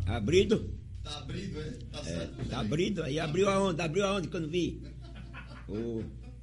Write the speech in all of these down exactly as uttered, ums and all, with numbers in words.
Abrido? Tá abrido, é? Tá certo? É, tá abrido. Aí abriu aonde? Abriu aonde que eu não vi? Oh.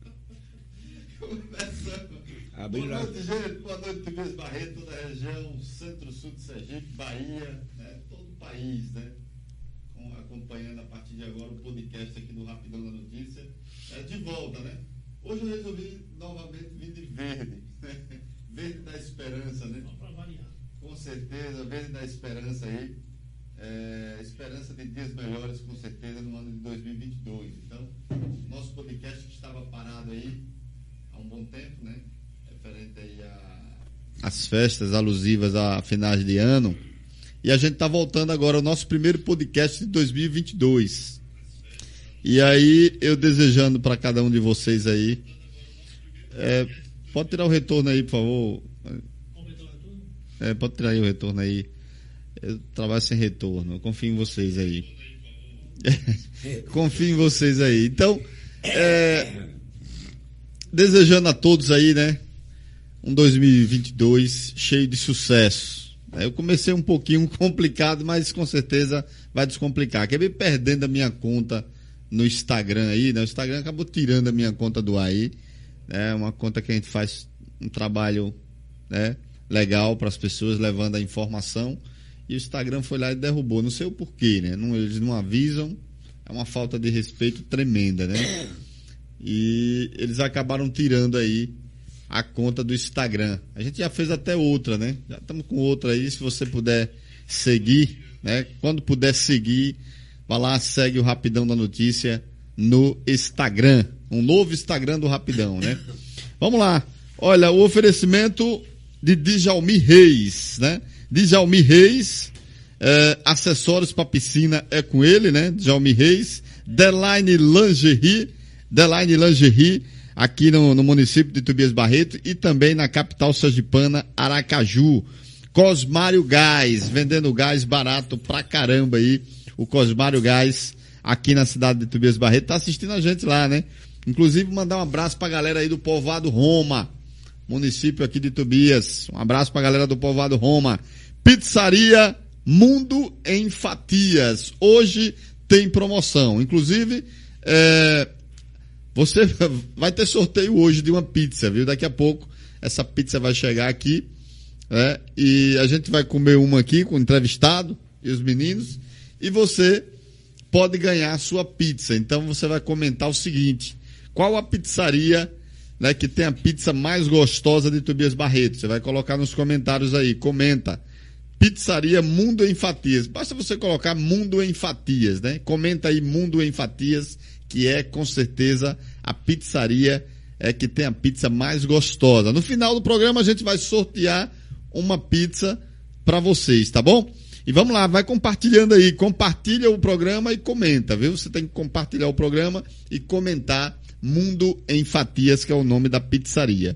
Abriu Boa lá. noite, gente. Boa noite, Tobias Barreto, toda a região, centro-sul de Sergipe, Bahia, né? Todo o país, né? Com, acompanhando a partir de agora o podcast aqui do Rapidão da Notícia. É, de volta, né? Hoje eu resolvi novamente vir de verde. Verde da esperança, né? Só para variar. Com certeza, verde da esperança aí. É, esperança de dias melhores, com certeza, no ano de dois mil e vinte e dois. Então, nosso podcast que estava parado aí há um bom tempo, né? Referente aí a... as festas alusivas a finais de ano. E a gente está voltando agora ao nosso primeiro podcast de dois mil e vinte e dois. E aí, eu desejando para cada um de vocês aí... É, pode tirar o retorno aí, por favor. É, pode tirar aí o retorno aí. Eu trabalho sem retorno. Eu confio em vocês aí. Confio em vocês aí. Então, é, desejando a todos aí, né? Um dois mil e vinte e dois cheio de sucesso. Eu comecei um pouquinho complicado, mas com certeza vai descomplicar. Acabei perdendo a minha conta no Instagram aí, né? O Instagram acabou tirando a minha conta do ar aí. É uma conta que a gente faz um trabalho, né, legal para as pessoas, levando a informação. E o Instagram foi lá e derrubou. Não sei o porquê, né? Não, eles não avisam. É uma falta de respeito tremenda, né? E eles acabaram tirando aí a conta do Instagram. A gente já fez até outra, né? Já estamos com outra aí. Se você puder seguir, né? Quando puder seguir, vai lá, segue o Rapidão da Notícia no Instagram. Um novo Instagram do Rapidão, né? Vamos lá. Olha, o oferecimento de Djalmi Reis, né? Djalmi Reis, é, acessórios para piscina é com ele, né? Djalmi Reis, Deline Lingerie, Deline Lingerie, aqui no, no município de Tobias Barreto e também na capital sergipana, Aracaju. Cosmário Gás, vendendo gás barato pra caramba aí. O Cosmário Gás, aqui na cidade de Tobias Barreto, tá assistindo a gente lá, né? Inclusive, mandar um abraço pra galera aí do Povoado Roma, município aqui de Tobias. Um abraço pra galera do Povoado Roma. Pizzaria Mundo em Fatias. Hoje tem promoção. Inclusive, é, você vai ter sorteio hoje de uma pizza, viu? Daqui a pouco essa pizza vai chegar aqui, né? E a gente vai comer uma aqui com o entrevistado e os meninos. E você pode ganhar a sua pizza. Então você vai comentar o seguinte: qual a pizzaria, né, que tem a pizza mais gostosa de Tobias Barreto? Você vai colocar nos comentários aí, comenta. Pizzaria Mundo em Fatias. Basta você colocar Mundo em Fatias, né? Comenta aí Mundo em Fatias, que é com certeza a pizzaria é que tem a pizza mais gostosa. No final do programa a gente vai sortear uma pizza para vocês, tá bom? E vamos lá, vai compartilhando aí, compartilha o programa e comenta, viu? Você tem que compartilhar o programa e comentar Mundo em Fatias, que é o nome da pizzaria.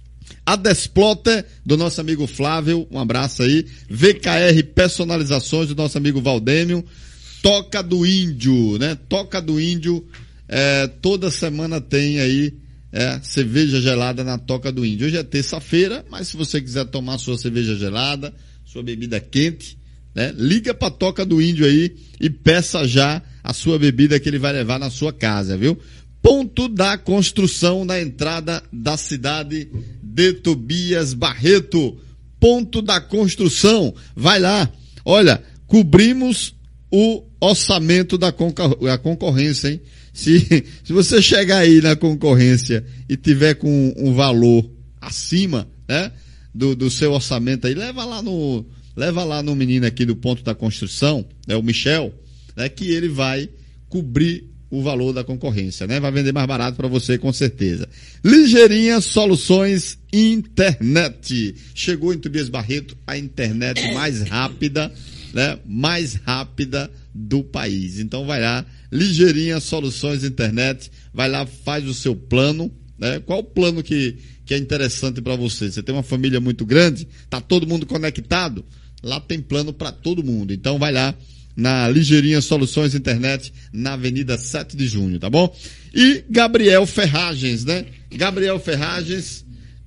A Desploter, do nosso amigo Flávio, um abraço aí. V K R Personalizações, do nosso amigo Valdêmio. Toca do Índio, né? Toca do Índio, é, toda semana tem aí é, cerveja gelada na Toca do Índio. Hoje é terça-feira, mas se você quiser tomar sua cerveja gelada, sua bebida quente, né? Liga pra Toca do Índio aí e peça já a sua bebida que ele vai levar na sua casa, viu? Ponto da Construção, na entrada da cidade de Tobias Barreto. Ponto da Construção, vai lá. Olha, cobrimos o orçamento da concor- a concorrência, hein? Se, se você chegar aí na concorrência e tiver com um valor acima, né, do, do seu orçamento aí, leva lá no, leva lá no menino aqui do Ponto da Construção, né, o Michel, né, que ele vai cobrir o valor da concorrência, né? Vai vender mais barato para você, com certeza. Ligeirinha Soluções Internet. Chegou em Tobias Barreto a internet mais rápida, né? Mais rápida do país. Então vai lá, Ligeirinha Soluções Internet, vai lá, faz o seu plano, né? Qual o plano que, que é interessante para você? Você tem uma família muito grande, tá todo mundo conectado? Lá tem plano para todo mundo. Então vai lá, na Ligeirinha Soluções Internet, na Avenida sete de junho, tá bom? E Gabriel Ferragens, né? Gabriel Ferragens,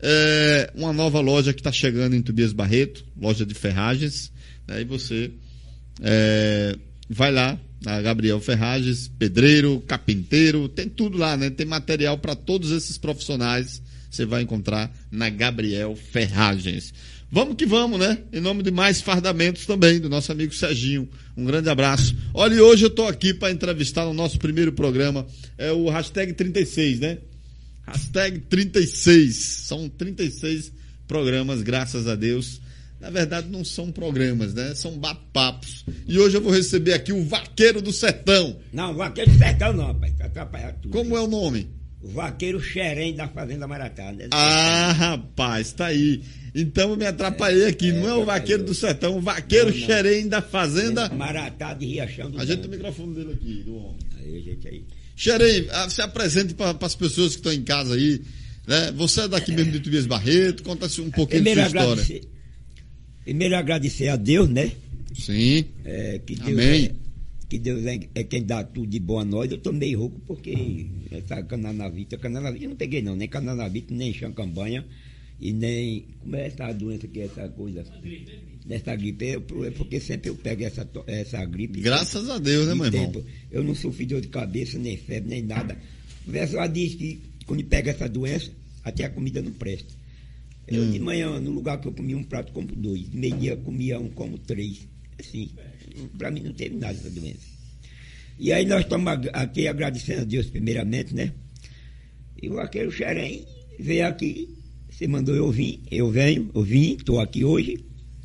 é uma nova loja que está chegando em Tobias Barreto, loja de ferragens, né? E você É, vai lá, na Gabriel Ferragens, pedreiro, carpinteiro, tem tudo lá, né? Tem material para todos esses profissionais, você vai encontrar na Gabriel Ferragens. Vamos que vamos, né? Em nome de Mais Fardamentos também, do nosso amigo Serginho. Um grande abraço. Olha, e hoje eu estou aqui para entrevistar no nosso primeiro programa, é o hashtag trinta e seis, né? Hashtag trinta e seis. São trinta e seis programas, graças a Deus. Na verdade, não são programas, né? São bate-papos. E hoje eu vou receber aqui o Vaqueiro do Sertão. Não, Vaqueiro do Sertão não, rapaz. Tá atrapalhado tudo. Como é o nome? O Vaqueiro Xerém da Fazenda Maratá. Né? Ah, rapaz, tá aí. Então eu me atrapalhei aqui. É, não é o Vaqueiro do Sertão, o Vaqueiro não, não. Xerém da Fazenda Maratá de Riachão do Ajeita o microfone dele aqui, do homem. Aí, gente aí. Xerém, se apresente para as pessoas que estão em casa aí. Né? Você é daqui é. mesmo de Tobias Barreto, conta um pouquinho da sua história. Agradecer, primeiro agradecer a Deus, né? Sim. É, que Deus Amém. É, que Deus é, é quem dá tudo de bom a nós. Eu tô meio rouco porque essa cananavita, cananavita eu não peguei não, nem cananavita, nem chancambanha e nem, como é essa doença que é essa coisa, dessa gripe, é porque sempre eu pego essa, essa gripe. Graças a Deus, né, meu irmão? Tempo. Eu não sofri dor de cabeça, nem febre, nem nada. O pessoal diz que quando pega essa doença, até a comida não presta. Eu hum. de manhã, no lugar que eu comia um prato, como dois. De meio-dia comia um, como três. Assim, para mim não teve nada essa doença. E aí nós estamos aqui agradecendo a Deus primeiramente, né? E o Vaqueiro Xerém veio aqui, você mandou eu vir, eu venho, eu vim, estou aqui hoje.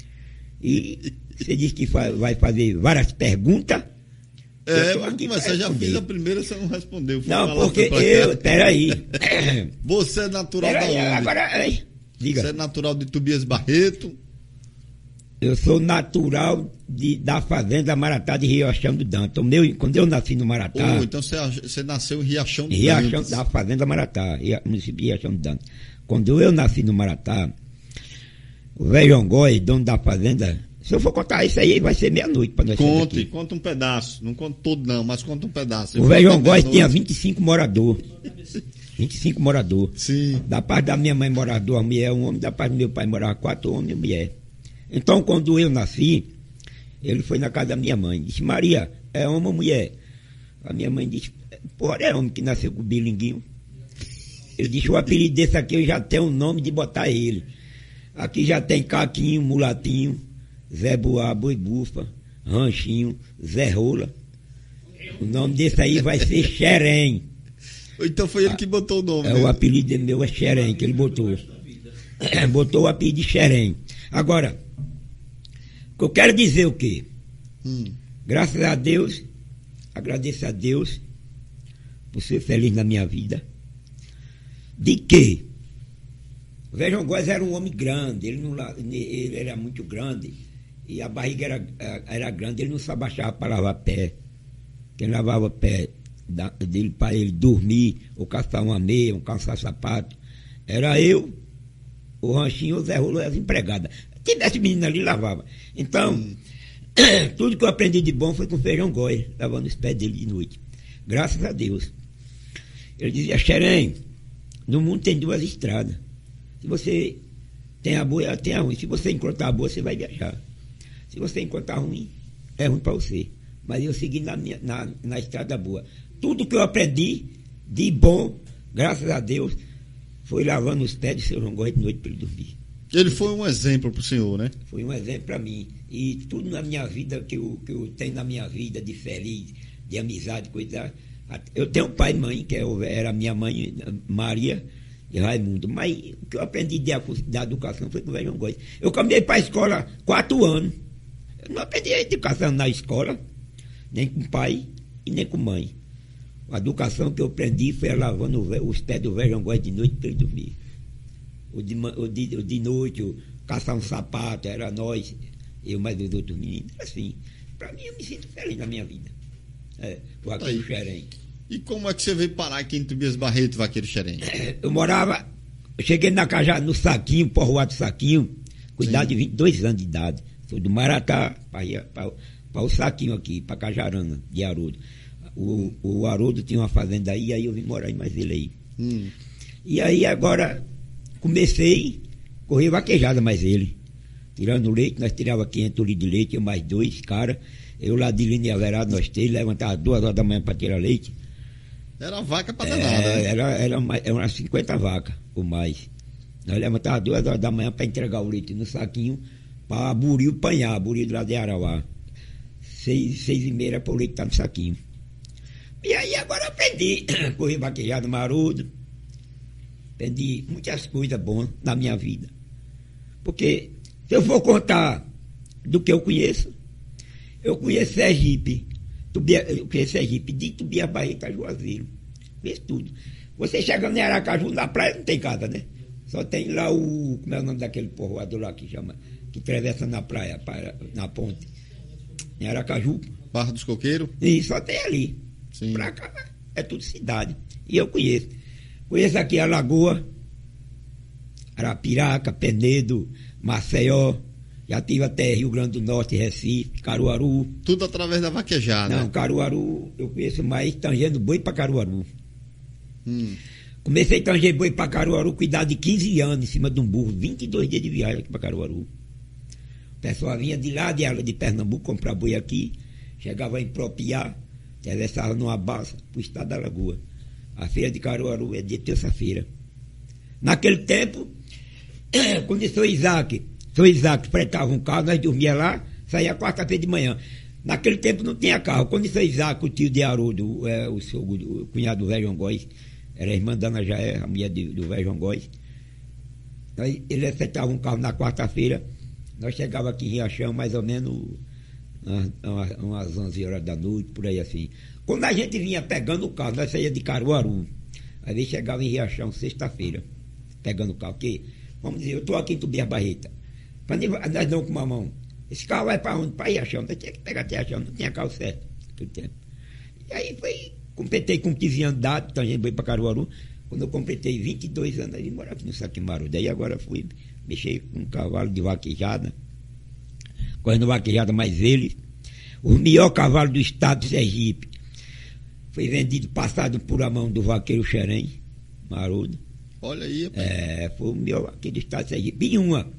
E você disse que vai fazer várias perguntas. É, vamos começar, já fiz a primeira, você não respondeu. Não, porque eu, peraí. Você é natural pera da aí, onde? Agora, aí, diga. Você é natural de Tobias Barreto? Eu sou natural de, da Fazenda Maratá de Riachão do Dantas. Meu, quando eu nasci no Maratá... Oh, então você, você nasceu em Riachão do Riachão, Dantas. da Fazenda Maratá, município de Riachão do Dantas. Quando eu nasci no Maratá, o velho João Góes, dono da fazenda... Se eu for contar isso aí, vai ser meia-noite para nós. Conte, conta um pedaço. Não conta todo não, mas conta um pedaço. O velho João Góes tinha vinte e cinco moradores. vinte e cinco moradores. Sim. Da parte da minha mãe morava duas mulheres, um homem. Da parte do meu pai morava quatro homens e uma mulher. Então, quando eu nasci, ele foi na casa da minha mãe. Disse, Maria, é homem ou mulher? A minha mãe disse, porra, é homem que nasceu com o bilinguinho. Eu disse, o apelido desse aqui eu já tenho o nome de botar ele. Aqui já tem Caquinho, Mulatinho, Zé Boá, Boi Bufa, Ranchinho, Zé Rola. O nome desse aí vai ser Xerém. Então foi ele que botou o nome. É, o apelido meu é Xerém, que ele botou. Botou o apelido de Xerém. Agora, o que eu quero dizer o quê? Hum. Graças a Deus, agradeço a Deus por ser feliz na minha vida. De que? O velho João Góes era um homem grande, ele, não, ele era muito grande. E a barriga era, era grande, ele não se abaixava para lavar pé. Quem lavava pé da, dele para ele dormir, ou calçar uma meia, ou calçar sapato, era eu, o Ranchinho, o Zé Rolo e as empregadas. Se tivesse menina ali, lavava. Então, hum. tudo que eu aprendi de bom foi com o Feijão Góes, lavando os pés dele de noite. Graças a Deus. Ele dizia, Xerém, no mundo tem duas estradas. Se você tem a boa, tem a ruim. Se você encontrar a boa, você vai viajar. Se você encontrar a ruim, é ruim para você. Mas eu segui na, minha, na, na estrada boa. Tudo que eu aprendi de bom, graças a Deus, foi lavando os pés do seu João Góes de noite para ele dormir. Ele foi um exemplo para o senhor, né? Foi um exemplo para mim. E tudo na minha vida, que eu, que eu tenho na minha vida, de feliz, de amizade, coisa. Eu tenho um pai e mãe, que era minha mãe, Maria e Raimundo, mas o que eu aprendi de, da educação foi com o velho João Góes. Eu caminhei para a escola quatro anos. Eu não aprendi a educação na escola, nem com pai e nem com mãe. A educação que eu aprendi foi lavando os pés do velho João Góes de noite para ele dormir. O de, o, de, o de noite, o caçar um sapato, era nós, eu mais os outros meninos. Assim, para mim eu me sinto feliz na minha vida. É, o Vaqueiro Xerém. E como é que você veio parar aqui em Tobias Barreto, Vaqueiro Xerém? Eu morava, eu cheguei na Cajá, no Saquinho, Povoado Saquinho, com idade de vinte e dois anos de idade. Sou do Maratá para o Saquinho aqui, para Cajarana, de Haroldo. O, o Haroldo tinha uma fazenda aí, aí eu vim morar em mais ele aí. Hum. E aí agora comecei a correr vaquejada mais ele. tirando o leite, nós tirávamos quinhentos litros de leite, eu mais dois caras. Eu lá de linha Everado, nós três, levantava duas horas da manhã para tirar leite. Era vaca para É, danada, né? era, era, mais- era umas cinquenta vacas, ou mais. Nós levantávamos duas horas da manhã para entregar o leite no saquinho, para Buril panhar, Buril lá de Arauá. Seis, seis e meia para o leite estar no saquinho. E aí agora eu aprendi, correr vaquejado maroto, aprendi muitas coisas boas na minha vida. Porque se eu for contar do que eu conheço, eu conheço Sergipe, Tubia, eu conheço Sergipe, de Tubia Barreto a Juazeiro, conheço tudo. Você chega em Aracaju, na praia não tem casa, né? Só tem lá o, como é o nome daquele povoado lá que chama, que atravessa na praia, para, na ponte, em Aracaju. Barra dos Coqueiros? E só tem ali. Sim. Pra cá é tudo cidade. E eu conheço. Conheço aqui a Lagoa, Arapiraca, Penedo, Maceió. Já tive até Rio Grande do Norte, Recife, Caruaru. Tudo através da vaquejada. Não, Caruaru, eu conheço mais tangendo boi para Caruaru. Hum. Comecei a tanger boi para Caruaru com idade de quinze anos, em cima de um burro, vinte e dois dias de viagem aqui para Caruaru. O pessoal vinha de lá, de, de Pernambuco, comprar boi aqui, chegava em Propiá, atravessava numa balsa para o estado da Lagoa. A feira de Caruaru é de terça-feira. Naquele tempo, quando o senhor Isaac, o senhor Isaac fretava um carro, nós dormíamos lá, saía quarta-feira de manhã. Naquele tempo não tinha carro. Quando o senhor Isaac, o tio de Haroldo, é, o, seu, o cunhado do velho João Góes, era a irmã da Ana Jaé, a mulher de, do velho João Góes, nós, ele acertava um carro na quarta-feira, nós chegávamos aqui em Riachão mais ou menos umas, umas onze horas da noite, por aí assim. Quando a gente vinha pegando o carro, nós saíamos de Caruaru, às vezes chegava em Riachão sexta-feira, pegando o carro, porque, vamos dizer, eu estou aqui em Tubia Barreto, nós não com uma mão, esse carro vai para onde? Para Riachão, nós tinha que pegar até Riachão, não tinha carro certo, todo tempo. E aí foi, completei com quinze anos de idade, então a gente veio para Caruaru, quando eu completei vinte e dois anos, eu vim morar aqui no Saquimaru, daí agora fui mexer com um cavalo de vaquejada, correndo vaquejada mais ele, o melhor cavalo do estado de Sergipe, foi vendido, passado por a mão do vaqueiro Xerém, Marudo. Olha aí, rapaz. É, foi o melhor vaqueiro do estado de Sergipe, em uma.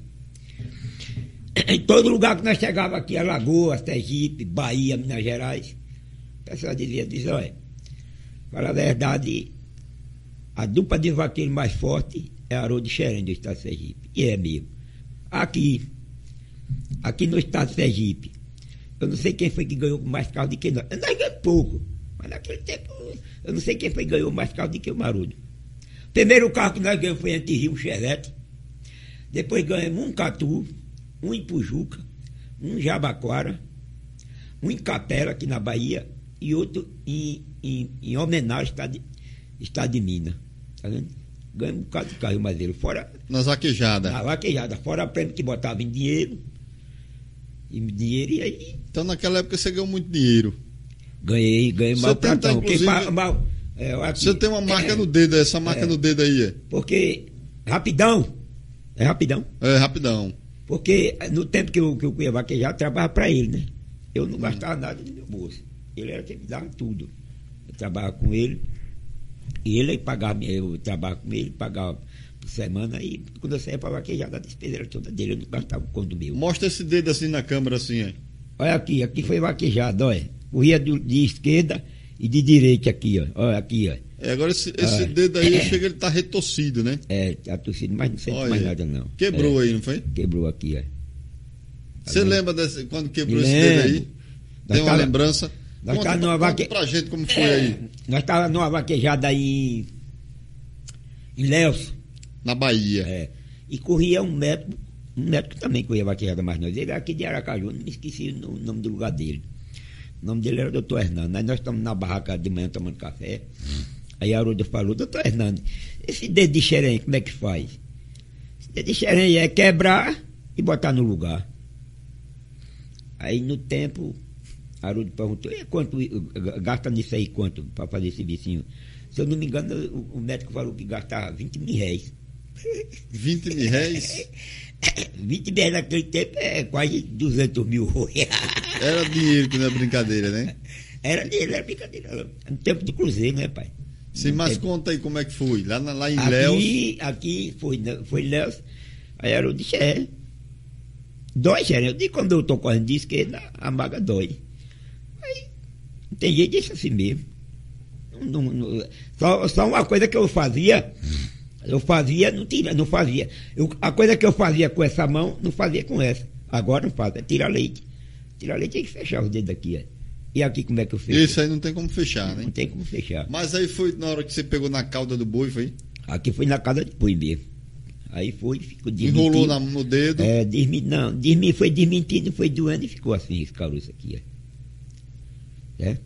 Em todo lugar que nós chegávamos aqui, Alagoas, Sergipe, Bahia, Minas Gerais, o pessoal dizia, diz, olha, para a verdade, a dupla de vaqueiro mais forte é a Haroldo Xerém do estado de Sergipe. E é mesmo. Aqui, aqui no estado de Sergipe, eu não sei quem foi que ganhou mais carro do que nós. Nós ganhamos pouco, mas naquele tempo, eu não sei quem foi que ganhou mais carro do que o Marudo. O primeiro carro que nós ganhamos foi entre Rio, um Chevette. Depois ganhamos um Catu, um em Pujuca, um em Jabaquara, um em Capela, aqui na Bahia, e outro em, em, em homenagem, estado de, estado de Minas. Tá vendo? Ganhamos um bocado de carro mais ele. Fora. Nas vaquejadas. Na vaquejada, fora a prêmio que botava em dinheiro. Em dinheiro, e aí. Então naquela época você ganhou muito dinheiro. Ganhei, ganhei Você mal tem, tá, pratão. Quem inclusive, pa- mal, é, aqui, Você tem uma marca no dedo, essa marca É. no dedo aí. é? Porque, rapidão, é rapidão. É, rapidão. Porque no tempo que eu, que eu ia vaquejar, eu trabalhava para ele, né? Eu não gastava nada do meu bolso. Ele era quem me dava tudo. Eu trabalhava com ele, e ele pagava, eu trabalhava com ele, pagava por semana, e quando eu saía para vaquejar, a despesa era toda dele, eu não gastava o conto meu. Mostra esse dedo assim na câmera, assim, é. Olha aqui, aqui foi vaquejado, olha. Corria de, de esquerda e de direita aqui, ó. Olha aqui, ó. É, agora esse, esse Ah. dedo aí, chega, ele tá retorcido, né? É, tá torcido, mas não sente Olha, mais nada, não. Quebrou É, aí, não foi? Quebrou aqui, ó. Tá Você vendo? lembra desse, quando quebrou Me esse dedo lembro. aí? Nós Tem uma tava- lembrança? nós Conta, tava numa conta vaque- pra gente como foi É, aí, Nós estávamos numa vaquejada aí em Léus, na Bahia. é, e corria um médico, um médico também corria vaquejada mais nós. Ele era aqui de Aracaju, não me esqueci o nome do lugar dele. O nome dele era doutor Hernando. Aí nós estamos na barraca de manhã tomando café. Aí a Haroldo falou, doutor Hernando, esse dedo de xerém, como é que faz? Esse dedo de xerém é quebrar e botar no lugar. Aí no tempo, a Haroldo perguntou, e quanto gasta nisso aí, quanto para fazer esse vicinho? Se eu não me engano, o, o médico falou que gastava vinte mil réis. vinte mil réis? vinte mil réis naquele tempo é quase duzentos mil reais. Era dinheiro que não é brincadeira, né? Era dinheiro, era brincadeira. Não. No tempo do Cruzeiro, né, pai? Sim, No mas tempo- conta aí como é que foi. Lá, na- lá em Léus. Aqui, aqui foi, foi Léus, aí era o de Xé. Dói, xerém. Eu digo, quando eu tô correndo de esquerda, a maga dói. Aí, não tem jeito, deixa assim mesmo. Não, não, não, só, só uma coisa que eu fazia, eu fazia, não, tira, não fazia. Eu, a coisa que eu fazia com essa mão, não fazia com essa. Agora não faz, é tirar leite. Tirar leite tem que fechar os dedos aqui, ó. E aqui como é que eu fecho? Isso aí não tem como fechar, né? Não tem como fechar. Mas aí foi na hora que você pegou na cauda do boi, foi? Aqui foi na casa de boi mesmo. Aí foi, ficou desmentindo. Enrolou na, no dedo? É, desmi, não, desmi, foi desmentindo, foi doendo e ficou assim, esse caroço aqui, ó. É?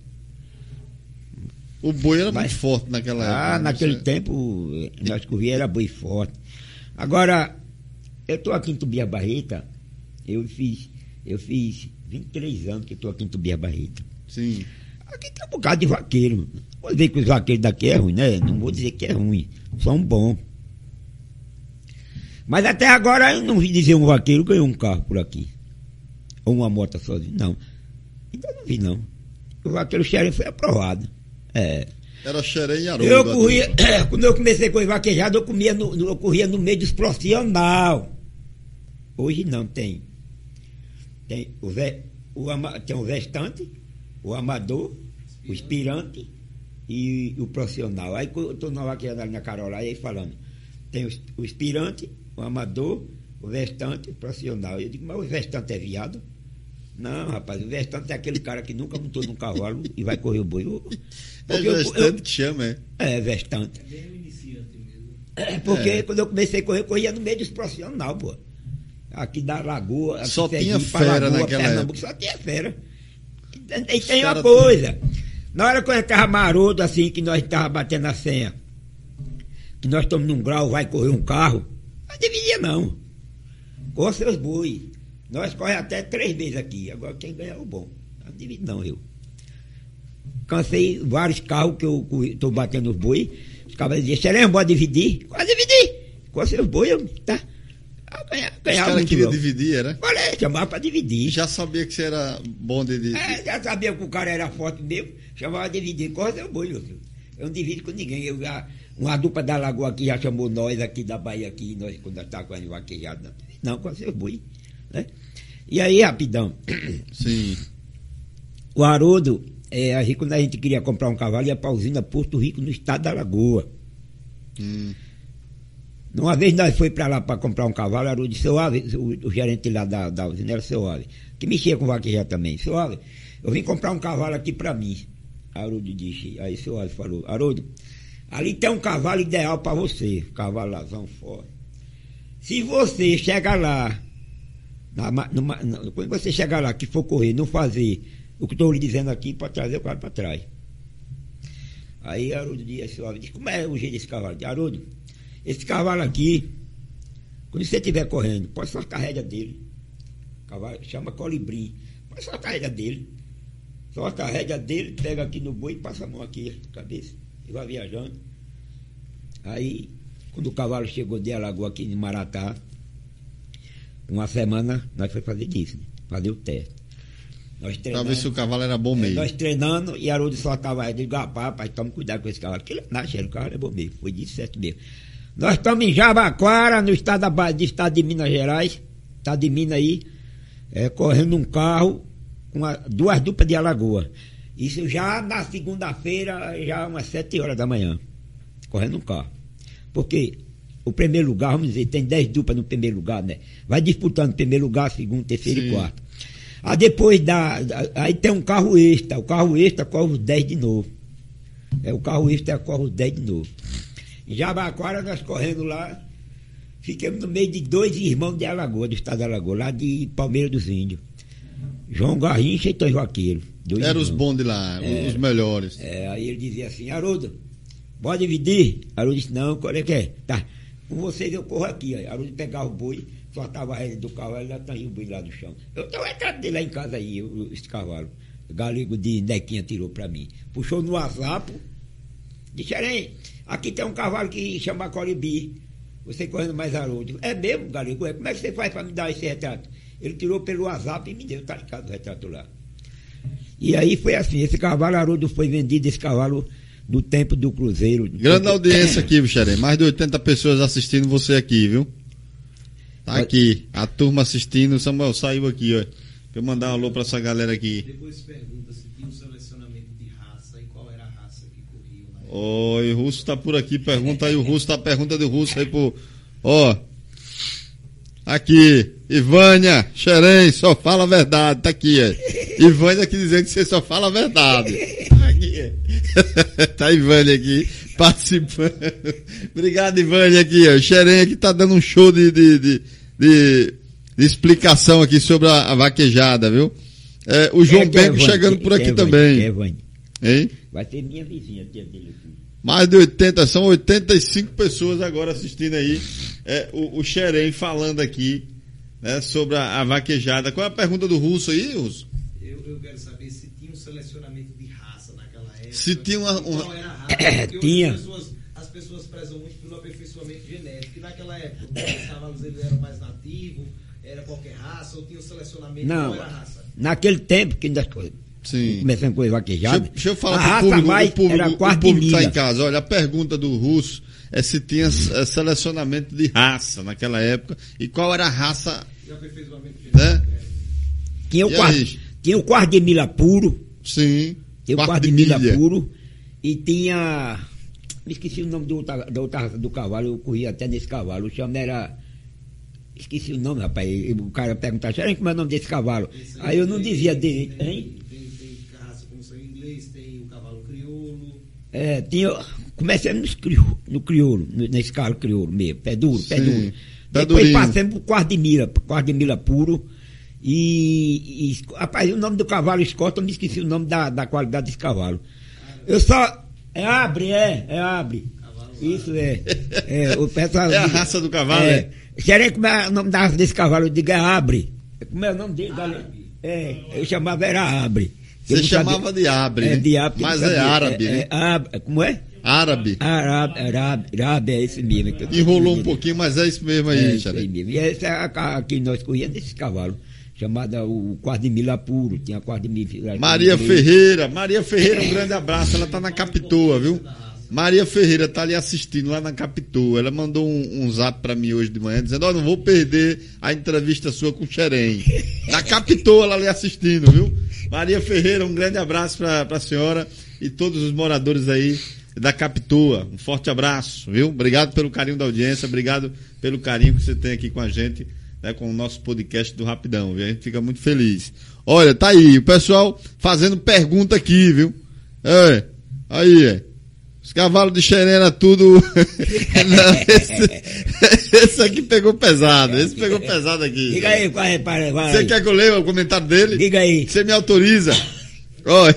O boi era Mas, muito forte naquela época. Ah, né? naquele Você... tempo, nós corria era boi forte. Agora, eu estou aqui em Tubia Barreta, eu fiz, eu fiz vinte e três anos que estou aqui em Tubia Barreta. Sim. Aqui tem um bocado de vaqueiro. Vou dizer que os vaqueiros daqui é ruim, né? Não vou dizer que é ruim, são bons. Mas até agora eu não vi dizer um vaqueiro ganhou um carro por aqui. Ou uma moto sozinho, não. Ainda não vi, não. O vaqueiro xerém foi aprovado. É. Era xerém e Haroldo. Eu corria, quando eu comecei com o vaquejado, eu, comia no, eu corria no meio dos profissionais. Hoje não, tem. Tem o, ve, o, ama, tem o vestante, o amador, o aspirante e o profissional. Aí eu estou na vaquejada ali na Carola, aí falando, tem o, o aspirante, o amador, o vestante e o profissional. Eu digo, mas o vestante é viado? Não, rapaz, o vestante é aquele cara que nunca montou num cavalo e vai correr o boi. É vestante eu, eu, que chama, é? É, vestante. É bem iniciante mesmo. É, porque é. Quando eu comecei a correr, eu corria no meio dos profissionais, pô. Aqui da Lagoa. Aqui só tinha fera Lagoa, naquela Pernambuco, época. Só tinha fera. E, e tem uma coisa. Tem... Na hora que eu estava maroto, assim, que nós estávamos batendo a senha, que nós estamos num grau, vai correr um carro, não dividia não. Corre seus boi. Nós corremos até três vezes aqui. Agora quem ganha é o bom. Não divide não, eu. Cansei vários carros que eu estou batendo os boi. Os caras diziam, xerém, bora dividir? Pode dividir. Corre seus boi, eu, tá? Ganhar, ganhar os caras queriam dividir, era? Olha, chamava para dividir. Já sabia que você era bom de dividir? É, já sabia que o cara era forte mesmo. Chamava de dividir. Corre seu boi, meu filho. Eu não divido com ninguém. Eu já, uma dupla da Lagoa aqui já chamou nós aqui da Bahia, aqui, nós, quando nós estávamos com a vaquejada. Não, não com seus boi. Né? E aí, rapidão. Sim. O Haroldo, é, a gente, quando a gente queria comprar um cavalo, ia para a usina Porto Rico, no estado da Lagoa. Hum. Uma vez nós foi para lá para comprar um cavalo, Haroldo disse, seu Ave, o, o gerente lá da, da usina era seu Ave, que mexia com vaquejada também. Seu Ave, eu vim comprar um cavalo aqui para mim. Haroldo disse, aí seu Ave falou, Haroldo, ali tem um cavalo ideal para você, cavalazão forte. Se você chegar lá, Na, numa, na, quando você chegar lá, que for correr, não fazer o que estou lhe dizendo aqui, para trazer o cavalo para trás. Aí Haroldo disse, disse, como é o jeito desse cavalo? Haroldo, esse cavalo aqui, quando você estiver correndo, pode soltar a rédea dele. O cavalo chama colibrim. Pode soltar a rédea dele. Solta a rédea dele, pega aqui no boi e passa a mão aqui, na cabeça, e vai viajando. Aí, quando o cavalo chegou de Alagoa aqui em Maratá, uma semana nós foi fazer isso, né? Fazer o teste. Nós treinando. Pra ver se o cavalo era bom mesmo. Nós treinando e Haroldo soltava ele. Digo, rapaz, rapaz, toma cuidado com esse cavalo. Porque ele nasce, o cavalo é bom mesmo. Foi disso certo mesmo. Nós estamos em Jabaquara, no estado, da, do estado de Minas Gerais, estado de Minas aí, é, correndo um carro com uma, duas duplas de Alagoa. Isso já na segunda-feira, já umas sete horas da manhã. Correndo um carro. Porque o primeiro lugar, vamos dizer, tem dez duplas no primeiro lugar, né? Vai disputando primeiro lugar, segundo, terceiro Sim. e quarto. Aí depois da, da. Aí tem um carro extra. O carro extra corre os dez de novo. É, o carro extra corre os dez de novo. Em Jabaquara, nós correndo lá, ficamos no meio de dois irmãos de Alagoas, do estado de Alagoas, lá de Palmeira dos Índios. João Garrincha e Tony Vaqueiro. Eram os bons de lá, é, os melhores. É, aí ele dizia assim, Haroldo, pode dividir? Haroldo disse, não, qual é que é? Tá, com vocês eu corro aqui. Aí Haroldo pegava o boi, soltava a rédea do cavalo e lá tá aí o boi lá no chão. Eu tenho o retrato dele lá em casa aí, eu, esse cavalo. O galego de Nequinha tirou pra mim. Puxou no WhatsApp, disse, xerém, aqui tem um cavalo que chama Colibri. Você correndo mais Haroldo. É mesmo, galego? Como é que você faz para me dar esse retrato? Ele tirou pelo WhatsApp e me deu, tá ligado o retrato lá. E aí foi assim, esse cavalo Haroldo foi vendido, esse cavalo no tempo do Cruzeiro. Grande audiência aqui, Xerém. Mais de oitenta pessoas assistindo você aqui, viu? Tá aqui, a turma assistindo. Samuel saiu aqui, ó. Pra eu mandar um alô pra essa galera aqui. Depois pergunta se tinha um selecionamento de raça e qual era a raça que corria. Né? Oi, o Russo tá por aqui, pergunta aí, o Russo, tá a pergunta do Russo aí pro... Ó, aqui, Ivânia, Xerém, só fala a verdade, tá aqui, ó. Ivânia aqui dizendo que você só fala a verdade. Aqui, tá a Ivânia aqui, participando. Obrigado, Ivânia, aqui, ó. Xerém aqui tá dando um show de, de, de, de, de explicação aqui sobre a, a vaquejada, viu? É, o João É que é Benco Vânia, chegando por que aqui é Vânia, também. que é Vânia. Hein? Vai ser minha vizinha, tia dele aqui. Mais de oitenta, são oitenta e cinco pessoas agora assistindo aí, é, o, o Xerém falando aqui, né, sobre a, a vaquejada. Qual é a pergunta do Russo aí, Russo? Eu, eu quero saber se tinha um selecionamento de raça naquela época. Se tinha uma... uma... Qual era a raça? Porque Tinha. As pessoas, as pessoas prezam muito pelo aperfeiçoamento genético. E naquela época, os cavalos eles eram mais nativos, era qualquer raça, ou tinha um selecionamento? Não, Qual era a raça? naquele tempo que ainda Sim. começando com Deixa, vaquejada, eu- deixa eu a falar raça pro público, mais o público, era o quarto de público que tá milha. em casa. Olha, a pergunta do Russo é se tinha é, selecionamento de raça naquela época e qual era a raça, E o aperfeiçoamento genético? né? Tinha o, E quarto, aí? tinha o quarto de milha puro, Sim. tinha o quarto quarto de de milha milha. puro, e tinha, me esqueci o nome do outra, da outra raça do cavalo, eu corria até nesse cavalo, o chama era, esqueci o nome, rapaz, e o cara perguntava, "Xerém, como é o nome desse cavalo?" Esse Aí eu não tem- dizia dele, hein? Tem, tem raça como sangue inglês, tem o cavalo crioulo. É, tinha, comecei nos criou, no crioulo, no- nesse carro crioulo mesmo, pé duro, pé Sim, duro. pé Depois durinho. passamos pro quarto de milha, quarto de milha puro. E, e, rapaz, o nome do cavalo escota, eu me esqueci o nome da, da qualidade desse cavalo. Eu só, é abre, é, é abre. Isso é. É, o pessoal, É a raça do cavalo, é? Xerém, como é o nome da raça desse cavalo? Eu digo, é abre. Como é o nome dele? Dale? É, eu chamava, era abre. Eu Você não chamava sabia- de abre, é, né? de abre, Mas eu não é sabia. árabe, é, né? é, árabe, como é? Árabe. Árabe, árabe, árabe, é esse mesmo. que eu tô Enrolou um dizendo. pouquinho, mas é isso mesmo É aí, isso aí Xerém. mesmo. E essa é a, a que nós corríamos desse cavalo, chamada o quarto de milha puro, tinha quarto de milha. Maria Ferreira, Maria Ferreira, um grande abraço. Ela tá na Capitoa, viu? Maria Ferreira tá ali assistindo lá na Capitoa. Ela mandou um, um zap pra mim hoje de manhã dizendo: ó, não vou perder a entrevista sua com o Xerém. Na Capitoa, ela ali assistindo, viu? Maria Ferreira, um grande abraço pra, pra senhora e todos os moradores aí da Capitoa. Um forte abraço, viu? Obrigado pelo carinho da audiência, obrigado pelo carinho que você tem aqui com a gente, né, com o nosso podcast do Rapidão, viu? A gente fica muito feliz. Olha, tá aí, o pessoal fazendo pergunta aqui, viu? É, aí, é. Os cavalos de Xerém era tudo... Não, esse, esse aqui pegou pesado, esse pegou pesado aqui. Diga aí, qual é, para, vai Você aí. quer que eu leia o comentário dele? Diga aí. Você me autoriza? Olha,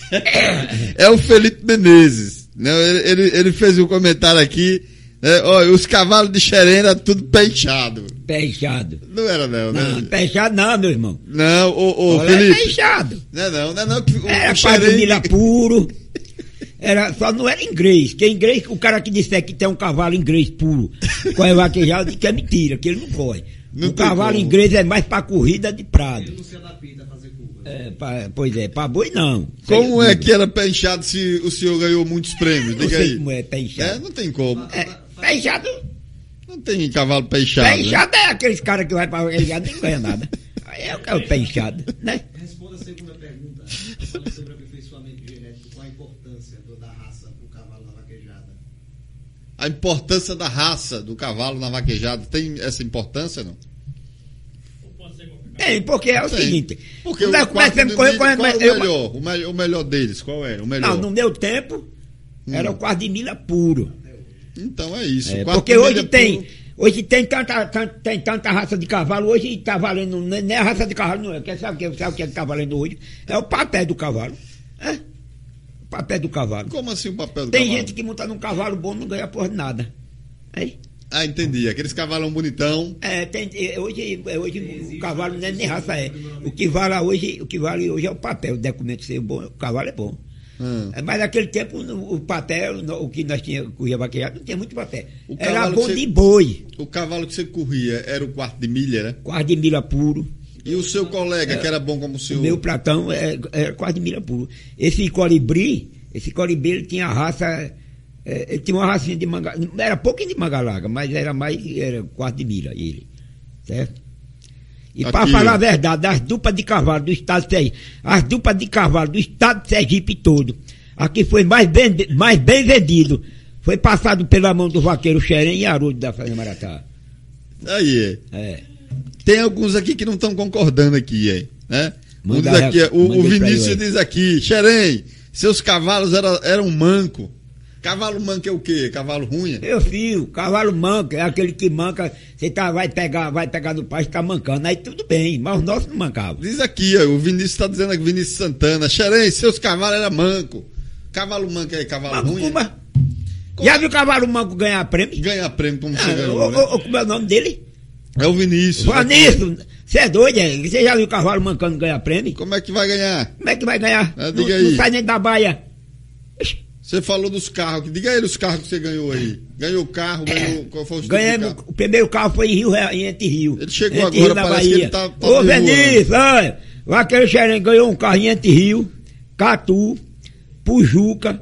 é o Felipe Menezes, né? Ele, ele, ele fez um comentário aqui, né? Olha, os cavalos de Xerém era tudo pé inchado. Pé inchado. Não era não, Não, né? pé inchado não, meu irmão. Não, ô, ô Olha, é pé Felipe. inchado. Não é não, não é não. Que o, Era o quarto de Xerém- milha puro. Era, só não era inglês. Que inglês, o cara que disser que tem um cavalo inglês puro, corre vaquejado, diz que é mentira, que ele não corre. Não o tem cavalo como. inglês é mais pra corrida de prado. Ele não se adapta a fazer curva. É, pra- pois é, pra boi não. Como Sei é que era pé inchado se o senhor ganhou muitos prêmios? Não Diga sei aí. como é pé É, inchado. não tem como. É, pé inchado, Não tem cavalo pé inchado. pé né? inchado é aqueles caras que vai pra vaquejado e nem ganha nada. Aí é o que é o pé inchado, né? Responda a segunda pergunta. Falando sobre aperfeiçoamento genético, qual a importância do- da raça para o cavalo na vaquejada? A importância da raça do cavalo na vaquejada, tem essa importância, não? Tem, porque é o Tem. seguinte. Porque nós o quarto começamos de a correr, milha, correr, qual é o eu- melhor? O, me- o melhor deles, qual era? O melhor? Não, no meu tempo, era o quarto de milha puro. Então é isso. É, o quarto porque de hoje milha tem, puro- hoje tem tanta, tanta- tem tanta raça de cavalo, hoje tá valendo, nem nem a raça de cavalo não é, quer sabe o que, sabe o que é que tá valendo hoje? É o papel do cavalo, é, o papel do cavalo. Como assim o papel do Tem cavalo? gente que monta num cavalo bom não ganha porra de nada, é, Ah, entendi. Aqueles cavalão bonitão. é, tem, é, hoje, é, hoje o cavalo nem, nem raça é, o que vale hoje, o que vale hoje é o papel, o documento ser bom, o cavalo é bom. Hum. É, mas naquele tempo no- o papel, no- o que nós tínhamos, corria vaquejado, não tinha muito papel. O Era cavalo bom que você- de boi, O cavalo que você corria era o quarto de milha, né? quarto de milha puro. E o seu colega, que era bom como o O senhor? meu platão é, é quase milha puro. Esse colibri, esse colibri ele tinha raça, é, ele tinha uma racinha de manga, era pouquinho de manga larga, mas era mais, era quase de milha ele. certo? E Aqui, para falar ó. a verdade, as duplas de cavalo do estado de Sergipe, as duplas de cavalo do estado de Sergipe todo, aqui foi mais bem, mais bem vendido, foi passado pela mão do vaqueiro Xerém e Haroldo da Fazenda Maratá. Aí, é. É. Tem alguns aqui que não estão concordando aqui, é, né? Um Manda diz aqui, aí, o, o manda aí pra Vinícius ele, diz aqui, Xerém, seus cavalos eram, eram manco. Cavalo manco é o quê? Cavalo ruim? Meu filho, cavalo manca, é aquele que manca, você tá, vai pegar, vai pegar no pasto, tá mancando, aí tudo bem, mas os nossos não mancavam. Diz aqui, ó, o Vinícius está dizendo aqui, Vinícius Santana, Xerém, seus cavalos eram manco. Cavalo manco é cavalo Manco, ruim? como- Já viu o cavalo manco ganhar prêmio? Ganha prêmio como você Ah, ganhou, o- né? o- o- como é o nome dele? É o Vinícius. Vanício, você é doido, é? Você já viu o cavalo mancando ganhar prêmio? Como é que vai ganhar? Como é que vai ganhar? Ah, não, diga aí. não sai nem da baia. Você falou dos carros. Diga aí os carros que você ganhou aí. Ganhou o carro, ganhou. Qual foi o tipo de Ganhamos, carro? o primeiro carro foi em Rio, Real- em Entre Rio. Ele chegou Entre agora, Rio, na parece que Bahia. ele tá- tá Ô, voando. Vinícius, olha, o vaqueiro Xerém ganhou um carro em Entre Rio, Catu, Pujuca,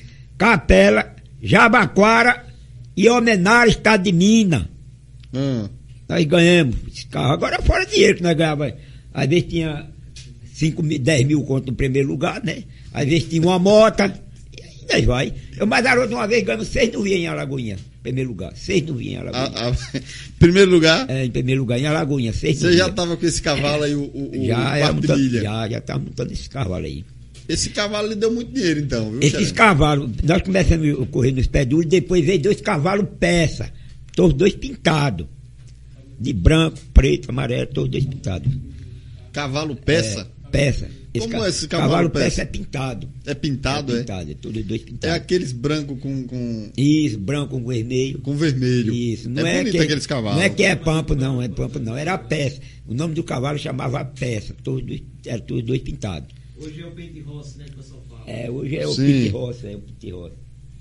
Capela, Jabaquara e Homenário, estado de Minas. Ah, Nós ganhamos esse carro. Agora fora dinheiro que nós ganhávamos. Às vezes tinha cinco mil, dez mil conto no primeiro lugar, né? Às vezes tinha uma moto. E aí nós vai. Eu, mas a outra uma vez ganhamos seis novinhas em Alagoinha. Primeiro lugar. Seis novinhas em Alagoinha. a- a- primeiro lugar, É, em primeiro lugar, em Alagoinha. Seis você já novinhas. estava com esse cavalo aí, o, o, o Já, era quarto de montando, milha. já, já tava montando esse cavalo aí. Esse cavalo lhe deu muito dinheiro, então, viu, Esses Xerém? cavalos, nós começamos a correr nos pés duros, depois veio dois cavalos peça, todos dois pintados. De branco, preto, amarelo, todos dois pintados. Cavalo peça? É, peça. Como ca- é esse cavalo peça? peça é pintado. É pintado, é? é? Pintado, é todos dois É pintados. aqueles brancos com, com, Isso, branco com vermelho. com vermelho. Isso, não é é, bonito que, aqueles cavalos. não é que é pampo, não, é pampo não, era peça. O nome do cavalo chamava peça, todos dois, era todos dois pintados. Hoje é o Pente Rossi, né, que o pessoal fala. É, hoje é o Sim. Pit Roça, é o Pit Roça.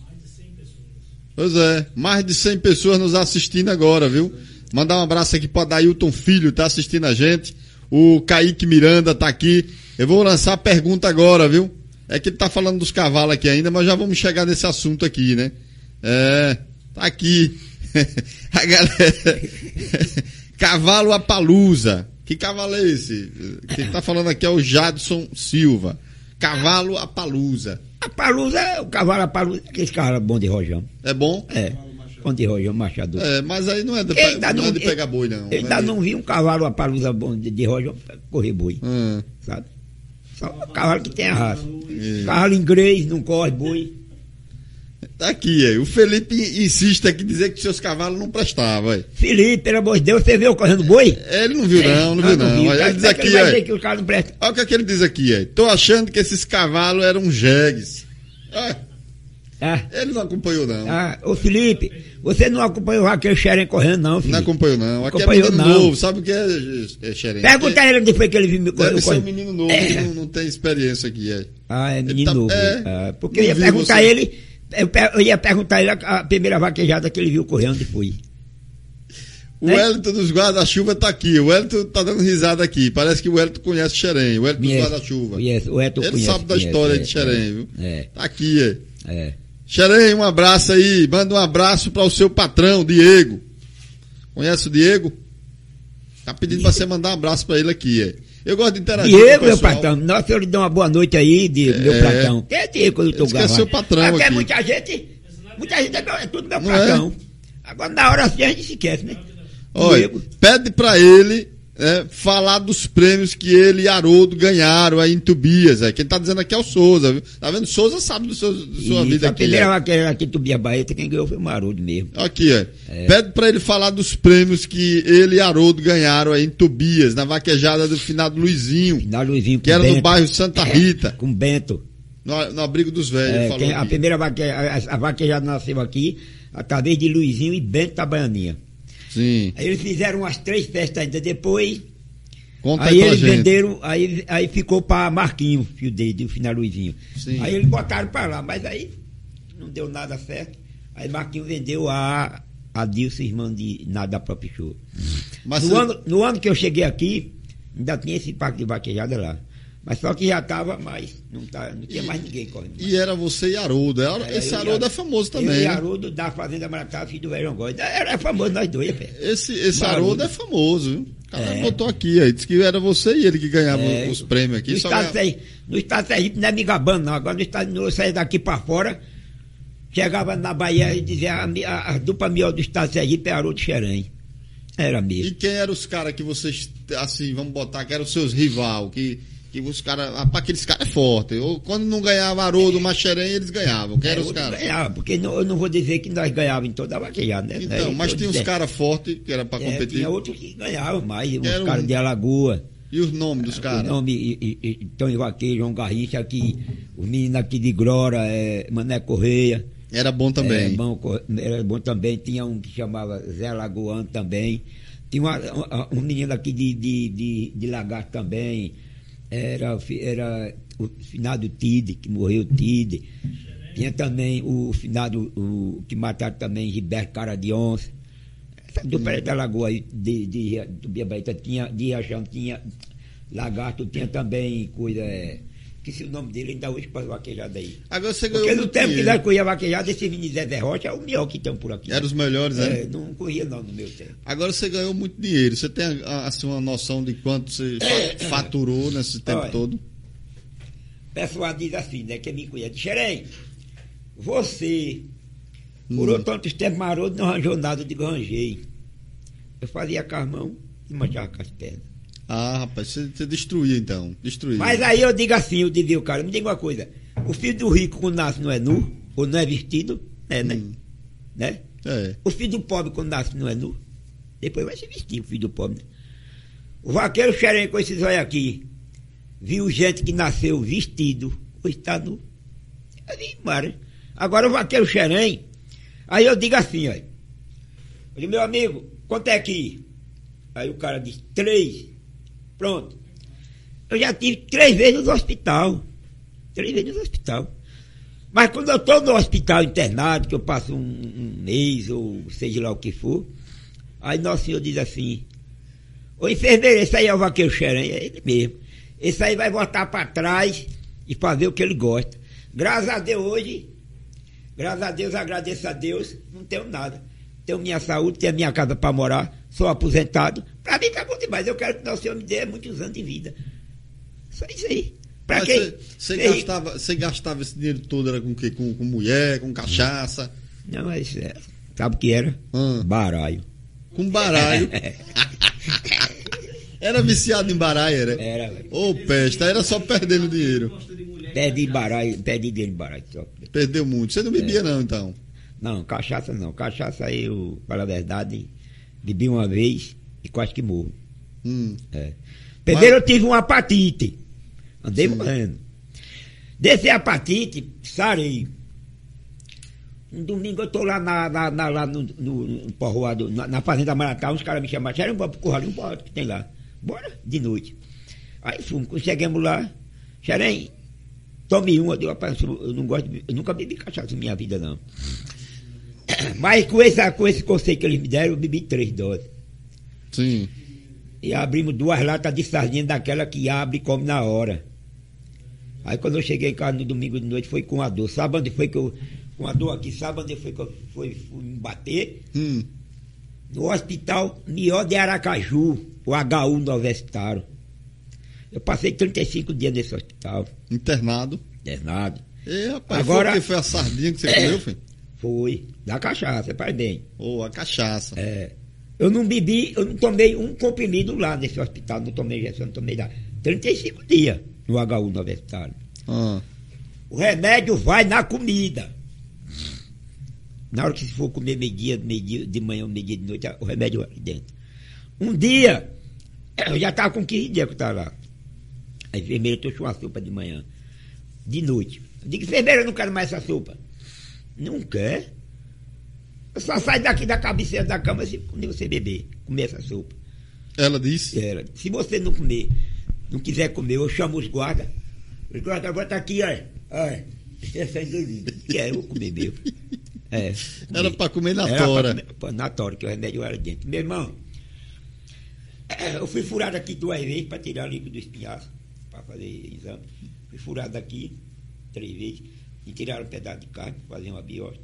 Pois é, mais de cem pessoas nos assistindo agora, viu? Mandar um abraço aqui para Dailton Filho, tá assistindo a gente. O Kaique Miranda tá aqui. Eu vou lançar a pergunta agora, viu? É que ele tá falando dos cavalos aqui ainda, mas já vamos chegar nesse assunto aqui, né? É, tá aqui. A galera. Cavalo Apalusa. Que cavalo é esse? Quem tá falando aqui é o Jadson Silva. Cavalo Apalusa. A palusa, o cavalo a palusa, aquele cavalo bom de rojão. É bom? É, bom de rojão, machador. É, mas aí não é de, Ele ainda não é não- de pegar boi, não. Eu ainda É de- não vi um cavalo a palusa bom de, de rojão pra correr boi, Ah, sabe? Só um cavalo que tem a raça. É. Cavalo inglês, não corre boi. tá aqui, é. O Felipe insiste aqui dizer que seus cavalos não prestavam, é. Felipe, pelo amor de Deus, você viu correndo boi? É, ele não viu não, não Ah, viu não. Olha, Tá, ele diz como é que aqui, ele vai é. dizer que os caras não prestam? Olha o que, é que ele diz aqui, é. Tô achando que esses cavalos eram jegues. Ah, Ah, ele não acompanhou não. ah, ô Felipe, você não acompanhou o vaqueiro Xerém correndo, não, Não Felipe. acompanhou não. Aqui Acompanhou, é menino não. novo, sabe o que é, é xerém? Pergunta a ele onde foi que ele viu me Deve correr. ser um menino novo que não, não tem experiência aqui, é. Ah, é Ele menino tá- novo. é, Ah, porque não eu ia vi perguntar você. a ele, eu, pe- eu ia perguntar a ele a, a primeira vaquejada que ele viu correr, onde foi. O Né? Wellington dos guarda-chuva tá aqui. O Wellington tá dando risada aqui. Parece que o Wellington conhece Xerém. O Wellington dos Conhece, guarda-chuva. conhece, o Eto Ele conhece, sabe da conhece, história é, de Xerém, é, viu? É, Tá aqui, é. é. Xerém, um abraço aí. Manda um abraço para o seu patrão, Diego. Conhece o Diego? Tá pedindo pra você mandar um abraço pra ele aqui, é. Eu gosto de interagir Diego, com o meu pessoal. patrão. Nossa, eu lhe dou uma boa noite aí, Diego, meu É. patrão. Quem é Diego quando eu tô Esse que é gravando? seu patrão Porque aqui. muita gente, muita gente é, meu- é tudo meu Não patrão. Agora na hora assim a gente se esquece, né? Olha, Diego. pede pra ele é, falar dos prêmios que ele e Haroldo ganharam aí em Tobias. É. Quem tá dizendo aqui é o Souza, viu? Tá vendo? Souza sabe do seu, da sua Isso, vida a aqui. primeira É. vaqueira aqui em Tubia Baeta, quem ganhou foi o Marudo mesmo. Aqui, é. Pede pra ele falar dos prêmios que ele e Haroldo ganharam aí em Tobias, na vaquejada do finado Luizinho, Na Luizinho com que era Bento. no bairro Santa Rita, Com Bento. no, no abrigo dos velhos. É, ele falou quem- a aqui. primeira vaqueja, a, a vaquejada nasceu aqui, através de Luizinho e Bento da Baianinha. Sim. Aí eles fizeram umas três festas ainda depois. Conta Aí aí pra eles gente. venderam, aí, aí ficou para Marquinho, filho dele, do final Luizinho. Sim. Aí eles botaram para lá, mas aí não deu nada certo. Aí Marquinho vendeu a, a Dilce, irmã de nada da própria show. Mas No você- ano, no ano que eu cheguei aqui, ainda tinha esse parque de vaquejada lá. Mas só que já estava mais, não, tá, não tinha mais ninguém correndo. E era você e Haroldo. Era, Era esse eu e Haroldo Haroldo. é famoso também. Eu e né? Haroldo da Fazenda Maratá, filho do Verão Góes. Era famoso nós dois, pé. Esse, esse Haroldo. Haroldo é famoso, viu? O cara É. botou aqui, aí disse que era você e ele que ganhava É, os prêmios aqui. No Só estado, ganhava- Sergipe, no estado de Sergipe não é me gabando, não. Agora no estado, eu saía daqui para fora, chegava na Bahia e dizia a, a, a dupla melhor do estado de Sergipe é Haroldo Xerém. Era E mesmo. quem eram os caras que vocês, assim, vamos botar, que eram os seus rival, que, que os caras, rapaz, aqueles caras é forte. Ou quando não ganhava Haroldo, Maxerém, eles ganhavam. Quem eram os Outro caras? ganhava, porque não, eu não vou dizer que nós ganhávamos em toda a vaquejada, né? Então, Aí, mas eu tinha uns disse, caras fortes que era pra é, competir. tinha outros que ganhavam mais, uns Era um- caras de Alagoa. E os nomes dos O caras? nome, e, e, e, Tony Vaqueiro, João Garricha, aqui, os meninos aqui de Glória, é, Mané Correia. Era bom também. É, bom, co- era bom também. Tinha um que chamava Zé Lagoano também. Tinha uma, uma- um menino aqui de, de, de, de Lagarto também. Era, o fi- era o finado Tide, que morreu Tide. Tinha também o finado, o que mataram também, Gilberto Cara de Onça. Essa dupla era da Lagoa aí, de, de, do Biabaíta, tinha, de Riachão, tinha Lagarto, tinha também coisa. É, esqueci o nome dele, ainda hoje para vaquejada aí. Agora você ganhou Porque no muito tempo que dinheiro. nós corria vaquejada, esse menino Zé Zé Rocha é o melhor que tem por aqui. Eram os melhores, né? É, não corria não no meu tempo. Agora você ganhou muito dinheiro. Você tem assim, uma noção de quanto você fa- faturou nesse tempo Olha. todo? O pessoal diz assim, né, que me conhece. Xerém, você, por Hum. outro tantos tempos maroto, não arranjou nada, eu digo, arranjei. Eu fazia com as mãos e manchava com as pernas. Ah, rapaz, você, você destruía então. Destruía. Mas aí eu digo assim, eu digo, cara, me diga uma coisa. O filho do rico, quando nasce, não é nu? Ou não é vestido? É, né? Hum. Né? É. O filho do pobre, quando nasce, não é nu? Depois vai se vestir, o filho do pobre. Né? O vaqueiro Xerém, com esses olhos aqui, viu gente que nasceu vestido, ou está nu. Eu digo, embora. Agora o vaqueiro Xerém, aí eu digo assim, olha. Eu digo, meu amigo, quanto é aqui? Aí o cara diz, três. Pronto. Eu já tive três vezes no hospital. Três vezes no hospital. Mas quando eu estou no hospital internado, que eu passo um, um mês, ou seja lá o que for, aí Nosso Senhor diz assim, ô enfermeiro, esse aí é o vaqueiro Xerém, é ele mesmo. Esse aí vai voltar para trás e fazer o que ele gosta. Graças a Deus hoje, graças a Deus, agradeço a Deus, não tenho nada. Tenho minha saúde, tenho minha casa para morar, sou aposentado. Para mim tá bom demais, eu quero que Nosso Senhor me dê muitos anos de vida. Só isso aí. Pra Mas quem? Você, você, Quem- gastava, você gastava esse dinheiro todo era com o quê? Com, com mulher, com cachaça, Não, mas é, sabe o que era? Hum. Baralho. com baralho. Era viciado em baralho, era? Era, velho. Ô, peste, aí era só perdendo dinheiro. Perdi baralho, perdi dinheiro em baralho. Só. Perdeu muito. Você não bebia É. não, então? Não, cachaça não. Cachaça aí, eu, para a verdade, bebi uma vez e quase que morro. Hum. É. Primeiro Mas- eu tive uma hepatite. Andei Sim. morrendo. Desse hepatite, sarei. Um domingo eu tô lá, na, na, na- lá no, no, no povoado, na, na Fazenda Maratá, uns caras me chamaram, Xerém, bora pro curral, um bora que tem lá. Bora, de noite. Aí fomos, quando chegamos lá, Xerém, tome uma, eu digo, rapaz, eu não gosto de, eu nunca bebi cachaça na minha vida, não. Mas com esse, com esse conceito que eles me deram, eu bebi três doses. Sim. E abrimos duas latas de sardinha daquela que abre e come na hora. Aí quando eu cheguei em casa no domingo de noite, foi com a dor. Sabe onde foi que eu, com a dor aqui, sabe onde foi que eu fui, fui me bater? Hum. No hospital Mió de Aracaju, o H U no Universitário. Eu passei trinta e cinco dias nesse hospital, Internado. internado. E, rapaz, Agora- foi, porque foi a sardinha que você comeu, foi? Foi, da cachaça, faz bem. Ou a cachaça. É. Eu não bebi, eu não tomei um comprimido lá nesse hospital, não tomei injeção, não tomei nada. trinta e cinco dias no H U no Universitário. Ah. O remédio vai na comida. Na hora que se for comer meio-dia, meio-dia de manhã, meio-dia de noite, o remédio vai ali dentro. Um dia, eu já estava com quinze dias que eu estava lá. A enfermeira trouxe uma sopa de manhã, de noite. Eu digo, enfermeira, eu não quero mais essa sopa. Não quer? Eu só saio daqui da cabeceira da cama se quando você beber, comer essa sopa. Ela disse. Era. Se você não comer, não quiser comer, eu chamo os guardas. Os guardas agora tá aqui, olha. Olha. Essa é doida. E aí eu vou comer mesmo. É. vou Era comer. pra comer na Era pra tora. comer- pô, na tora, que o remédio era dentro. Meu irmão, eu fui furado aqui duas vezes para tirar o líquido do espinhaço. para fazer exame. Fui furado aqui três vezes e tiraram um pedaço de carne para fazer uma biópsia.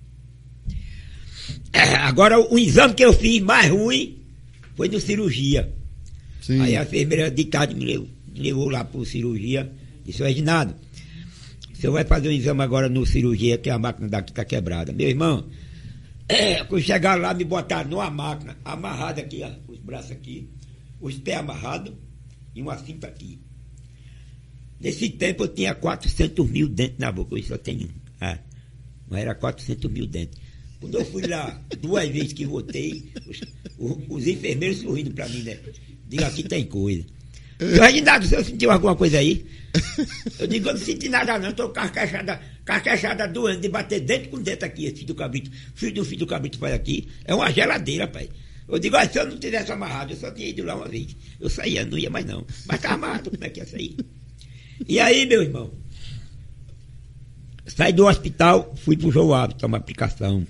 Agora, o exame que eu fiz mais ruim foi no cirurgia. Sim. Aí a enfermeira de tarde me levou, me levou lá para cirurgia. Disse, Reginaldo, o senhor vai fazer um exame agora no cirurgia, que a máquina daqui está quebrada. Meu irmão, é, quando chegaram lá, me botaram numa máquina, amarrada aqui, ó, os braços aqui, os pés amarrados e uma cinta aqui. Nesse tempo eu tinha quatrocentos mil dentes na boca, eu só tenho, ah, mas era quatrocentos mil dentes. Quando eu fui lá, duas vezes que voltei, os, os, os enfermeiros sorrindo para mim, né? Digo, aqui tem coisa. Seu Reginaldo, o senhor sentiu alguma coisa aí? Eu digo, eu não senti nada não, estou carquechada, carquechada doendo de bater dentro com dentro aqui, filho do cabrito. Filho do filho do cabrito faz aqui, é uma geladeira, pai. Eu digo, ah, se eu não tivesse amarrado, eu só tinha ido lá uma vez. Eu saía, não ia mais não. Mas estava amarrado, como é que ia sair? E aí, meu irmão, saí do hospital, fui pro João Alves tomar aplicação.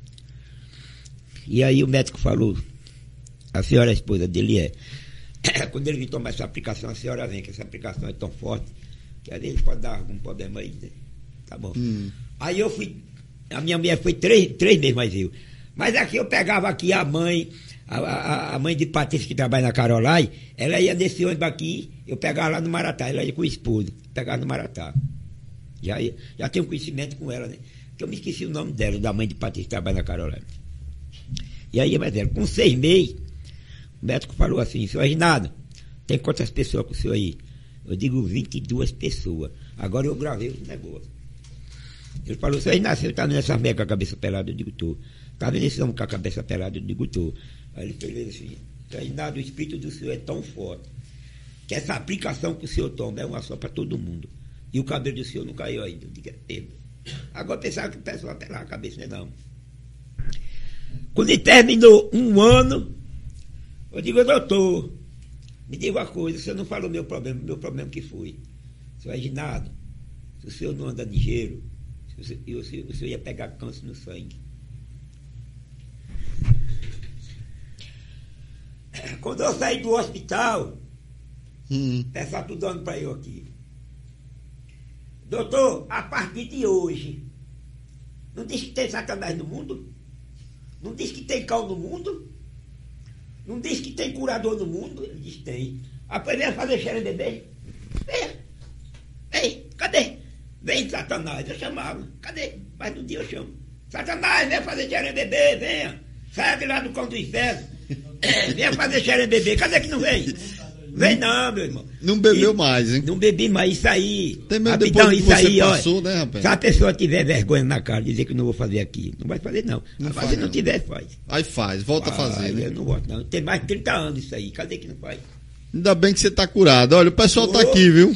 E aí o médico falou, a senhora, a esposa dele é, quando ele vir tomar essa aplicação, a senhora vem, que essa aplicação é tão forte, que às vezes pode dar algum problema aí, né? Tá bom. Hum. Aí eu fui, a minha mulher foi três, três meses mais eu. Mas aqui eu pegava aqui a mãe, a, a, a mãe de Patrícia que trabalha na Carolai, ela ia nesse ônibus aqui, eu pegava lá no Maratá, ela ia com o esposo, pegava no Maratá. Já, já tenho conhecimento com ela, né? Que eu me esqueci o nome dela, da mãe de Patrícia que trabalha na Carolai. E aí, mas ela, com seis meses, o médico falou assim, senhor Reginaldo, tem quantas pessoas com o senhor aí? Eu digo vinte e duas pessoas. Agora eu gravei os negócios. Ele falou, senhor Reginaldo, você tá nessa merda com a cabeça pelada? Eu digo, tô. Tá vendo esse homem com a cabeça pelada? Eu digo, tô. Aí ele fez assim, senhor Reginaldo, o espírito do senhor é tão forte que essa aplicação que o senhor toma é uma só para todo mundo. E o cabelo do senhor não caiu ainda. Eu digo, é mesmo. Agora pensava que o pessoal pelava a cabeça, não é não. Quando ele terminou um ano, eu digo, doutor, me diga uma coisa, o senhor não falou meu problema, meu problema que foi. Senhor Reginaldo, se o senhor não anda ligeiro, o senhor, o senhor, o senhor ia pegar câncer no sangue. Quando eu saí do hospital, hum. o pessoal tudo dando para eu aqui. Doutor, a partir de hoje, não diz que tem satanás no mundo? Não diz que tem cal no mundo? Não diz que tem curador no mundo? Ele diz tem. Após venha fazer xerém bebê. Venha. Vem, cadê? Vem, Satanás. Eu chamava. Cadê? Mas no dia eu chamo. Satanás, venha fazer xerém bebê, venha. Saia de lá do cão do inferno. Venha fazer xerém bebê. Cadê que não vem? Vem não, meu irmão. Não bebeu e, mais, hein? Não bebi mais, isso aí. Tem medo depois que isso você aí, passou, ó, né, rapaz? Se a pessoa tiver vergonha na cara, dizer que não vou fazer aqui, não vai fazer não. Não Mas faz, se não não tiver, faz. Aí faz, volta faz, a fazer, né? Eu não volto não. Tem mais de trinta anos isso aí, cadê que não faz? Ainda bem que você tá curado. Olha, o pessoal oh. tá aqui, viu?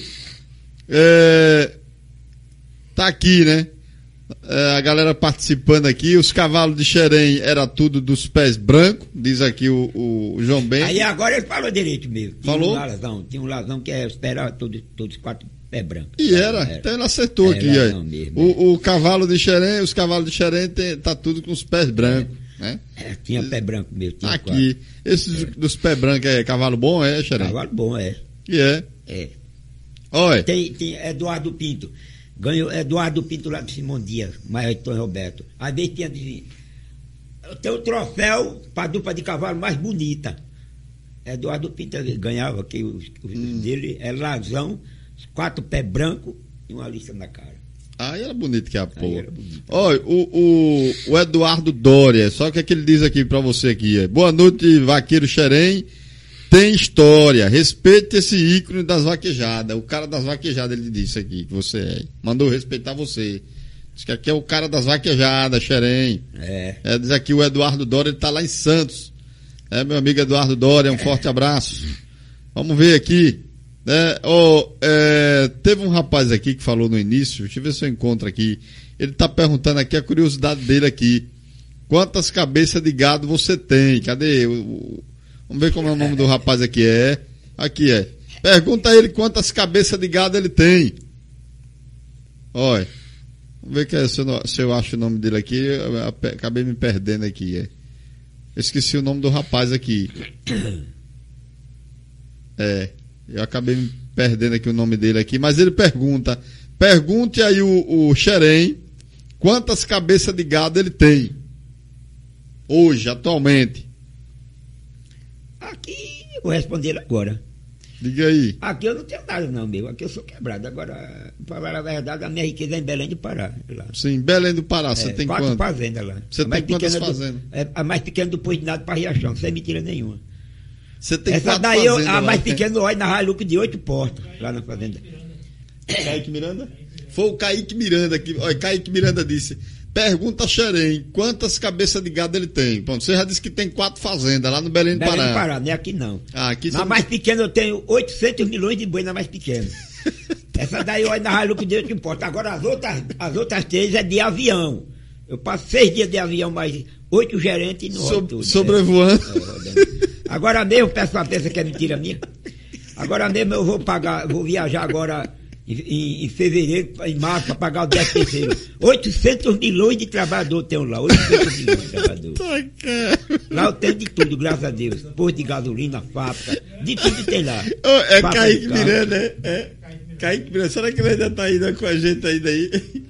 É... Tá aqui, né? É, a galera participando aqui, os cavalos de Xerém era tudo dos pés brancos, diz aqui o, o João Bento. Aí agora ele falou direito mesmo. Tinha falou? Um lazão, tinha um lazão que era esperar todos, todos quatro pés brancos. E era, era. Então ele acertou era aqui. Aí. Mesmo, o, o cavalo de Xerém, os cavalos de Xerém tem, tá tudo com os pés brancos. É. Né? É, tinha pé branco mesmo. Tinha aqui. Quatro. Esses é. dos pés brancos é cavalo bom, é, Xerém? Cavalo bom, é. E é? É. Oi. Tem, tem Eduardo Pinto. Ganhou Eduardo Pinto lá do Simão Dias, Maior Tom Roberto. Às vezes tinha de. Tem o troféu para a dupla de cavalo mais bonita. Eduardo Pinto ganhava, que o hum. dele é lazão, quatro pés brancos e uma lista na cara. Aí era bonito que é a porra. Olha, o, o, o Eduardo Dória, só que é que ele diz aqui para você aqui. É, boa noite, vaqueiro Xerém. Tem história, respeite esse ícone das vaquejadas. O cara das vaquejadas, ele disse aqui que você é. Mandou respeitar você. Diz que aqui é o cara das vaquejadas, Xerém. É. é. Diz aqui o Eduardo Dória, ele tá lá em Santos. É, meu amigo Eduardo Dória, um forte abraço. Vamos ver aqui. É, oh, é, teve um rapaz aqui que falou no início, deixa eu ver se eu encontro aqui. Ele tá perguntando aqui a curiosidade dele aqui. Quantas cabeças de gado você tem? Cadê o... Vamos ver como é o nome do rapaz aqui. É. Aqui é. Pergunta a ele quantas cabeças de gado ele tem. Olha. Vamos ver que é, se, eu, se eu acho o nome dele aqui. Eu acabei me perdendo aqui. É. Eu esqueci o nome do rapaz aqui. É. Eu acabei me perdendo aqui o nome dele aqui, mas ele pergunta, pergunte aí o, o Xerém, quantas cabeças de gado ele tem? Hoje, atualmente. Aqui, eu vou responder agora. Diga aí. Aqui eu não tenho nada não, meu. Aqui eu sou quebrado. Agora, para falar a verdade, a minha riqueza é em Belém do Pará. Lá. Sim, Belém do Pará, você é, tem quatro quanto? fazendas lá. Você a tem quantas fazendas? Do, é, a mais pequena do Posto de Nada para Riachão, sem mentira nenhuma. Você tem Essa quatro daí, eu, fazendas a lá, mais né? pequena, olha na Hilux de oito portas, lá na fazenda. Kaique Miranda? Foi o Kaique Miranda que, olha, Kaique Miranda disse, pergunta a Xerém, quantas cabeças de gado ele tem? Bom, você já disse que tem quatro fazendas lá no Belém do Belém Pará. do Pará, não é aqui não. Ah, aqui na você... mais pequena eu tenho oitocentos milhões de boi na mais pequena. Essa daí olha na Hilux de oito portas. Agora as outras, as outras três é de avião. Eu passo seis dias de avião, mais oito gerentes e não so, tudo. Sobrevoando. É, agora mesmo, peço uma peça que é mentira minha. Agora mesmo eu vou pagar, vou viajar agora em, em, em fevereiro, em março, para pagar o décimo terceiro. oitocentos milhões de trabalhadores tenho lá, oitocentos milhões de trabalhadores. Lá eu tenho de tudo, graças a Deus. Posto de gasolina, fábrica, de tudo tem lá. Oh, é Fábrica Kaique Miranda, é? É. Kaique Miranda, será que ele ainda tá ainda com a gente ainda aí?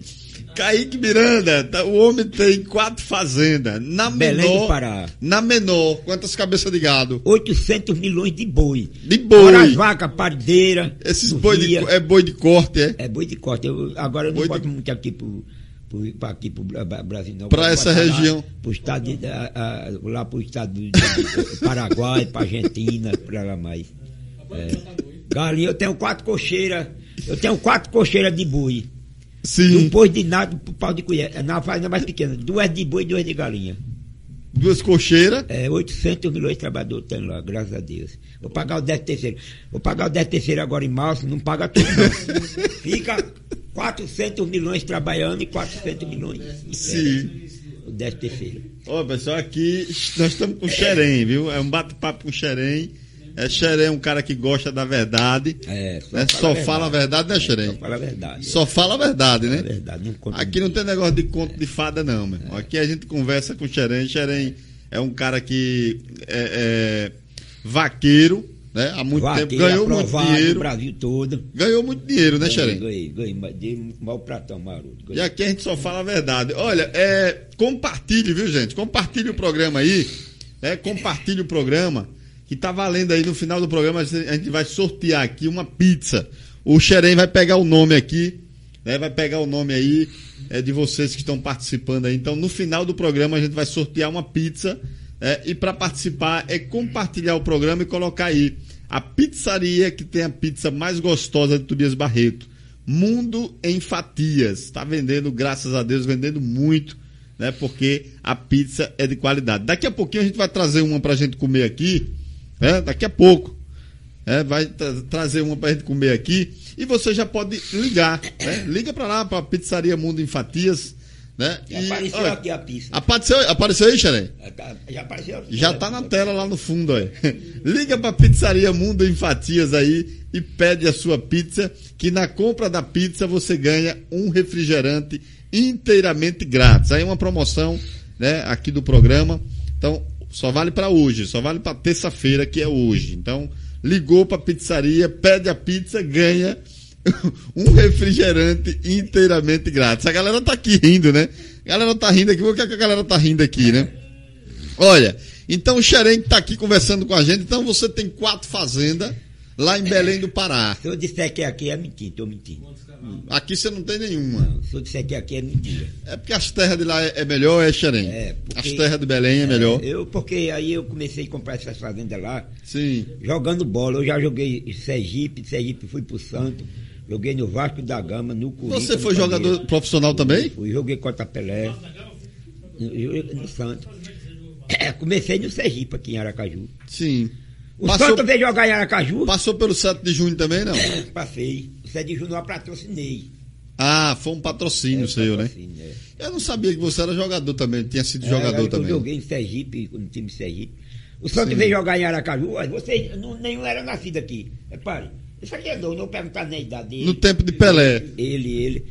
Kaique Miranda, tá, o homem tem quatro fazendas. Na Belém menor, do Pará. Na menor, quantas cabeças de gado? oitocentos milhões de boi. De boi. Fora as vacas, parideiras. Esses boi de, é boi de corte, é? É boi de corte. Eu, agora eu não boi boto de... muito aqui pro, pro, pra aqui pro Brasil, não. Para essa região. Lá, pro estado de, a, a, lá pro estado do, do Paraguai, pra Argentina, pra lá mais. É. Galinha, eu tenho quatro cocheiras. Eu tenho quatro cocheiras de boi. Sim. Depois de nada pro pau de colher. Na fazenda mais pequena. Duas de boi e duas de galinha. Duas cocheiras. É, oitocentos milhões de trabalhadores tem lá, graças a Deus. Vou pagar o décimo terceiro. Vou pagar o décimo terceiro agora em março, não paga tudo não. Fica quatrocentos milhões trabalhando e quatrocentos milhões. Sim. O décimo terceiro. Ó, pessoal, aqui nós estamos com o Xerém, viu? É um bate-papo com o Xerém. É, Xerém é um cara que gosta da verdade. É, só, né? fala, só a fala a verdade, né, Xerém? Só fala a verdade. Só fala a verdade, né? Fala a verdade, não conta aqui não tem negócio de conto de fada, não, meu irmão. Aqui a gente conversa com o Xerém. Xerém é um cara que é, é vaqueiro, né? Há muito vaqueiro, tempo. Ganhou muito dinheiro. No Brasil todo. Ganhou muito dinheiro, né, Xerém? Ganhei, ganhei. Ganhei mal pratão, maroto. E aqui a gente só fala a verdade. Olha, é, compartilhe, viu, gente? Compartilhe o programa aí. Né? Compartilhe o programa. Que tá valendo aí no final do programa, a gente vai sortear aqui uma pizza. O Xerém vai pegar o nome aqui, né? Vai pegar o nome aí é, de vocês que estão participando aí. Então, no final do programa, a gente vai sortear uma pizza. É, e para participar é compartilhar o programa e colocar aí a pizzaria que tem a pizza mais gostosa de Tobias Barreto. Mundo em Fatias. Tá vendendo, graças a Deus, vendendo muito, né? Porque a pizza é de qualidade. Daqui a pouquinho a gente vai trazer uma pra gente comer aqui. É, daqui a pouco é, vai tra trazer uma pra gente comer aqui e você já pode ligar, né? Liga pra lá, pra Pizzaria Mundo em Fatias, né? Já e, apareceu olha, aqui a pizza. Apareceu, apareceu aí, Xerém? Já apareceu aqui. Já tá na tela lá no fundo, aí. Liga pra Pizzaria Mundo em Fatias aí e pede a sua pizza, que na compra da pizza você ganha um refrigerante inteiramente grátis. Aí uma promoção, né, aqui do programa. Então, só vale para hoje, só vale para terça-feira, que é hoje. Então, ligou para a pizzaria, pede a pizza, ganha um refrigerante inteiramente grátis. A galera tá aqui rindo, né? A galera tá rindo aqui. Por que a galera tá rindo aqui, né? Olha, então o Xerém tá aqui conversando com a gente. Então, você tem quatro fazendas lá em Belém do Pará. Se eu disser que aqui é mentira, tô mentindo. Aqui você não tem nenhuma. Não, se eu disser que aqui é mentira. É porque as terras de lá é melhor, é, Xerém? É, porque, as terras de Belém é melhor. É, eu, porque aí eu comecei a comprar essas fazendas lá. Sim. Jogando bola. Eu já joguei em Sergipe, Sergipe fui pro Santo. Joguei no Vasco da Gama, no Corinthians. Você foi jogador profissional também? Fui, joguei contra a Pelé. No, no Santo. É, comecei no Sergipe, aqui em Aracaju. Sim. O Passou, Santo veio jogar em Aracaju. Passou pelo sete de junho também, não? É, passei. O sete de junho eu patrocinei. Ah, foi um patrocínio é, seu, patrocínio, né? É. Eu não sabia que você era jogador também, tinha sido é, jogador também. Eu joguei em Sergipe, no time de Sergipe. O Santo Sim. veio jogar em Aracaju, você não, nenhum era nascido aqui. Repare, isso aqui é doido, não perguntar nem a idade dele. No tempo de Pelé. Ele, ele.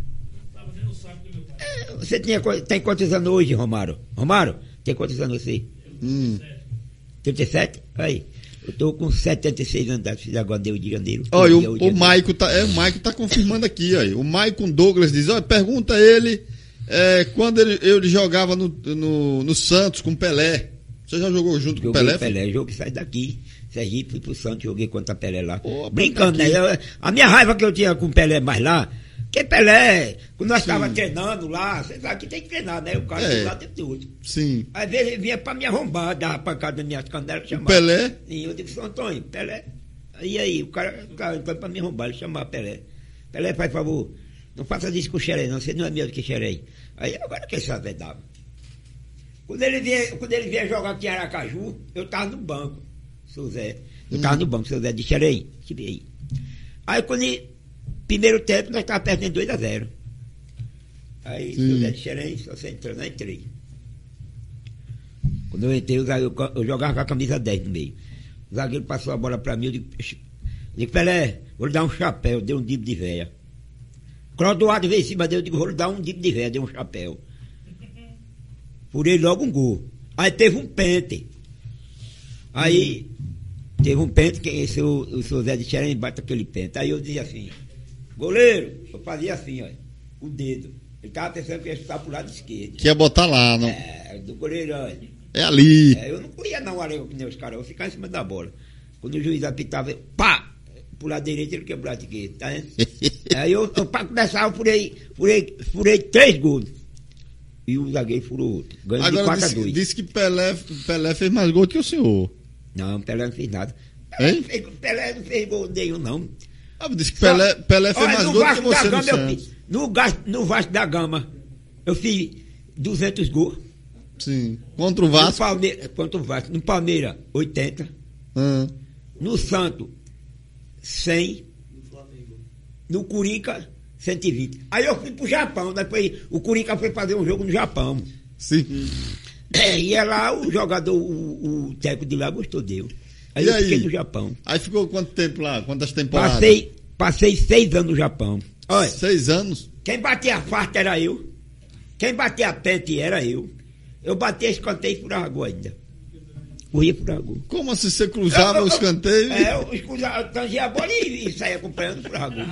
É, você tinha, tem quantos anos hoje, Romário? Romário, tem quantos anos você? Hum. trinta e sete? Aí. Eu tô com setenta e seis anos, fiz agora deu de janeiro. Olha, o, o Maico tá, é, o Maico tá confirmando aqui, olha. O Maicon Douglas diz, olha, pergunta a ele é, quando ele, ele jogava no, no, no Santos com Pelé. Você já jogou junto joguei com o Pelé? Pelé, jogo que sai daqui. Sergipe, fui pro Santos, joguei contra Pelé lá. Pô, brincando, né? Eu, a minha raiva que eu tinha com o Pelé mais lá, que Pelé, quando nós estávamos treinando lá, você sabe que tem que treinar, né? O cara É. tem lá dentro do outro. Sim. Às vezes ele vinha pra me arrombar, dava pancada nas minhas canelas, chamava. Pelé? E eu digo, São Antônio, Pelé. E aí, o cara, o cara foi pra me arrombar, ele chamava Pelé. Pelé, faz favor, não faça isso com o Xerém, não, você não é melhor que Xerém. Aí agora que ele sabe, dava. Quando ele vinha, quando ele vinha jogar aqui em Aracaju, eu tava no banco, seu Zé. Eu tava no banco, seu Zé de Xerém, que veio aí. Aí quando ele, primeiro tempo, nós tava perdendo dois a zero. Aí, Sim. seu Zé de Xerém, só você entrou, não entrei. Quando eu entrei, eu, eu, eu jogava com a camisa dez no meio. O zagueiro passou a bola pra mim, eu digo, eu digo, Pelé, vou lhe dar um chapéu, deu um dibo de véia. Clodoaldo veio em cima dele, eu digo, vou lhe dar um dibo de véia, deu um chapéu. Furei logo um gol. Aí teve um pente. Aí, teve um pente, que esse, o, o seu Zé de Xerém bate aquele pente. Aí eu dizia assim, goleiro, eu fazia assim, ó, o dedo. Ele tava pensando que ia chutar pro lado esquerdo. Que ia botar lá, não? É, do goleiro, olha. É ali. É, eu não corria não, areia que nem os caras, eu ficava em cima da bola. Quando o juiz apitava, eu, pá! Pro lado direito ele quebrou a esquerda, tá vendo? Aí eu, eu pra começar, eu furei, furei, furei três gols. E o zagueiro furou outro. Ganhou de Agora quatro a disse, dois. disse que Pelé, Pelé fez mais gol que o senhor. Não, Pelé não fez nada. Pelé, Hein? não fez, Pelé não fez gol nenhum, não. Ah, disse que Só- Pelé, Pelé fez Olha, mais no gol que Vasco da você no Gama, eu Santos. fiz, no, Gas- no Vasco da Gama, eu fiz duzentos gols. Sim. Contra o No Vasco. Palmeiras, quanto o Vasco? No Palmeiras, oitenta. Ah, No Santo, cem. do Flamengo. No Curica, cento e vinte. Aí eu fui pro Japão, depois o Curica foi fazer um jogo no Japão. sim. É, e é lá o jogador, o, o técnico de lá gostou dele. Aí E eu aí? fiquei no Japão. Aí ficou quanto tempo lá? Quantas temporadas? Passei, passei seis anos no Japão. Olha, Seis anos? quem batia a farta era eu. Quem batia a pente era eu. Eu batia escanteio e furava gol ainda. Corria e furava gol. Como assim você cruzava o escanteio? É, eu escutava, tangia a bola e, e saía acompanhando e furava gol.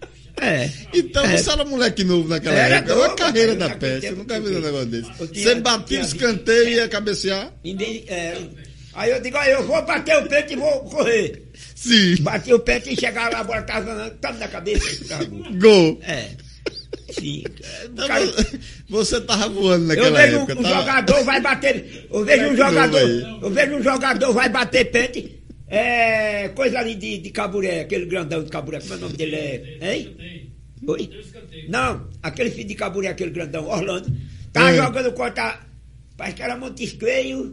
É. Então é. você era moleque novo naquela Era época. Era uma novo, carreira eu da naquele peste. Eu tempo nunca vi eu um fiz. negócio desse. Eu tinha- Você batia tinha o escanteio e ia cabecear? Em vez- é, aí eu digo, olha, eu vou bater o pente e vou correr. Sim. Bati o pente e chegava lá, a bola tava tava na cabeça e furava gol. Gol. É. Sim. Então, Cara, você tava voando eu naquela vejo época. um tava... jogador vai bater. Eu vejo um Moleque novo jogador. aí. Eu vejo um jogador vai bater pente. É. Coisa ali de, de Caburé, aquele grandão de Caburé. Como é o nome dele? É. Hein? Oi? Não, aquele filho de Caburé, aquele grandão, Orlando. Tava É. jogando contra. Parece que era Montescreio.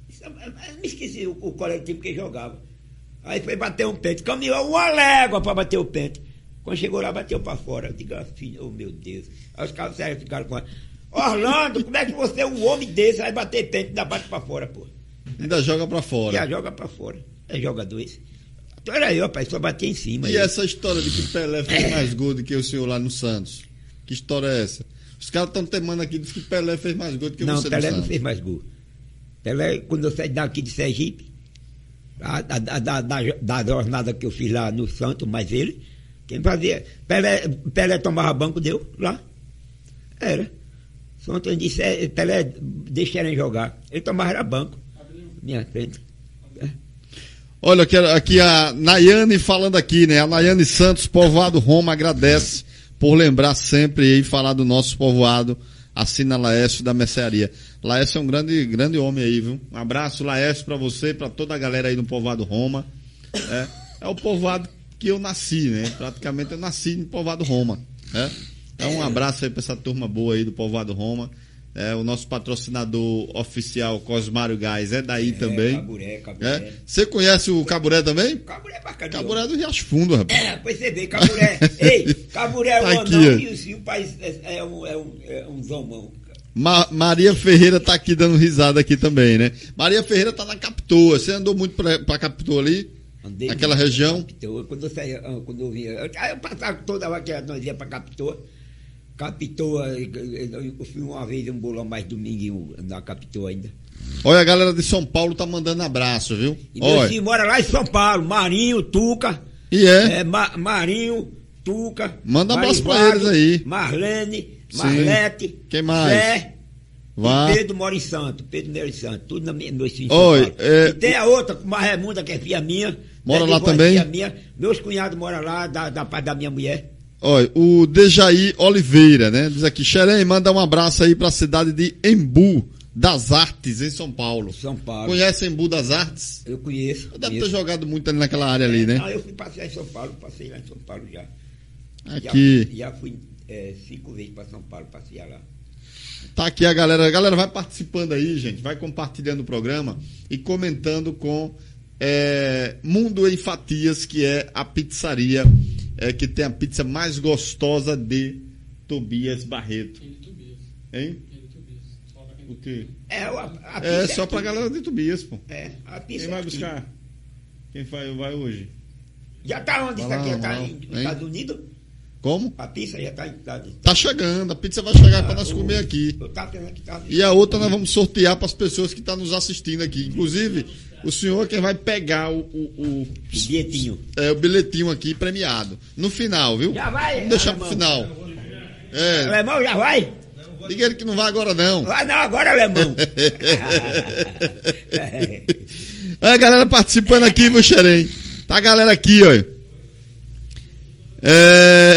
Me esqueci o, o coletivo que jogava. Aí foi bater um pente. Caminhou uma légua pra bater o pente. Quando chegou lá, bateu pra fora. Eu digo, ah, filho, oh meu Deus. Aí os caras sérios ficaram com ela. Orlando, como é que você é um homem desse? Vai bater pente e ainda bate pra fora, pô. Ainda joga pra Já fora. joga pra fora. É jogador esse. Então era eu, rapaz, só batia em cima. E aí. essa história de que Pelé fez mais gol do que o senhor lá no Santos? Que história é essa? Os caras estão temando aqui, diz que Pelé fez mais gol do que Não, você Pelé no não Santos. fez mais gol. Pelé, quando eu saí daqui de Sergipe, a, a, a, da, da, da jornada que eu fiz lá no Santos, mas ele, quem fazia. Pelé, Pelé tomava banco, deu lá. Era. Santos disse, é, Pelé, deixa ele jogar. Ele tomava era banco. Minha frente. Olha, aqui, aqui a Nayane falando aqui, né? A Nayane Santos, Povoado Roma, agradece por lembrar sempre e falar do nosso povoado. Assina Laércio da Mercearia. Laércio é um grande, grande homem aí, viu? Um abraço, Laércio, pra você, pra toda a galera aí do Povoado Roma. É, é o povoado que eu nasci, né? Praticamente eu nasci no Povoado Roma, né? Então um abraço aí pra essa turma boa aí do Povoado Roma. É, o nosso patrocinador oficial, Cosmário Gás, é daí também. Caburé, Caburé. É? Você conhece o Caburé também? Caburé é bacana. Caburé do Riacho Fundo, rapaz. É, pois você vê, Caburé. Ei, Caburé é Tá um aqui, anão ó. e o, e o país é, é um, é um, é um zomão. Ma- Maria Ferreira tá aqui dando risada aqui também, né? Maria Ferreira tá na Capitoa. Você andou muito pra, pra Capitoa ali? Andei Naquela muito região? pra Capitoa. Quando eu saía, ah, quando eu vinha. Eu, eu passava toda hora que nós ia pra Capitoa. Capitoa, eu, eu fui uma vez um bolão mais domingo na Capitoa ainda. Olha, a galera de São Paulo tá mandando abraço, viu? E meu Olha. filho mora lá em São Paulo, Marinho, Tuca. E é? é Ma- Marinho, Tuca. Manda um abraço pra Marivaldo, eles aí. Marlene, Sim. Marlete. Quem mais? Zé. Vá. E Pedro mora em Santo, Pedro mora em Santo, tudo na minha noite em São Oi, Paulo. é, E tem a outra, Marremunda, que é filha minha. Mora é lá de também? Filha minha. Meus cunhados moram lá, da, da parte da minha mulher. Olha, o Dejaí Oliveira, né? Diz aqui, Xerém, manda um abraço aí pra cidade de Embu das Artes, em São Paulo. São Paulo. Conhece Embu das Artes? Eu conheço. Deve conheço. ter jogado muito ali naquela área ali, né? Ah, eu fui passear em São Paulo, passei lá em São Paulo já. Aqui. Já, já fui é, cinco vezes para São Paulo passear lá. Tá aqui a galera. A galera vai participando aí, gente. Vai compartilhando o programa e comentando com é, Mundo em Fatias, que é a pizzaria é, que tem a pizza mais gostosa de Tobias Barreto. Hein? O quê? É, a, a É pizza só aqui. pra galera de Tobias, pô. É, a pizza Quem vai aqui. buscar? Quem vai, vai hoje? Já tá onde isso Vai aqui? lá, Já tá vai lá. em- nos Hein? Estados Unidos? Como? A pizza já tá em Estados Tá chegando, a pizza vai chegar pra nós o- comer aqui. Eu tava pensando que tava... E a outra nós vamos sortear para as pessoas que estão nos assistindo aqui. Inclusive, o senhor é quem vai pegar o, o, o, O bilhetinho. é, o bilhetinho aqui premiado. No final, viu? Já vai? Vamos deixar alemão. pro final. É, Alemão, já vai? diga ele que não vai agora não. Vai não, agora, alemão. Olha a galera participando aqui, meu xerém. Tá a galera aqui, olha. É...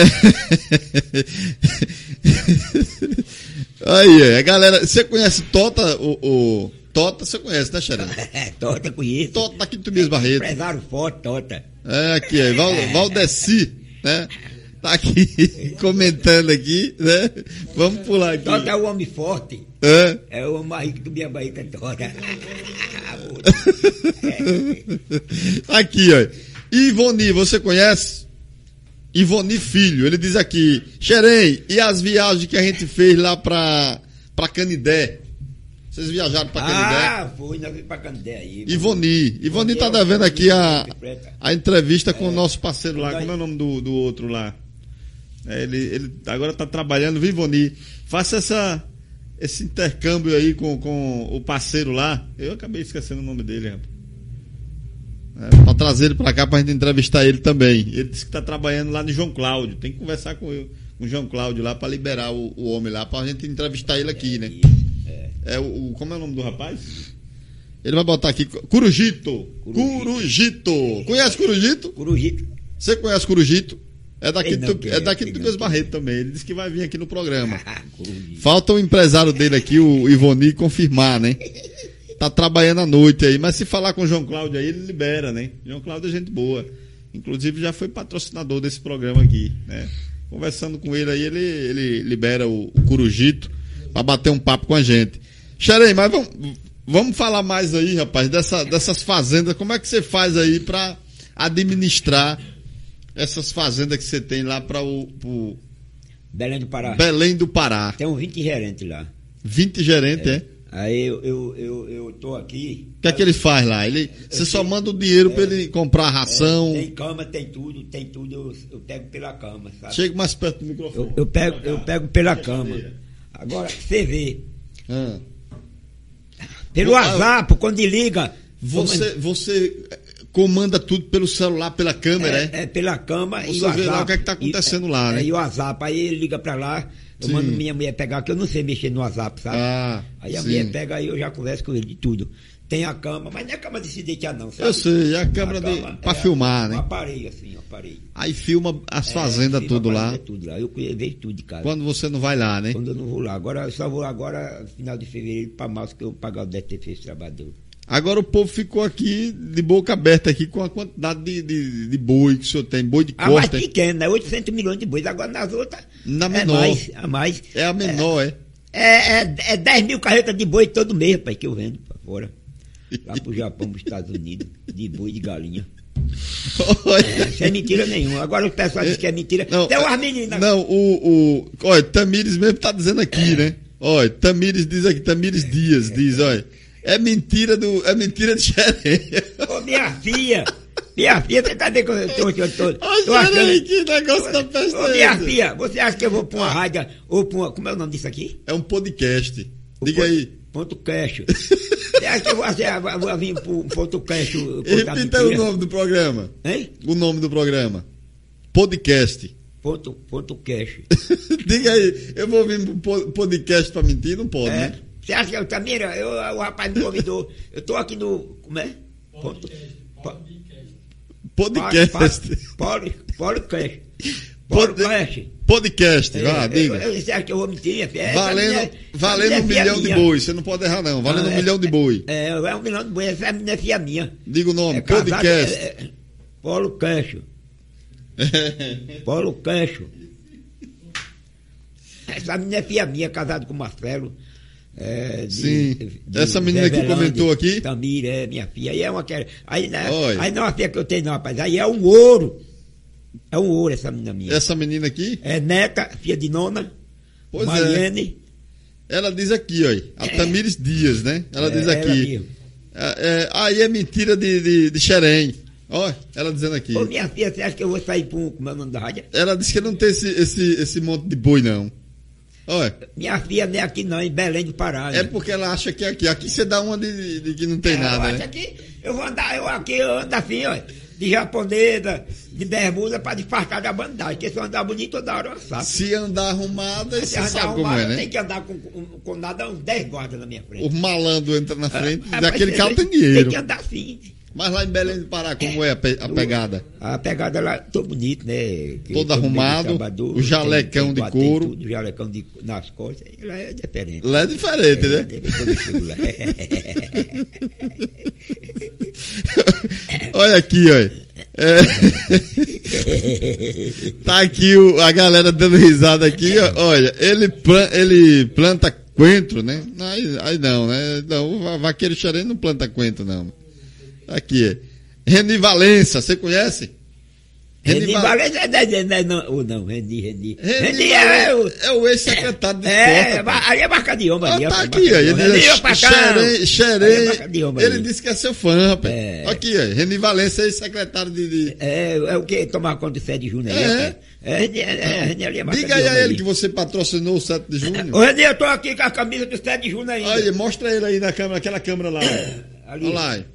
Aí, a galera. Você conhece Tota? O, o... Tota você conhece, né, xerém? Tota, conheço. Tota daqui de Tobias Barreto. Empresário forte, Tota. É, aqui, aí, Val, Valdeci, né? Tá aqui comentando aqui, né? Vamos pular aqui. Tota é o homem forte. É. É o homem mais rico do minha barriga, Tota. Aqui, ó. Ivoni, você conhece? Ivoni Filho, ele diz aqui, Xerém, e as viagens que a gente fez lá pra, pra Canidé? Vocês viajaram pra Canidé? Ah, fui, nós vimos pra Canidé aí. Ivoni, Ivoni tá devendo aqui a, a entrevista com o nosso parceiro lá, como é o nome do, do outro lá? É, ele, ele agora tá trabalhando, viu, Ivoni? Faça essa, esse intercâmbio aí com, com o parceiro lá. Eu acabei esquecendo o nome dele, rapaz. É, pra trazer ele pra cá pra gente entrevistar ele também. Ele disse que tá trabalhando lá no João Cláudio. Tem que conversar com, eu, com o João Cláudio lá pra liberar o, o homem lá, pra gente entrevistar ele aqui, né? É o, o- como é o nome do rapaz? Ele vai botar aqui Curujito. Curujito. Conhece Curujito? Corujito. Você conhece Curujito? É daqui, Sei de, não, Tu- quem é é, daqui sei do não, Tobias quem é. Barreto também. Ele disse que vai vir aqui no programa. Corujito. Falta o empresário dele aqui, o Ivoni, confirmar, né? Tá trabalhando à noite aí, mas se falar com o João Cláudio aí, ele libera, né? João Cláudio é gente boa. Inclusive já foi patrocinador desse programa aqui, né? Conversando com ele aí, ele, ele libera o, o Curujito pra bater um papo com a gente. Xerém, mas vamos, vamos falar mais aí, rapaz, dessa, dessas fazendas. Como é que você faz aí pra administrar essas fazendas que você tem lá para o pro Belém do Pará. Belém do Pará? Tem uns vinte gerentes lá. vinte gerentes, é? Aí eu, eu, eu, eu tô aqui. O que é que ele faz lá? Ele, você só manda o dinheiro para ele comprar ração. Tem cama, tem tudo, tem tudo, eu, eu pego pela cama, sabe? Chega mais perto do microfone. Eu, eu, pego, eu pego pela cama. Agora, você vê, Ah. pelo Vo- WhatsApp, quando liga, Você, você comanda tudo pelo celular, pela câmera, é? é, é pela cama Você e o vê WhatsApp. lá o que é que tá acontecendo e, lá, é, né? E o WhatsApp, aí ele liga pra lá, eu Sim. mando minha mulher pegar, que eu não sei mexer no WhatsApp, sabe? Ah, aí a sim. mulher pega, aí eu já converso com ele de tudo. Tem a cama, mas não é cama de se deitar não, sabe? Eu sei, é a câmera de- pra é filmar, um né? aparelho assim, um aparelho. Aí filma as É, fazendas filma tudo a lá. fazenda tudo lá. Eu conhe- vejo tudo de casa. Quando você não vai lá, né? Quando eu não vou lá. Agora, eu só vou agora, final de fevereiro, para março, que eu pagar o D T F esse trabalhador. Agora o povo ficou aqui de boca aberta aqui com a quantidade de, de, de boi que o senhor tem, boi de A mais costa. hein? pequena, né? oitocentos milhões de bois. Agora nas outras. Na é menor. mais, a mais. É a menor, é. É, é, é dez mil carretas de boi todo mês, rapaz, que eu vendo pra fora. Lá pro Japão, pros Estados Unidos, de boi e de galinha. Olha. Isso é mentira nenhuma. Agora o pessoal diz que é mentira. Não, Tem umas meninas. Não, o, o. Olha, Tamires mesmo tá dizendo aqui, né? Olha, Tamires diz aqui, Tamires Dias diz, olha. É mentira do. É mentira de Xerém. Ô, minha filha. Minha filha, você tá vendo que eu tô, eu tô, tô, Olha, tô achando. Xerém, que negócio da festa Ô, é minha esse? filha, você acha que eu vou pra uma rádio ou pra uma. Como é o nome disso aqui? É um podcast. Diga po- aí. Ponto cash. Você acha que eu vou, vou, vou vir pro ponto cash? Repita aí o nome do programa. Hein? O nome do programa. Podcast. Ponto, ponto cash. Diga aí, eu vou vir pro podcast pra mentir? Não pode, É. né? Você acha que eu também, eu, eu, o rapaz me convidou. Eu tô aqui no. Como é? Ponto, po- Podcast. Poli, Policast. Pod- Policast. Podcast, vá, É, diga. eu, eu, você acha que eu vou mentir? minha filha? Essa Valendo, menina- valendo essa um menina é milhão de minha. boi, você não pode errar não. Valendo Ah, um é- milhão de boi. É, é um milhão de boi, essa menina é filha minha. Diga o nome, É casada- podcast. É, é, Polo Cacho. Polo Cacho. Essa menina é filha minha, casada com o Marcelo. É, de- Sim. de Essa menina que Zevelândia, comentou aqui? Tamira, é minha filha. Aí é uma que- aí, né, Olha. aí não é uma filha que eu tenho, não, rapaz. Aí é um ouro. É um ouro essa menina minha. Essa menina aqui, É neta, filha de nona. Pois é. Mariane. ela diz aqui, ó, a Tamires Dias, né? Ela É, diz ela aqui. mesmo. É, é, aí é mentira de, de, de Xerém. Ó, ela dizendo aqui. Ô, minha filha, você acha que eu vou sair com como é o nome da rádio? Ela disse que não tem esse, esse, esse monte de boi, não. Olha, Minha filha não é aqui não, em Belém do Pará. é né? porque ela acha que é aqui. Aqui você dá uma de, de que não tem É, eu nada, acho né? que eu vou andar, eu aqui eu ando assim, ó, de japonesa, de bermuda, pra disfarçar da bandagem, porque se eu andar bonito toda hora eu saco. Se andar arrumada, aí Se você andar sabe como arrumado, é, eu né? tenho que andar com, com, com nada, uns dez guardas na minha frente. O malandro entra na frente, Ah, daquele mas cara tem Tem dinheiro. que andar assim. Mas lá em Belém do Pará, como é a, pe- a pegada? A pegada lá, tô bonito, né? Que Todo todo arrumado, meio trabalhador, o jalecão de tem couro. tudo, o jalecão de, nas costas, e lá é diferente. Lá é diferente, né? É, quando eu chego lá. Olha aqui, olha. É. Tá aqui o- a galera dando risada aqui, ó. Olha, ele, plan- ele planta coentro, né? Aí, aí não, né? Não, o vaqueiro xerém não planta coentro, não. Aqui, Reni Valença, você conhece? Reni Va- Valença é dez, né? Não, ou não, Reni, Reni. Reni Reni é o. Valença é o ex-secretário de É, esporte. rapaz. aí é marca de homem Ah, ali. tá rapaz, aqui, marca ó. de Ele homem. diz, Reni, pra cá. xerém, Aí é xerém, marca de homem ele ali. disse que é seu fã, rapaz. É. Aqui, ó. Reni Valença é ex-secretário de... de... É, é o que? Tomar conta do sete de junho aí, É. rapaz. É, Reni, é, é, Reni ali é marca Diga de aí homem a ele ali. que você patrocinou o sete de junho. Ô, Reni, eu tô aqui com a camisa do sete de junho ainda. Aí, mostra ele aí na câmera, aquela câmera lá. ó. Ali. Olha lá.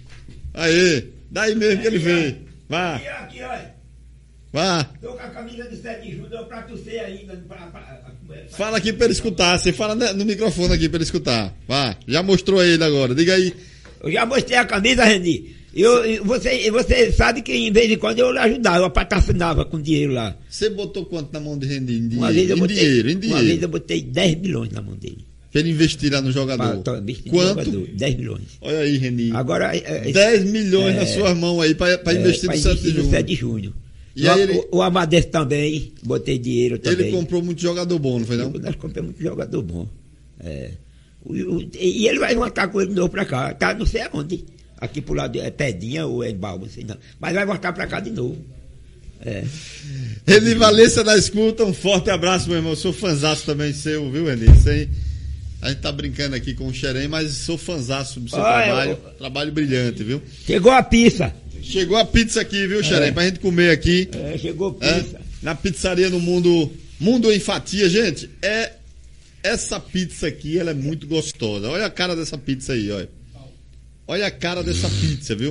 Aí, daí mesmo que ele veio. Vá, Aqui, aqui, olha. vá. Tô com a camisa do sete de junho, deu pra torcer ainda. Pra, pra, pra, Fala aqui pra ele escutar. Você fala ne- no microfone aqui pra ele escutar. Vá, já mostrou ele agora. Diga aí. Eu já mostrei a camisa, Reni. Eu, eu- você, você sabe que em vez em quando eu lhe ajudava, eu patrocinava com dinheiro lá. Você botou quanto na mão de Rendi? Em Uma vez dinheiro, eu em botei, dinheiro, em Uma vez dinheiro. eu botei dez milhões na mão dele. Pra ele investir lá no Pra, jogador. to- investir no Quanto? jogador, dez milhões. Olha aí, Reni. Agora. é, é, dez milhões é, nas suas mãos aí pra, pra investir pra no sete de no junho. sete de junho. E o, aí ele- o, o Amadeus também, botei dinheiro também. Ele comprou muito jogador bom, não foi não? Nós compramos muito jogador bom. É. O- o- e ele vai voltar com ele de novo pra cá. Tá não sei aonde. Aqui pro lado é Pedinha ou é Balbo, sei não. Mas vai voltar pra cá de novo. É. Reni Valença da escuta, um forte abraço, meu irmão. Eu sou fãzaço também seu, viu, Reni? Sem... A gente tá brincando aqui com o Xerém, mas sou fãzaço do seu Ah, trabalho. eu- Trabalho brilhante, viu? Chegou a pizza. Chegou a pizza aqui, viu, Xerém? É. Pra gente comer aqui. É, chegou é, pizza. na pizzaria no Mundo Mundo em Fatia. Gente, é essa pizza aqui, ela é muito gostosa. Olha a cara dessa pizza aí, olha. Olha a cara dessa pizza, viu?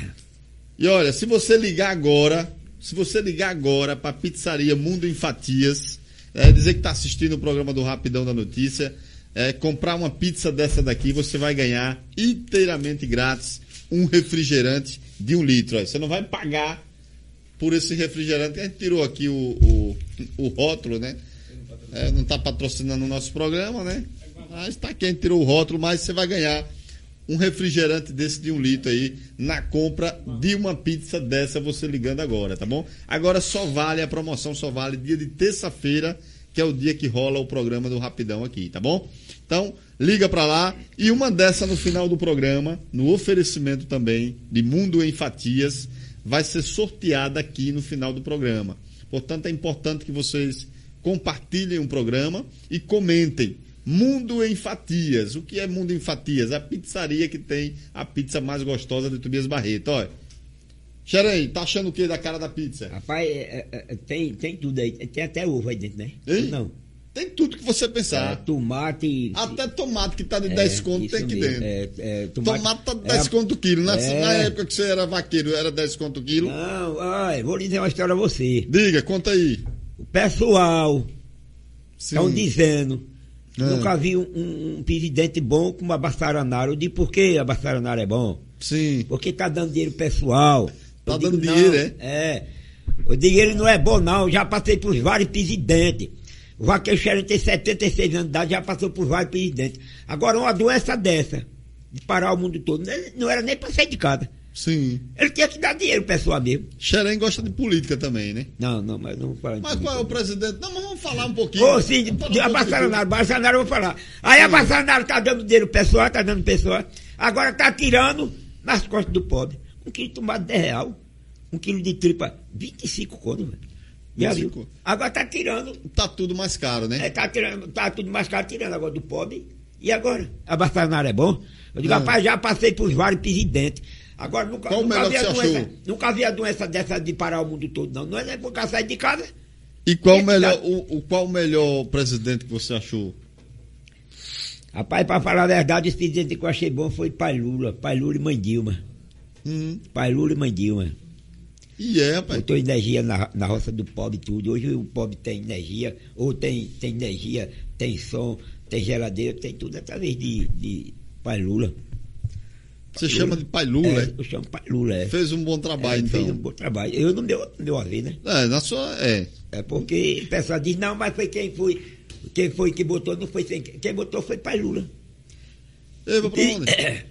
E olha, se você ligar agora, se você ligar agora pra pizzaria Mundo em Fatias, é, dizer que tá assistindo o programa do Rapidão da Notícia, é, comprar uma pizza dessa daqui, você vai ganhar inteiramente grátis um refrigerante de um litro. Olha, você não vai pagar por esse refrigerante. A gente tirou aqui o, o, o rótulo, né? É, não está patrocinando o nosso programa, né? Mas está aqui, a gente tirou o rótulo, mas você vai ganhar um refrigerante desse de um litro aí na compra de uma pizza dessa, você ligando agora, tá bom? Agora só vale, a promoção só vale dia de terça-feira, que é o dia que rola o programa do Rapidão aqui, tá bom? Então, liga pra lá e uma dessa no final do programa, no oferecimento também de Mundo em Fatias, vai ser sorteada aqui no final do programa. Portanto, é importante que vocês compartilhem o programa e comentem. Mundo em Fatias. O que é Mundo em Fatias? A pizzaria que tem a pizza mais gostosa de Tobias Barreto. Olha. Xerém, tá achando o que da cara da pizza? Rapaz, é, é, é, tem, tem tudo aí. Tem até ovo aí dentro, né? Hein? Não. Tem tudo que você pensar. É, tomate. Até tomate que tá de é, dez conto tem aqui mesmo. dentro. É, é, tomate, Tomate tá de é, dez conto o quilo. Na, é. na época que você era vaqueiro, era dez conto o quilo. Não, ai, vou dizer uma história a você. Diga, conta aí. O pessoal estão Sim. dizendo. É. Nunca vi um, um, um presidente bom como a Bassaranara. Eu digo, por que a Bassaranara é bom? Sim. Porque tá dando dinheiro pro pessoal. Tá Eu dando digo, dinheiro, não, é? É. O dinheiro não é bom, não. Eu já passei por vários presidentes. O vaqueiro Xerém tem setenta e seis anos de idade, já passou por vários presidentes. Agora, uma doença dessa, de parar o mundo todo, não era nem pra sair de casa. Sim. Ele tinha que dar dinheiro pro pessoal mesmo. Xerém gosta de política também, né? Não, não, mas não vou falar Mas qual é o presidente? Não, mas vamos falar um pouquinho. Ô, sim, Vamos falar de, um a pouco de Bassaranara, Bassaranara eu vou falar. Aí a Bassaranara tá dando dinheiro pro pessoal, tá dando pro pessoal. Agora tá tirando nas costas do pobre. Um quilo de tomate dez real. Um quilo de tripa, vinte e cinco conto, velho. Já vinte e cinco. viu? Agora tá tirando, tudo. Tá tudo mais caro, né? é, tá tirando, tá tudo mais caro, tirando agora do pobre. E agora? A Bassaranara é bom? Eu digo, Ah. rapaz, já passei por vários presidentes. Agora nunca, Qual o nunca melhor vi a que você doença, achou? nunca vi a doença dessa de parar o mundo todo, não. Não é nem por causa de casa. E qual o Esse melhor, tá- o, o, qual o melhor presidente que você achou? Rapaz, pra falar a verdade, esse presidente que eu achei bom foi Pai Lula, Pai Lula e Mãe Dilma. Hum. Pai Lula e Mãe Dilma. E é, rapaz. Botou energia na, na roça do pobre e tudo. Hoje o pobre tem energia, ou tem, tem energia, tem som, tem geladeira, tem tudo através de, de Pai Lula. Você chama de Pai Lula, é, é? eu chamo Pai Lula, é. Fez um bom trabalho, É, então. Fez um bom trabalho. Eu não deu, não deu a ver, né? É, na sua. É. É porque o pessoal diz, não, mas foi quem foi, quem foi que botou, não foi sem, quem botou foi Pai Lula. Eu vou pra onde?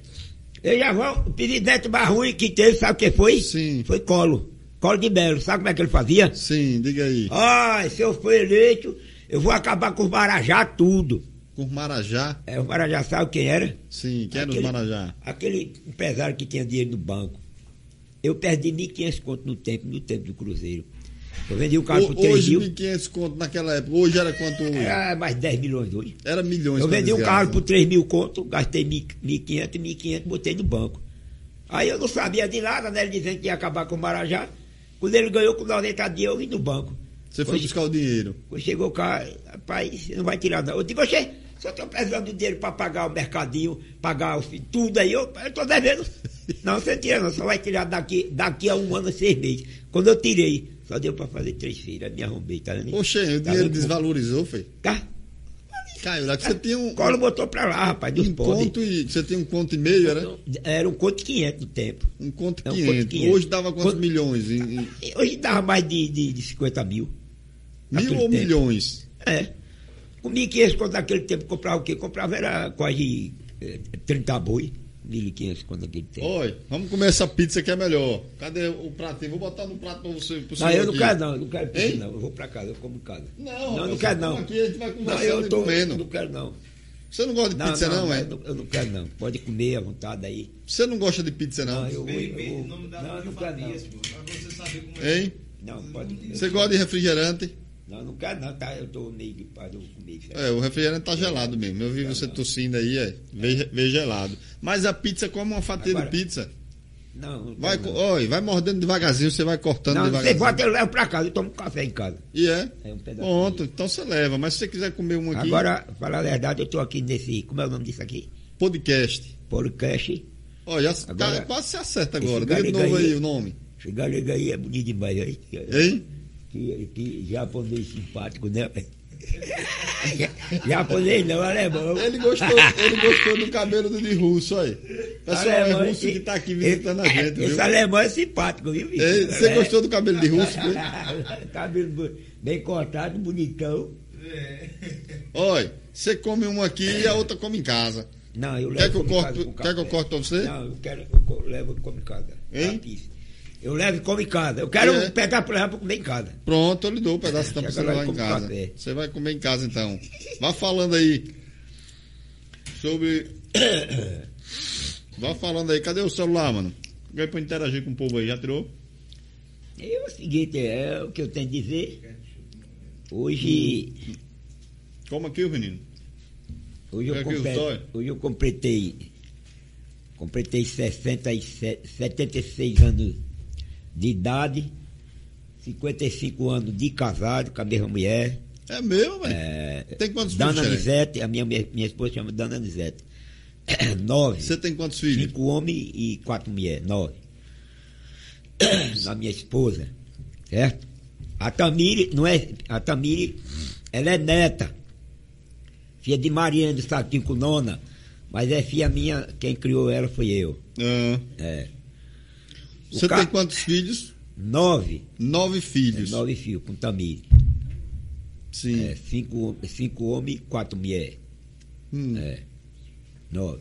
Eu já vou, o presidente mais ruim que teve, sabe o que foi? Sim. Foi Colo. Colo de Melo, sabe como é que ele fazia? Sim, diga aí. Ah, se eu for eleito, eu vou acabar com os Marajá tudo. Com Marajá? É, o Marajá sabe quem era? Sim, quem era os Aquele- Marajá? Aquele empresário que tinha dinheiro no banco. Eu perdi mil e quinhentos conto no tempo, no tempo do Cruzeiro. Eu vendi o carro por O, três hoje, mil. mil e quinhentos conto naquela época. Hoje era quanto hoje? Era mais dez milhões hoje. Era milhões. Eu pra vendi um desgraça. carro por três mil conto, gastei mil e quinhentos, mil e quinhentos, botei no banco. Aí eu não sabia de nada, né? Ele dizendo que ia acabar com o Marajá. Quando ele ganhou com noventa dias, eu vim no banco. Você foi Quando- buscar o dinheiro. Quando chegou o cara, rapaz, você não vai tirar não. Eu digo, oxê, só estou precisando de dinheiro para pagar o mercadinho, pagar o filho, tudo aí, eu estou devendo. Não, você não tira não, só vai tirar daqui, daqui a um ano, seis meses. Quando eu tirei, só deu para fazer três filhos, me arrombei, tá vendo? Oxe, o Tá dinheiro vendo? desvalorizou, foi? Tá? Caiu lá que você tinha um, Colo botou pra lá, rapaz, dos um pobres. conto e. Você tinha um conto e meio, era? Era um conto de quinhentos no tempo. Um conto É um quinhentos. conto quinhentos. Hoje dava quantos Quanto- milhões? Em, em- Hoje dava mais de, de, de cinquenta mil. mil Naquele ou tempo. milhões? É. Com mil e quinhentos quando naquele tempo comprava o quê? Comprava era quase eh, trinta boi. mil e quinhentos quando naquele tempo. Oi, vamos comer essa pizza que é melhor. Cadê o pratinho? Vou botar no prato pra você. Pro Não, senhor eu não aqui. quero não, eu não quero pedir Hein? não. Eu vou pra casa, eu como em casa. Não, não, rapaz, não você quero come não. aqui, a gente vai Não, conversando eu e tô, comendo. não quero não. Você não gosta de Não, pizza, não, é? eu não, eu não quero não. Pode comer à vontade aí. Você não gosta de pizza, não? Não, eu vou. Bem, Eu bem, vou o nome da não, eu não de quero não. Fatias, pô, pra você saber como é. Hein? Não, pode comer. Você gosta de refrigerante? Não, não quero não, tá? Eu tô meio gripado, eu vou comer. certo? É, o refrigerante tá gelado mesmo. Eu vi você tossindo aí, é. Veio, veio gelado. Mas a pizza, como uma fatia Agora- de pizza. Não, não Vai, quero co- não. oi, vai mordendo devagarzinho, você vai cortando Não, você devagarzinho. bota, eu levo pra casa, eu tomo café em casa. E é? É um pedaço. Pronto, então você leva. Mas se você quiser comer um aqui, Agora, falar a verdade, eu tô aqui nesse, como é o nome disso aqui? podcast. Podcast. Olha, Agora- tá, quase se acerta agora. Esse Diga de galega novo aí aí- o nome. Esse galega aí é bonito demais, aí. Hein? Que, que japonês simpático, né? Japonês não, alemão. Ele gostou, ele gostou do cabelo do de russo, olha. Pessoal, é Alemão, russo esse- que tá aqui visitando a gente, Esse viu? alemão é simpático, viu, bicho? Ei, Você É. gostou do cabelo de russo, viu? Cabelo bu- bem cortado, bonitão. Olha, você come um aqui e a outra come em casa. Não, eu levo Quer que eu como corte- casa com quer que eu café. corte pra você? Não, eu quero, eu co- levo e como em casa. Hein? Gratis. Eu levo e como em casa. Eu quero É. pegar pra levar pra comer em casa. Pronto, eu lhe dou um pedaço então pra você Chega lá levar e em come casa. café. Você vai comer em casa então. Vá falando aí sobre. Vá falando aí. Cadê o celular, mano? Vai pra interagir com o povo aí. Já tirou? E o seguinte, é o que eu tenho a dizer. Hoje, Como aqui, menino? hoje, eu, Quer que eu compre- dói? hoje eu completei, completei sessenta e sete, setenta e seis anos de idade, cinquenta e cinco anos de casado com a mesma mulher. É mesmo, velho? É, Tem quantos Dana filhos, Xerém? Nizete, a minha, minha, minha esposa chama Dana Nizete. Nove. Você tem quantos filhos? Cinco homens e quatro mulheres. Nove. Na minha esposa. Certo? A Tamiri, não é. A Tamiri, ela é neta. Filha de Mariana do Satinho Nona. Mas é filha minha, quem criou ela foi eu. Ah. É. O Você ca- tem quantos filhos? Nove. Nove É, filhos. nove filhos com Tamiri. Sim. É, cinco, cinco homens e quatro mulheres. Hum. É. Nove.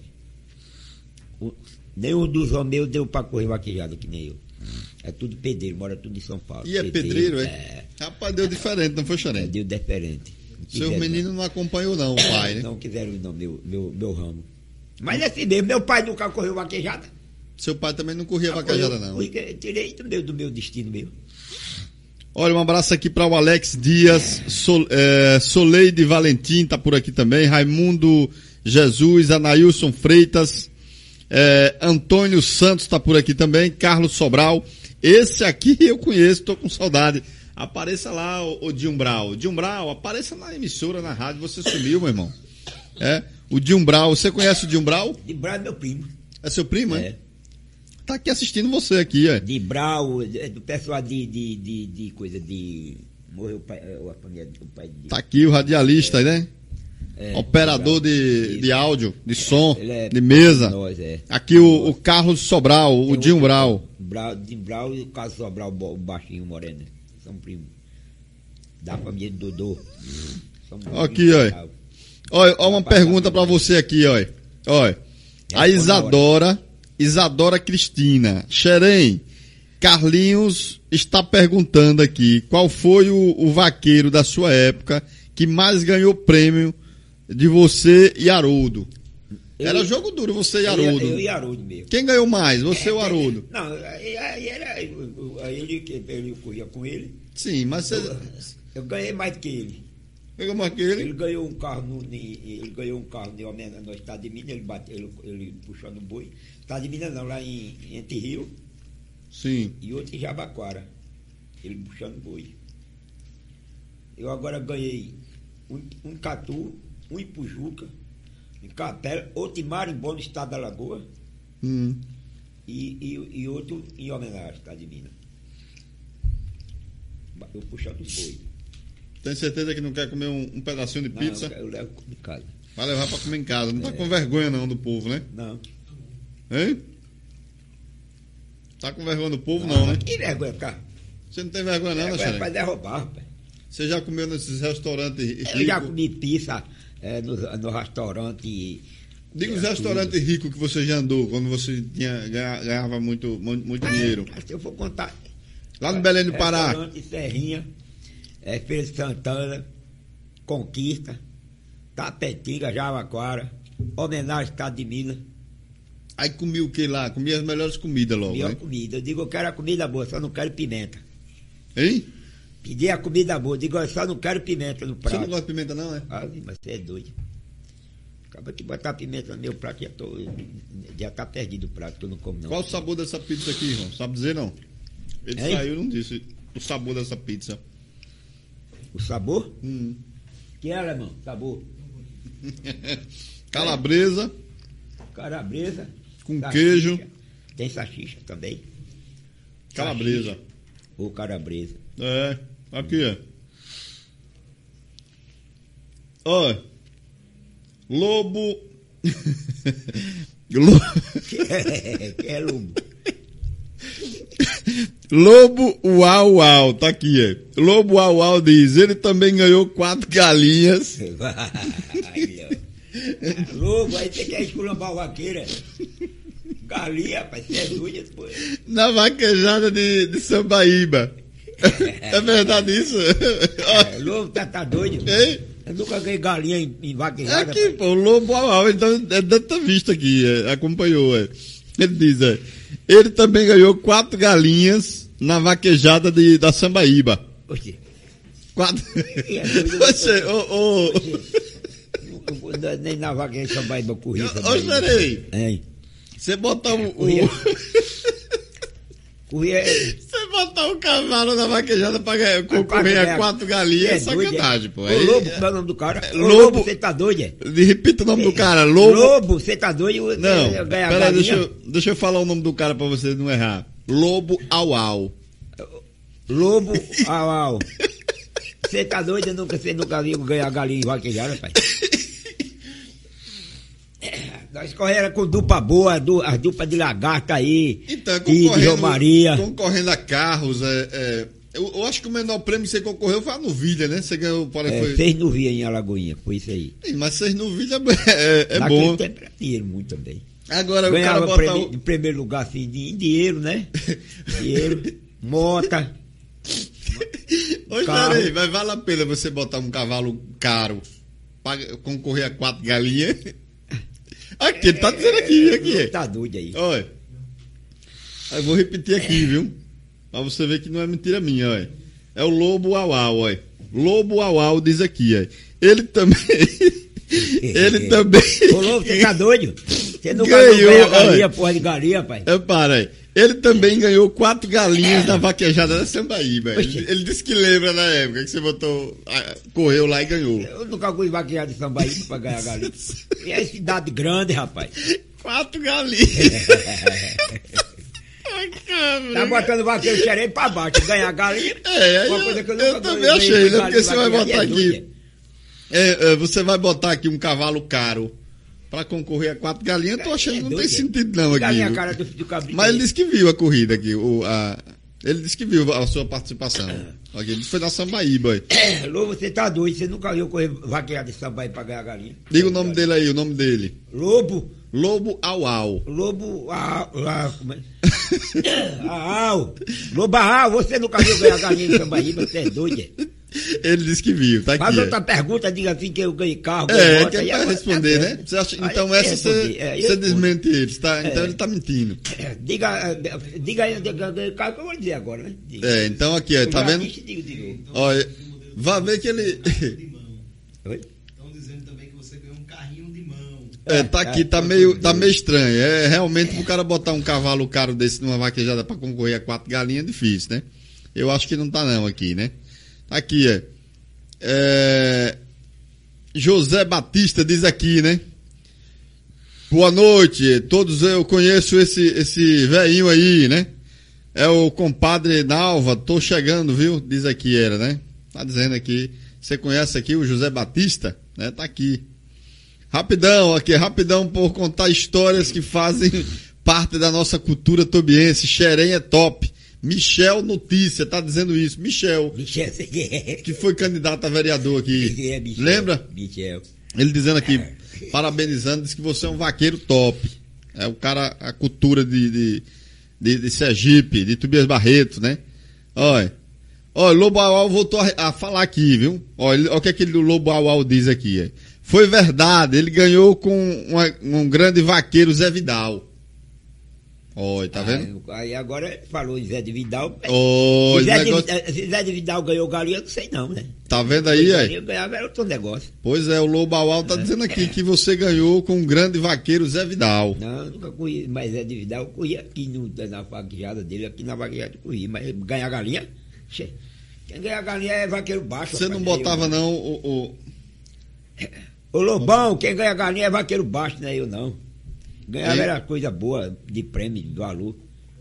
O, nenhum dos homens meus deu pra correr vaquejada que nem eu. É tudo pedreiro, mora tudo em São Paulo. E é pedreiro, é? É, Rapaz, deu diferente, não foi, é Xerém? deu diferente. Não Seus quiseram, meninos não acompanhou, não, o pai, né? Não quiseram não, meu, meu, meu ramo. Mas é assim mesmo, meu pai nunca correu vaquejada. Seu pai também não corria vaquejada, não. Eu tirei do meu, do meu destino meu. Olha, um abraço aqui para o Alex Dias, Sol, é, Soleide Valentim tá por aqui também, Raimundo Jesus, Anailson Freitas, é, Antônio Santos tá por aqui também, Carlos Sobral. Esse aqui eu conheço, tô com saudade. Apareça lá, o, o Diumbral. Diumbral, apareça na emissora, na rádio, você sumiu, meu irmão. É, o Diumbral, você conhece o Diumbral? De Brau é meu primo. É seu primo, é? É. Tá aqui assistindo você aqui, é. De Brau, é do pessoal de, de, de, de coisa de. Morreu o pai, a família do pai de. Tá aqui o radialista, né? É, Operador Brau. de, Isso. de áudio, de som, Ele é de mesa. Nós, é. Aqui o, o Carlos Sobral, o Tem Dinho outro- Brau. Brau. De Brau e o Carlos Sobral, o baixinho moreno. São primos. Da família do Dodô. São Aqui, ó. primos. Olha, olha uma pergunta pra você aqui, olha. Olha. A Isadora, Isadora Cristina. Xerém, Carlinhos está perguntando aqui, qual foi o, o vaqueiro da sua época que mais ganhou prêmio de você e Haroldo? Eu- Era jogo duro, você e Eu, Haroldo. eu e Haroldo mesmo. Quem ganhou mais, você ou Haroldo? Não, aí, aí era. Aí ele, que ele corria com ele. Sim, mas você Eu, eu ganhei mais que ele. pegou mais que ele? Ele ganhou um carro no, ele ganhou um carro de homenagem no estado de Minas, ele bateu, ele, ele puxou no boi. Estado de Minas não, lá em Entre Rio Sim. e outro em Jabaquara. Ele puxando boi. Eu agora ganhei um, um Catu, um em Pujuca, em Capela, outro em Marimbó, no estado da Lagoa, Hum. e, e, e outro em homenagem, estado de Minas. Eu puxando os boi. Tem certeza que não quer comer um, um pedacinho de Não, pizza? eu levo de casa. Vai levar pra comer em casa. Não tá É. com vergonha não do povo, né? Não. Hein? Tá com vergonha do povo não, né? Que vergonha, cara. Você não tem vergonha não, né, É Xerém? pra derrubar, rapaz. Você já comeu nesses restaurantes ricos? Eu já comi pizza é, no, no restaurante. Diga os é, restaurantes ricos que você já andou, quando você tinha, ganha- ganhava muito, muito, muito dinheiro. tudo. Se eu for contar. Lá no Belém do Pará. Restaurante Serrinha, é, Feira de Santana, Conquista, Tapetinga, Javaquara, homenagem ao Estado de Minas. Aí comia o que lá? Comia as melhores comidas logo, Melhor né? comida. Eu digo, eu quero a comida boa, só não quero pimenta. Hein? Pedi a comida boa, digo, eu só não quero pimenta no Você prato. não gosta de pimenta não, é? Ah, mas você é doido. Acaba de botar pimenta no meu prato, já, tô, já tá perdido o prato, que eu não como não. Qual o sabor dessa pizza aqui, irmão? Sabe dizer não? Ele Hein? saiu e não disse o sabor dessa pizza. O sabor? Hum. Que é, alemão? Sabor. Calabresa. Calabresa. Com salsicha. queijo. Tem salsicha também. Calabresa. Salsicha ou calabresa. É, aqui é. Ó, lobo. Lo- Que é, que é lobo. Lobo Uau Uau, tá aqui, é. Lobo Uau Uau diz, ele também ganhou quatro galinhas. Vai, ó. Lobo, aí você quer esculambar o vaqueiro. é? Galinha, rapaz, você é doido, pô. Na vaquejada de, de Sambaíba. É verdade isso? É, lobo, tá, tá doido? Ei? Eu nunca ganhei galinha em, em É vaquejada. aqui, pô, o Lobo Uau Uau, então é deve ter visto aqui, é, acompanhou, é. Ele diz, é, ele também ganhou quatro galinhas na vaquejada de, da Sambaíba. Oxi. Quatro. É doido. Você, ô, ô, Oxi. Não- não- Nem na vaquejada de Sambaíba eu corri. ô, Sambaíba. Xerei, Hein? você botar o, o- Corria. Corria. você botar um cavalo na vaquejada pra ganhar, concorrer a quatro galinhas é, é sacanagem, pô. O Lobo, qual é o nome do cara? É, Lobo, você tá doido, é? Repita o nome do cara, Lobo. Lobo, você tá doido? Não, peraí, deixa eu, deixa eu falar o nome do cara pra você não errar. Lobo Au Au. Lobo Au Au. Você tá doido? Eu nunca, você nunca viu ganhar galinha em vaquejada, pai? Nós corremos com dupla boa, as duplas de lagarta aí. Então, e de Romaria. Concorrendo a carros, é, é, eu, eu acho que o menor prêmio que você concorreu foi a novilha, né? Você ganhou, para é, foi... Seis novilhas em Alagoinha, foi isso aí. Sim, mas seis novilhas é, é Naquele bom. tempo era dinheiro muito também. Agora ganhava o cara bota... Prêmio, em primeiro lugar, assim, de dinheiro, né? Dinheiro, mota. Oi, peraí, mas vale a pena você botar um cavalo caro para concorrer a quatro galinhas? Aqui, ele tá dizendo aqui, aqui. Tá doido aí. Olha. Eu vou repetir aqui, viu? Pra você ver que não é mentira minha, olha. É o Lobo Au Au, olha. Lobo Au Au diz aqui, olha. Ele também. Ele também. Ô, Lobo, você tá doido? Você não ganhou galinha, porra de galinha, pai. É, para aí. Ele também ganhou quatro galinhas da vaquejada da Sambaíba. Ele, ele disse que lembra na época que você botou, correu lá e ganhou. Eu nunca fui vaquejada de Sambaíba pra ganhar galinha. E é cidade grande, rapaz. Quatro galinhas. Ai, tá botando vaqueiro xerém pra baixo, ganhar galinha. É, uma coisa que eu, eu também achei, né? Porque você vai botar aqui. É, é, você vai botar aqui um cavalo caro pra concorrer a quatro galinhas, eu tô achando que não tem sentido não aqui. A cara do, do Mas ele disse que viu a corrida aqui. O, a, ele disse que viu a sua participação. Aqui, ele foi na Sambaíba. É, Lobo, você tá doido, você nunca viu correr vaqueada de Sambaíba pra ganhar galinha. Diga o nome dele aí, o nome dele. Lobo. Lobo Au Au. Lobo Au Au. Como é? Au. Lobo Au, você nunca viu ganhar galinha de Sambaíba, você é doido, é? Ele disse que viu, tá aqui. Mas outra é. pergunta, diga assim que eu ganhei carro. É, moto, que é pra responder, né? Você acha, então essa você, é, você desmente ele, tá? Então é. ele tá mentindo. É, diga, diga aí, ganhei carro que eu vou dizer agora, né? Diga. É, então aqui, ó, tá vendo? Digo, digo. Olha, vai ver que ele... Oi? Estão dizendo também que você ganhou um carrinho de mão. É, tá aqui, tá meio, tá meio estranho. É, realmente, pro cara botar um cavalo caro desse numa vaquejada pra concorrer a quatro galinhas é difícil, né? Eu acho que não tá não aqui, né? Aqui, é, é. José Batista diz aqui, né? Boa noite, todos eu conheço esse, esse velhinho aí, né? É o compadre Nalva, tô chegando, viu? Diz aqui, era, né? Tá dizendo aqui. Você conhece aqui o José Batista? Né? Tá aqui. Rapidão, aqui, rapidão por contar histórias que fazem parte da nossa cultura tobiense. Xerém é top. Michel Notícia, tá dizendo isso. Michel. Michel, que foi candidato a vereador aqui. É, Michel, lembra? Michel. Ele dizendo aqui, parabenizando, diz que você é um vaqueiro top. É o cara, a cultura de, de, de, de Sergipe, de Tobias Barreto, né? Olha. Olha, Lobo Au Au voltou a, a falar aqui, viu? Olha, olha o que aquele do Lobo Au Au diz aqui. É. Foi verdade, ele ganhou com uma, um grande vaqueiro, Zé Vidal. Oi, tá vendo? Ah, aí agora falou em Zé de Vidal. Oi, se, Zé negócio... de, se Zé de Vidal ganhou galinha, eu não sei não, né? Tá vendo aí, aí? Eu ganhava era outro negócio. Pois é, o Lobo Au Au tá dizendo aqui que você ganhou com um grande vaqueiro, Zé Vidal. Não, eu nunca corri, mas Zé de Vidal eu corri aqui no, na vaquejada dele, aqui na vaquejada eu corri, mas ganhar galinha, che, quem ganhar galinha é vaqueiro baixo. Você não botava eu, não o... o... Ô Lobão, quem ganha galinha é vaqueiro baixo, não é eu não. Ganhava era coisa boa, de prêmio, de valor.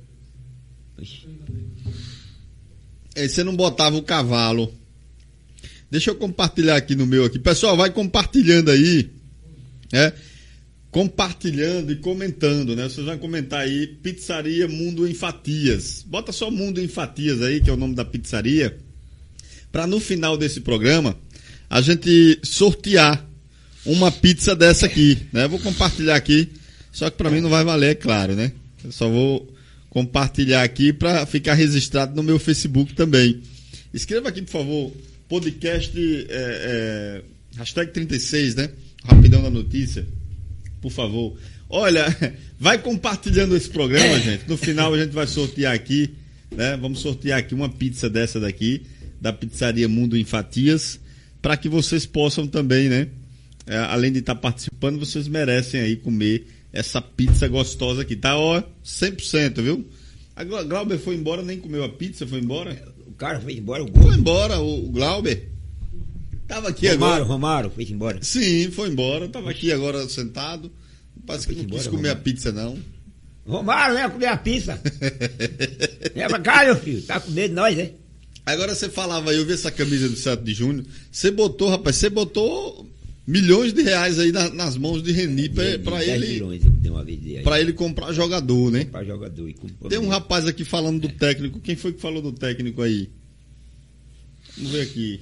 E você não botava o cavalo. Deixa eu compartilhar aqui no meu aqui. Pessoal, vai compartilhando aí, né? Compartilhando e comentando, né? Vocês vão comentar aí, Pizzaria Mundo em Fatias. Bota só Mundo em Fatias aí, que é o nome da pizzaria. Pra no final desse programa, a gente sortear uma pizza dessa aqui, né? Eu vou compartilhar aqui. Só que para mim não vai valer, é claro, né? Eu só vou compartilhar aqui para ficar registrado no meu Facebook também. Escreva aqui, por favor, podcast é, é, hashtag trinta e seis, né? Rapidão da notícia, por favor. Olha, vai compartilhando esse programa, gente. No final a gente vai sortear aqui, né? Vamos sortear aqui uma pizza dessa daqui, da Pizzaria Mundo em Fatias, para que vocês possam também, né? É, além de estar participando, vocês merecem aí comer essa pizza gostosa aqui, tá? Ó, cem por cento, viu? A Gla- Glauber foi embora, nem comeu a pizza, foi embora? O cara foi embora, o Foi gol. embora, o, o Glauber. Tava aqui Romário, agora. Romário, foi embora. Sim, foi embora. Tava aqui agora sentado. Parece que Foi não quis embora, comer a Romário. pizza, não. Romário, vem comer a pizza. Vem pra cá, meu filho. Tá com medo de nós, né? Agora você falava aí, eu vi essa camisa do sete de junho. Você botou, rapaz, você botou milhões de reais aí na- nas mãos de Reni pra, pra dez ele, milhões, eu dei uma vez aí. pra ele comprar jogador, né? Pra jogador e comprou. Tem um rapaz aqui falando do técnico. Quem foi que falou do técnico aí? Vamos ver aqui.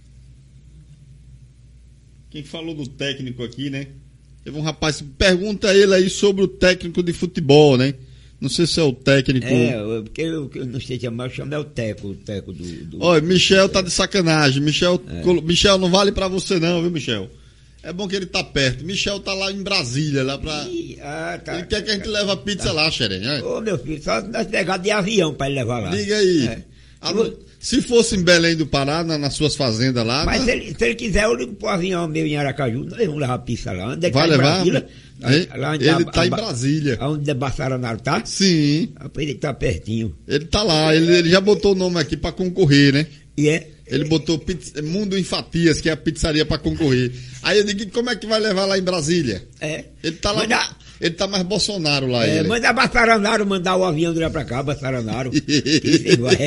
Quem falou do técnico aqui, né? Teve um rapaz, pergunta ele aí sobre o técnico de futebol, né? Não sei se é o técnico. É, eu- porque eu, eu não sei chamar, eu chamo é o Teco, o Teco do. do Olha, Michel tá de sacanagem. Michel, É. colo- Michel não vale pra você não, viu, Michel? É bom que ele tá perto. Michel tá lá em Brasília, lá pra... Ih, ah, tá. Ele quer que a gente leve a pizza lá, Xerém. né? Ô, meu filho, só nós pegar de avião pra ele levar lá. Diga aí. É. Ah, não- se fosse em Belém do Pará, na- nas suas fazendas lá... Mas né? se ele, se ele quiser, eu ligo pro avião meu em Aracaju, nós vamos levar pizza lá. Onde é que Vai tá em levar? Brasília? Ele- ele tá em Brasília. Onde é Bassaranaro, tá? Sim, Rapaz, ele tá pertinho. ele tá lá. Ele, ele já botou o nome aqui pra concorrer, né? E é. Ele botou pizza- Mundo em Fatias, que é a pizzaria pra concorrer. Aí eu digo, como é que vai levar lá em Brasília? É. Ele tá lá... Manda- Ele tá mais Bolsonaro lá, É, ele. manda Bassaranaro mandar o avião de lá pra cá, Bassaranaro. Que vai.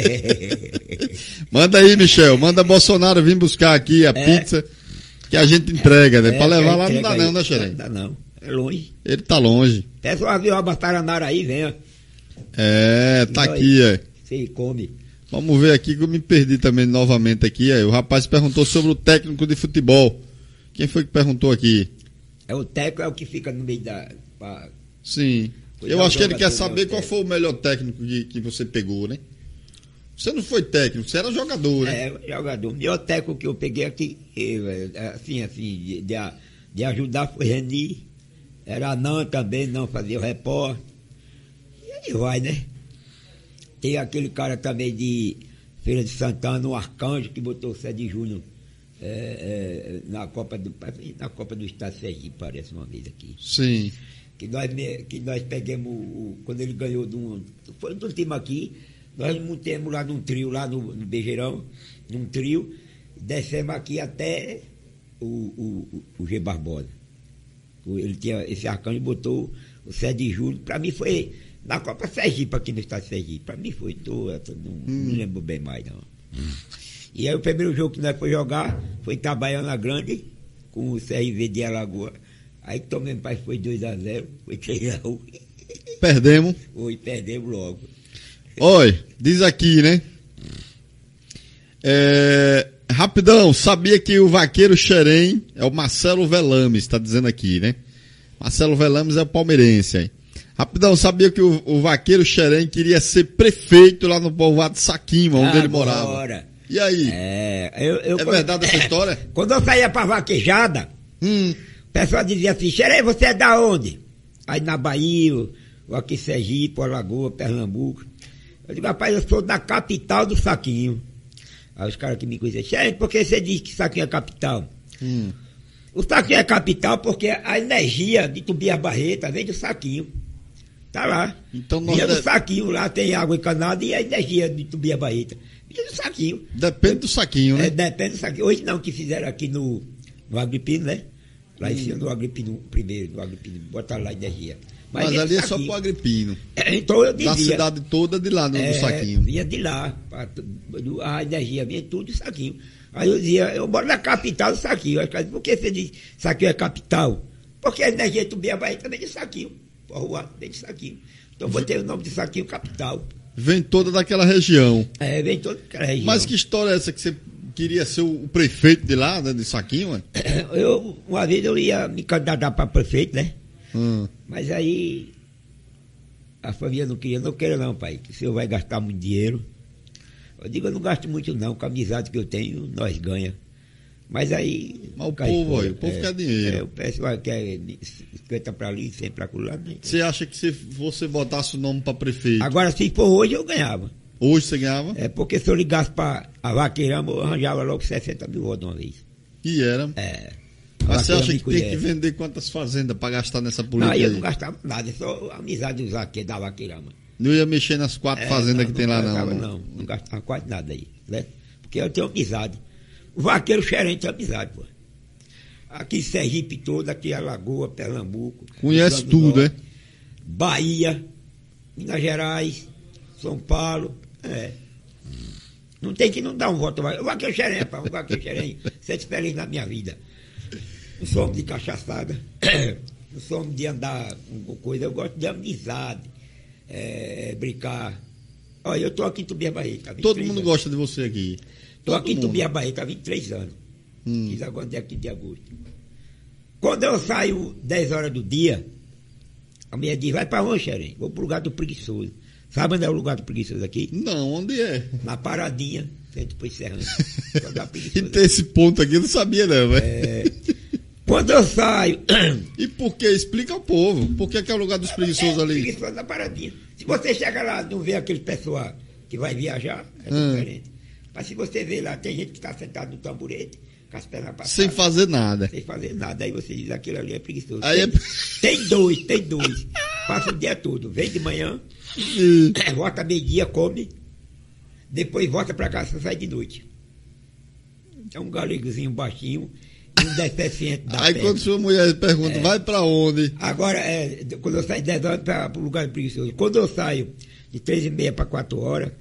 Manda aí, Michel. Manda Bolsonaro vir buscar aqui a É. pizza que a gente entrega, né? É, pra levar que lá não entrega dá aí. não, né, Xerém? Não dá não. É longe. Ele tá longe. Peça o avião a Bassaranaro aí, venha. É, tá Vai. aqui, é. Você come. Vamos ver aqui que eu me perdi também novamente aqui. É. O rapaz perguntou sobre o técnico de futebol. Quem foi que perguntou aqui? É o Teco, é o que fica no meio da. pra- Sim. Cuidar Eu acho do que ele quer jogador, saber né, qual o foi o melhor técnico que, que você pegou, né? Você não foi técnico, você era jogador, né? É, jogador. O melhor Teco que eu peguei aqui, eu, é, assim, assim, de, de, a- de ajudar foi Reni. Era não também, não fazia o repórter. E aí vai, né? Tem aquele cara também de Feira de Santana, o Arcanjo, que botou o Sede Júnior é, é, na Copa do na Copa do Estado de Sergipe, parece uma vez aqui. Sim. Que nós, me- que nós pegamos, o- quando ele ganhou de um, foi de um time aqui, nós montemos lá num trio, lá no, no Bejeirão, num trio, descemos aqui até o, o, o, o G. Barbosa. O- Ele tinha, esse Arcanjo botou o sete de julho, para mim foi na Copa Sergipe, aqui no estado de Sergipe, para mim foi, tô, tô- não, não lembro bem mais não. E aí o primeiro jogo que nós foi jogar foi em Itabaiana Grande, com o C R V de Alagoa. Aí tomamos, pai, foi dois a zero, foi três a um. Perdemos. Foi, perdemos logo. Oi, diz aqui, né? É, rapidão, sabia que o vaqueiro Xerém é o Marcelo Velames, tá dizendo aqui, né? Marcelo Velames é o palmeirense aí. Rapidão, sabia que o, o vaqueiro Xerém queria ser prefeito lá no povoado de Saquima, onde ele morava. Agora, E aí? É, eu, eu, É verdade essa história? Quando eu saía pra vaquejada, Hum, o pessoal dizia assim, Xerém, você é da onde? Aí na Bahia, ou aqui em Sergipe, Alagoas, Pernambuco. Eu digo, rapaz, eu sou da capital do Saquinho. Aí os caras que me conheciam, Xerém, por que você diz que Saquinho é capital? hum. O Saquinho é capital porque a energia de Tobias Barreto vem do Saquinho. Tá lá. Então nós Vinha do de- Saquinho, lá tem água encanada e a energia de Tobias Barreto. Vinha do Saquinho. Depende do saquinho, né? É, depende do Saquinho. Hoje não, que fizeram aqui no, no Agripino, né? Lá em cima do Agripino, primeiro, no Agripino, botaram lá energia. Mas vinha do ali é só Saquinho. pro Agripino. É, então eu dizia. Da cidade toda de lá, no, É, do saquinho. vinha de lá. pra tu- do- A energia vinha tudo do Saquinho. Aí eu dizia, eu moro na capital do Saquinho. Aí os caras, por que você diz Saquinho é capital? Porque a energia de Tubias Barreto também é de Saquinho. A rua vem de Saquinho. Então eu botei o nome de Saquinho capital. Vem toda daquela região. É, vem toda aquela região. Mas que história é essa que você queria ser o, o prefeito de lá, né, de Saquinho, mano? Eu, uma vez eu ia me candidatar para prefeito, né? Hum. Mas aí a família não queria, não quero não, pai, que o senhor vai gastar muito dinheiro. Eu digo, eu não gasto muito não, com a amizade que eu tenho, nós ganha. Mas aí... Mas o cai povo, fora. aí, o povo É, quer dinheiro. É, o pessoal quer cinquenta para ali, cem para lá. Né? Você acha que se você botasse o nome pra prefeito, Agora, se for hoje, eu ganhava. hoje você ganhava? É porque se eu ligasse para a Vaqueirama, eu arranjava logo sessenta mil votos de uma vez. E era. É. Mas A você Vaqueirama acha me que tem que conhece. vender quantas fazendas pra gastar nessa Não, política eu aí? não gastava nada, é só a amizade dos vaqueiros da Vaqueirama. Não ia mexer nas quatro É, fazendas não, que tem lá, não. gastava, Não, não. Não gastava quase nada aí, né? Porque eu tenho amizade. O vaqueiro xerente é amizade, pô. Aqui Sergipe todo, aqui Alagoas, Pernambuco. Conhece Rio Grande do tudo, Norte, é? Bahia, Minas Gerais, São Paulo. É. Não tem que não dar um voto. O vaqueiro xerente, pá. O vaqueiro xerente. Sete feliz na minha vida. Não sou homem de cachaçada. Não sou homem de andar com coisa. Eu gosto de amizade. É, brincar. Olha, eu tô aqui em Tubias Barreto. Todo mundo gosta de você aqui. Tô Todo aqui em mundo. Tubias Barreto há vinte e três anos. Hum. Fiz agora dia quinze de agosto. Quando eu saio dez horas do dia, a mulher diz, vai pra onde, xerém? Vou pro lugar do preguiçoso. Sabe onde é o lugar do preguiçoso aqui? Não, onde é? Na Paradinha, frente pro Serrano. E tem esse ponto aqui, eu não sabia não, velho. É, quando eu saio... E por que? Explica ao povo. Por que, que é o lugar dos preguiçosos ali? Preguiçoso na Paradinha. Se você chega lá e não vê aquele pessoal que vai viajar, é Hum. diferente. Mas se você vê lá, tem gente que está sentado no tamborete, com as pernas passadas. Sem fazer nada. Sem fazer nada. Aí você diz, aquilo ali é preguiçoso. Aí tem, é- tem dois, tem dois. Passa o dia todo. Vem de manhã, E- volta meio-dia, come, depois volta pra casa, sai de noite. É um galegozinho baixinho e um deficiente da Aí perna. quando sua mulher pergunta, vai pra onde? Agora, é, quando eu saio de dez horas para o lugar preguiçoso. Quando eu saio de três e meia para quatro horas,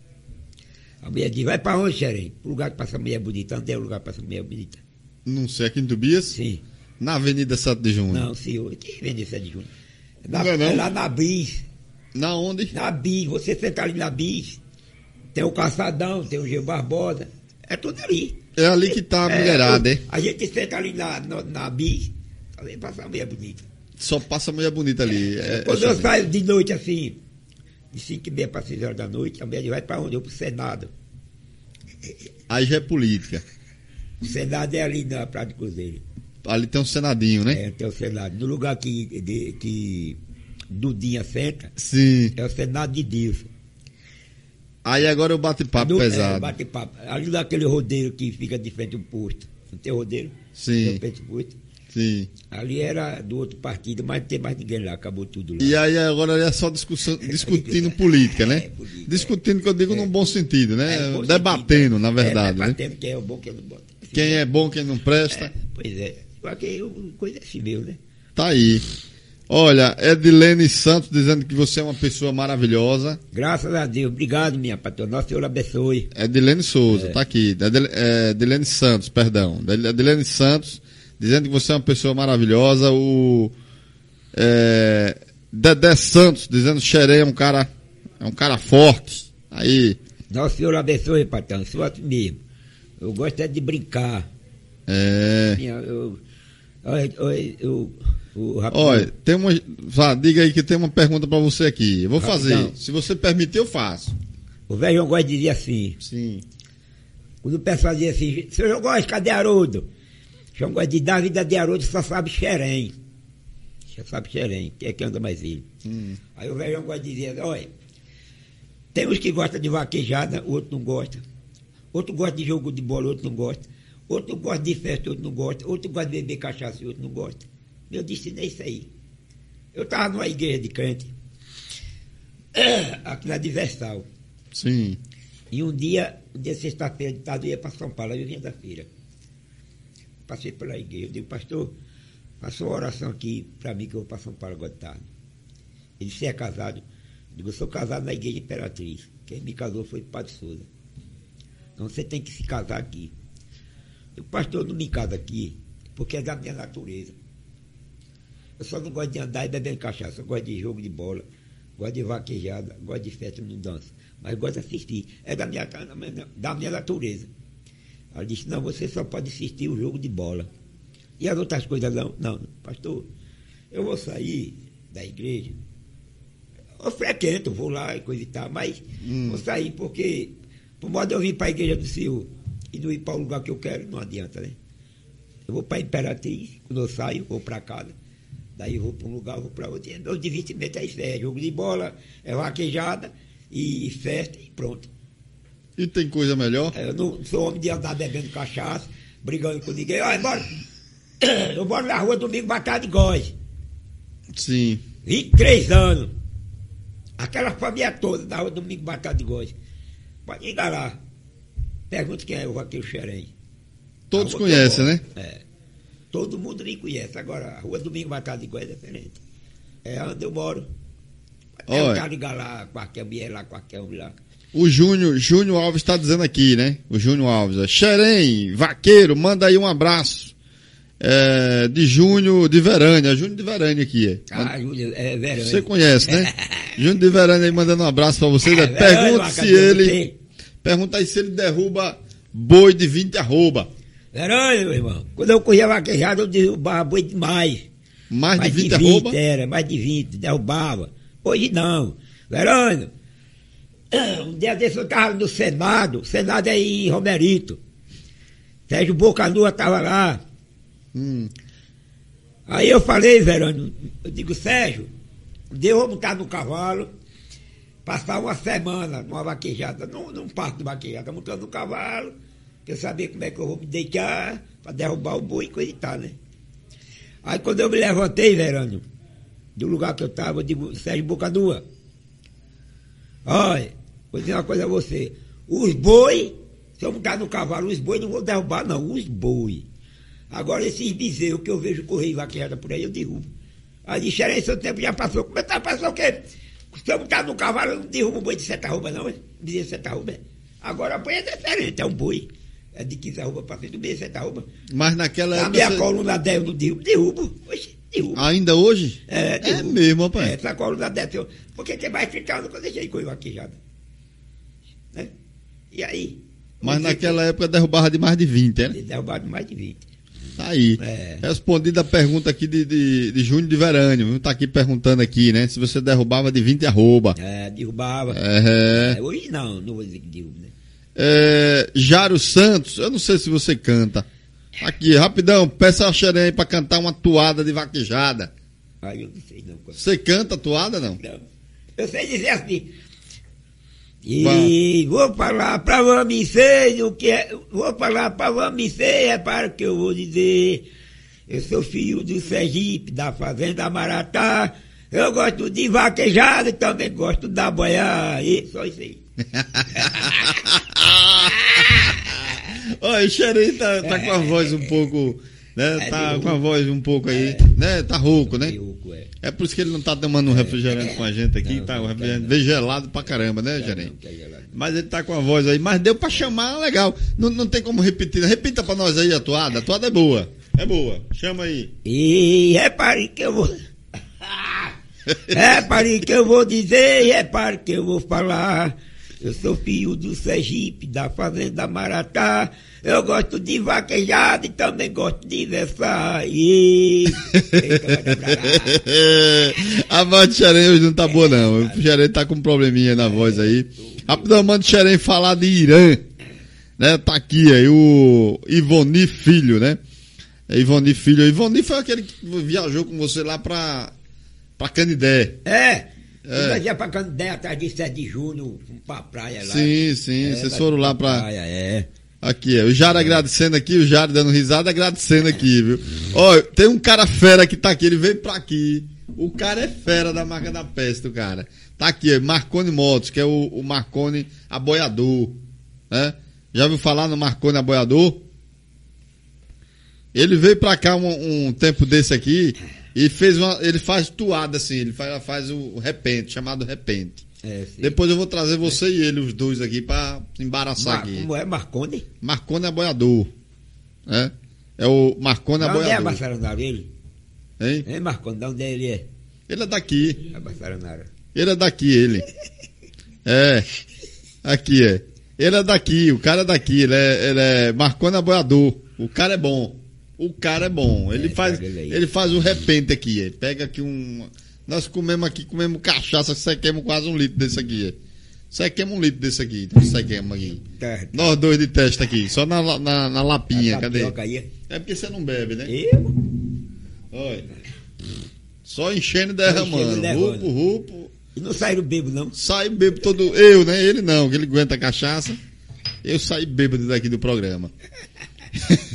a mulher diz, vai para onde, xerém? Pro lugar que passa mulher bonita. Onde é o lugar que passa mulher bonita? Não sei, aqui em Tubias? Sim. Na Avenida sete de Junho. Não, senhor. Que vende sete de junho? Na, Não é não? é lá na Bis. Na onde? Na Bis. Você senta ali na Bis. Tem o Caçadão, tem o Gil Barbosa. É tudo ali. É ali que tá a mulherada, eu- hein? A gente senta ali na, na, na Bis. Também passa a mulher bonita. Só passa mulher bonita ali. É, Quando é eu só- saio de noite assim, de cinco e meia para seis horas da noite, a mulher diz, vai para onde? Eu pro Senado. Aí já é política. O Senado é ali na Praia do Cruzeiro. Ali tem um senadinho, né? É, tem o Senado. No lugar que, de, que Dudinha senta, Sim. é o Senado de Deus. Aí agora eu bate papo No- pesado. É, bate papo. Ali naquele rodeiro que fica de frente ao posto. Não tem rodeiro? Sim. De frente ao posto. Sim. Ali era do outro partido, mas não tem mais ninguém lá, acabou tudo lá. E aí agora é só discussão, discutindo política, né? É, política, Discutindo que eu digo num bom sentido, né? É, bom Debatendo, sentido. na verdade, é, né? debatendo quem é o bom, quem é o bom. Quem é bom, quem não presta. É, pois é. Só que eu- coisa é assim meu, né? Tá aí. Olha, Edilene Santos dizendo que você é uma pessoa maravilhosa. Graças a Deus. Obrigado, minha patrona. Nosso Senhor abençoe. Edilene Souza, tá aqui. Edil- é, Edilene Santos, perdão. Edilene Santos dizendo que você é uma pessoa maravilhosa. O é, Dedé Santos dizendo que Xerém é um cara, é um cara forte. Aí, Nosso Senhor abençoe, patrão. Sou assim mesmo. Eu gosto é de brincar. é... Minha, eu, olha, olha, eu, o rapaz, Olha, tem uma. Vá, diga aí que tem uma pergunta pra você aqui. Eu vou fazer. Rapidão. Se você permitir, eu faço. o velho João Góes dizia assim, Sim. quando o pessoal dizia assim, seu João Góes, cadê Haroldo? João Góes diz, da vida de Haroldo só sabe Xerém. Só sabe Xerém, que é que anda mais ele. Hum. Aí o velho João Góes dizia, olha, tem uns que gostam de vaquejada, outro não gosta. Outro gosta de jogo de bola, outro não gosta. Outro gosta de festa, outro não gosta. Outro gosta de beber cachaça, outro não gosta. Eu disse, nem isso aí. Eu estava numa igreja de crente, aqui na Diversal. Sim. E um dia, um dia sexta-feira de tarde, eu ia para São Paulo, eu vinha da feira. Passei pela igreja, eu digo, pastor, faça uma oração aqui para mim que eu vou para São Paulo agora de tarde. Ele disse, você é casado? Eu digo, eu sou casado na igreja Imperatriz. Quem me casou foi o Padre Souza. Então você tem que se casar aqui. Eu digo, pastor, eu não me caso aqui, porque é da minha natureza. Eu só não gosto de andar e beber cachaça, eu gosto de jogo de bola, gosto de vaquejada, gosto de festa, não danço. Mas gosto de assistir. É da minha, da minha natureza. Ela disse, não, você só pode assistir o jogo de bola. E as outras coisas não? Não, pastor, eu vou sair da igreja, eu frequento, vou lá e coisa e tal, mas Hum. vou sair porque, por modo de eu vir para a igreja do Senhor e não ir para o lugar que eu quero, não adianta, né? Eu vou para a Imperatriz, quando eu saio, vou para casa. Daí eu vou para um lugar, vou para outro. Meu divertimento é isso, é jogo de bola, é vaquejada e festa e pronto. E tem coisa melhor? Eu não sou homem de andar bebendo cachaça, brigando com ninguém. Olha, bora. Eu moro na rua domingo, batalha de Góes. Sim. vinte e três anos. Aquela família toda da rua Domingo Batata de Góis. Pode ligar lá. Pergunta quem é o vaqueiro Xerém. Todos conhecem, né? É. Todo mundo nem conhece. Agora, a rua Domingo Batata de Góis é diferente. É onde eu moro. É o cara ligar lá, qualquer mulher lá, qualquer um lá. O Júnior, Júnior Alves está dizendo aqui, né? O Júnior Alves. Xerém, vaqueiro, manda aí um abraço. É, de Júnior de Verânia. Júnior de Verânia aqui. É. Ah, Júnior, é Verânia. Você conhece, né? Júnior de Verânia aí mandando um abraço para vocês. É, pergunta se ele. Pergunta aí se ele derruba boi de vinte arroba. Verânia, meu irmão. Quando eu corria vaquejada, eu derrubava boi demais. Mais, mais de vinte, de vinte arroba? Era, mais de vinte, derrubava. Hoje não. Verônio, um dia desse eu estava no Senado, o Senado é em Romerito. Sérgio Bocanua estava lá. Hum. Aí eu falei, Verônio, eu digo, Sérgio, um dia eu vou montar no cavalo, passar uma semana numa vaquejada, num, num parque de vaquejada, montando no cavalo, que eu sabia como é que eu vou me deitar, para derrubar o boi e coisa e tal, né? Aí quando eu me levantei, Verônio, do lugar que eu estava, eu digo, Sérgio Bocanua, olha, vou dizer uma coisa a você, os boi, se eu montar no cavalo, os boi não vou derrubar não, os boi. Agora esses bezerros que eu vejo correr vaquejada por aí, eu derrubo. Aí de Xerém, seu tempo já passou, como é que tá, passou o quê? Se eu montar no cavalo, eu não derrubo um boi de sete arroba não, é? Bezerro de sete arroba, é? Agora o boi é diferente, é um boi. É de quinze arroba para frente, do bezerro de sete arroba. Mas naquela época... A minha você... coluna dez eu não derrubo, derrubo, oxe. Ainda hoje? É, é mesmo, rapaz. É, essa coluna desce. Porque tem mais ficando quando eu deixei com vaquejada. Né? E aí? Mas naquela que... época derrubava de mais de vinte, né? Derrubava de mais de vinte. Tá aí. É. Respondida a pergunta aqui de, de, de Júnior de Verânio. Tá aqui perguntando aqui, né? Se você derrubava de vinte arroba. É, derrubava. É. É, hoje não, não vou dizer que derruba, né? É, Jário Santos, eu não sei se você canta. Aqui, rapidão, peça a Xerém pra cantar uma toada de vaquejada. Ah, eu não sei não. Você canta toada, não? Não. Eu sei dizer assim. E vou falar pra vocês o que é. Vou falar pra vocês, é para o que eu vou dizer. Eu sou filho do Sergipe, da Fazenda Maratá. Eu gosto de vaquejada e também gosto da boiá. E só isso aí. Olha, o Xerém tá, tá com a voz um pouco, né? Tá com a voz um pouco aí, né? Tá rouco, né? É por isso que ele não tá tomando um refrigerante com a gente aqui, tá? O refrigerante veio gelado pra caramba, né, Xerém? Mas ele tá com a voz aí, mas deu pra chamar, legal. Não, não tem como repetir. Repita pra nós aí a toada. A toada é boa. É boa. Chama aí. E repare que eu vou... Repare que eu vou dizer, repare que eu vou falar... Eu sou filho do Sergipe, da Fazenda Maratá. Eu gosto de vaquejada e também gosto de versar. E... A voz de Xerém hoje não tá boa, não. O Xerém tá com um probleminha na voz aí. Rapidão, manda o Xerém falar de Irã. Né? Tá aqui aí o Ivoni Filho, né? Ivoni Filho. Ivoni foi aquele que viajou com você lá pra, pra Canidé. É. É. Nós ia pra Canindé atrás de sete de junho, pra praia lá. Sim, sim, é, vocês foram lá pra... praia, é. Aqui, é. O Jário é. agradecendo aqui, o Jário dando risada, agradecendo aqui, viu? Ó, tem um cara fera que tá aqui, ele veio pra aqui. O cara é fera da marca da peste, o cara. Tá aqui, é Marconi Motos, que é o, o Marconi Aboiador, né? Já ouviu falar no Marconi Aboiador? Ele veio pra cá um, um tempo desse aqui... E fez uma, ele faz toada assim, ele faz, faz o repente, chamado repente. É, depois eu vou trazer você é. e ele, os dois aqui, pra embaraçar Mar, aqui. Como é Marconi? Marconi Aboiador. É, é o Marconi Aboiador. Onde é Bassaranara ele? Hein? É Marconi, de onde ele é? Ele é daqui. É Bassaranara. Ele é daqui, ele. É, aqui é. Ele é daqui, o cara é daqui, ele é, ele é Marconi Aboiador. O cara é bom. O cara é bom, ele é, faz ele faz o repente aqui, ele pega aqui um... Nós comemos aqui, comemos cachaça, sequemos quase um litro desse aqui. Sequemos um litro desse aqui, então sequemos aqui. Tá, tá. Nós dois de testa aqui, só na, na, na lapinha, cadê? Aí. É porque você não bebe, né? Eu? Olha. Só enchendo e derramando, rupo, rupo. E não saiu bêbado, não? Sai bêbado todo... Eu, né? Ele não, que ele aguenta a cachaça. Eu saí bêbado daqui do programa.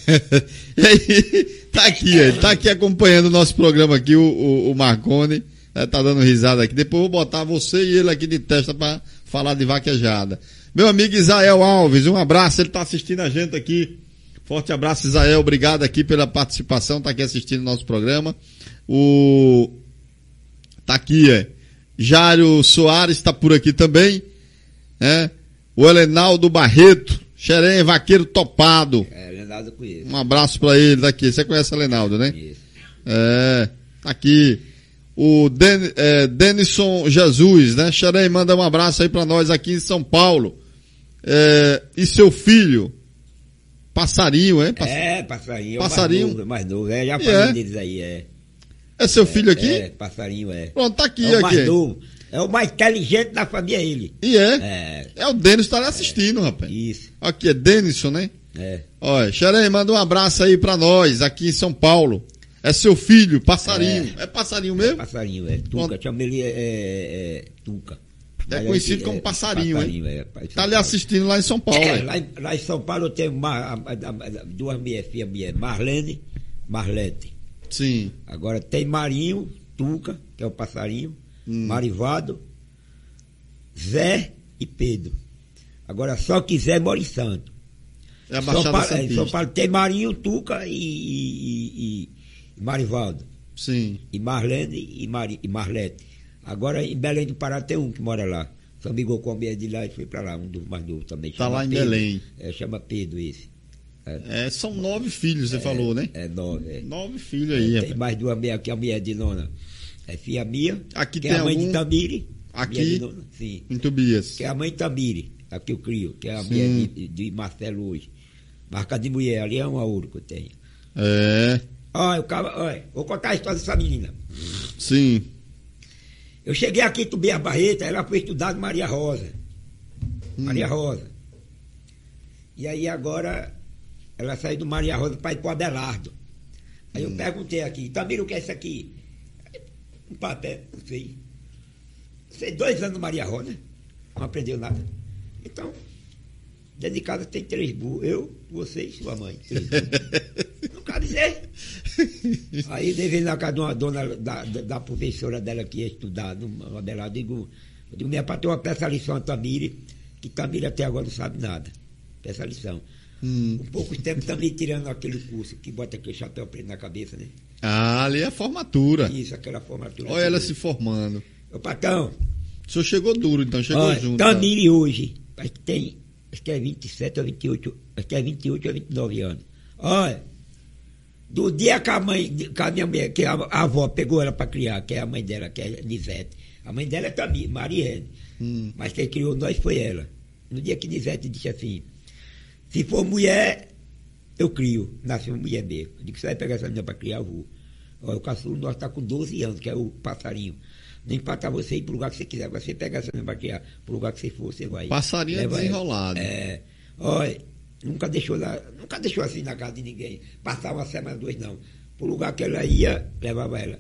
E aí, tá aqui, ele tá aqui acompanhando o nosso programa aqui, o, o, o Marconi. É, tá dando risada aqui. Depois eu vou botar você e ele aqui de testa para falar de vaquejada. Meu amigo Isael Alves, um abraço, ele tá assistindo a gente aqui. Forte abraço, Isael, obrigado aqui pela participação, tá aqui assistindo o nosso programa. O... Tá aqui, é. Jário Soares está por aqui também, né? O Helenaldo Barreto, Xerém, vaqueiro topado. É, Helenaldo conheço. Um abraço para ele daqui. Você conhece o Helenaldo, né? Isso. É, tá aqui. O Den, é, Denison Jesus, né? Xerém, manda um abraço aí para nós aqui em São Paulo. É, e seu filho, Passarinho, é? Pass... É, Passarinho. Passarinho. Mais novo, mais novo. É, já falei é. deles aí, é. É seu filho é, aqui? É, Passarinho, é. Pronto, tá aqui, é o aqui. mais novo. É o mais inteligente da família, ele. E é? É. É o Denis tá ali assistindo, é. rapaz. Isso. Aqui é Denison, né? É. Olha, Xerém, manda um abraço aí pra nós, aqui em São Paulo. É seu filho, Passarinho. É, é Passarinho mesmo? É Passarinho, é. Tuca, chama ele, é, é, é Tuca. É Mas conhecido é, como é, Passarinho, passarinho hein? é. Tá ali assistindo lá em São Paulo, é, é. lá, em, lá em São Paulo eu tenho uma, a, a, a, duas minhas filhas, minha, Marlene, Marlete. Sim. Agora tem Marinho, Tuca, que é o Passarinho, hum. Marivado, Zé e Pedro. Agora só que Zé mora em Santo. É a São Baixada Paulo, é, Santista. São Paulo tem Marinho, Tuca e, e, e, e Marivaldo. Sim. E Marlene e, Mari, e Marlete. Agora em Belém do Pará tem um que mora lá. Se amigou com a mulher de lá e foi pra lá, um dos mais novos também. Tá lá em Pedro. Belém. É, chama Pedro esse. É, são nove filhos, você é, falou, né? É nove. É. Nove filhos aí, é, Tem rapaz. Mais duas mulheres aqui, a mulher de nona. É filha minha. Aqui que tem é a mãe algum... de Tamiri. Aqui, nona, sim. em Tobias. Que é a mãe de Tamiri, a que eu crio, que é a sim. mulher de, de Marcelo hoje. Marca de mulher, ali é uma ouro que eu tenho. É. Olha, o cara, olha, vou contar a história dessa menina. Sim. Eu cheguei aqui em Tubias Barreto, ela foi estudar com Maria Rosa. Hum. Maria Rosa. E aí agora ela saiu do Maria Rosa para ir para o Abelardo. Aí hum. eu perguntei aqui, Tamiro, o que é isso aqui? Um papel, não sei. Sei dois anos no Maria Rosa, não aprendeu nada. Então, dentro de casa tem três burros, eu, você e sua mãe. Não cabe dizer. Aí levei na casa de uma dona da, da, da professora dela que ia estudar no Abelardo, eu digo, eu digo, minha patroa, peça a lição a Tamiri, que Tamiri até agora não sabe nada. Peça a lição. Hum. Com pouco tempo também tirando aquele curso que bota aquele chapéu preto na cabeça, né? Ah, ali é a formatura. Isso, aquela formatura. Olha ela se formando. Ô, patrão. O senhor chegou duro, então, chegou olha, junto. Tamiri tá? Hoje, acho que tem, acho que é vinte e sete ou vinte e oito, acho que é vinte e oito ou vinte e nove anos. Olha, do dia que a mãe, que a minha mulher, que a, a avó pegou ela para criar, que é a mãe dela, que é Nivete. A mãe dela é Tamiri, Mariene. Hum. Mas quem criou nós foi ela. No dia que Nivete disse assim, se for mulher, eu crio. Nasceu uma mulher mesmo. Eu digo, você vai pegar essa menina para criar, eu vou. Olha, o caçulo nós está com doze anos, que é o Passarinho. Nem para você ir para o lugar que você quiser. Você pega essa menina para criar, para o lugar que você for, você vai. Passarinho é desenrolado. É. Olha, nunca deixou, lá, nunca deixou assim na casa de ninguém. Passava uma semana, duas, não. Para o lugar que ela ia, levava ela.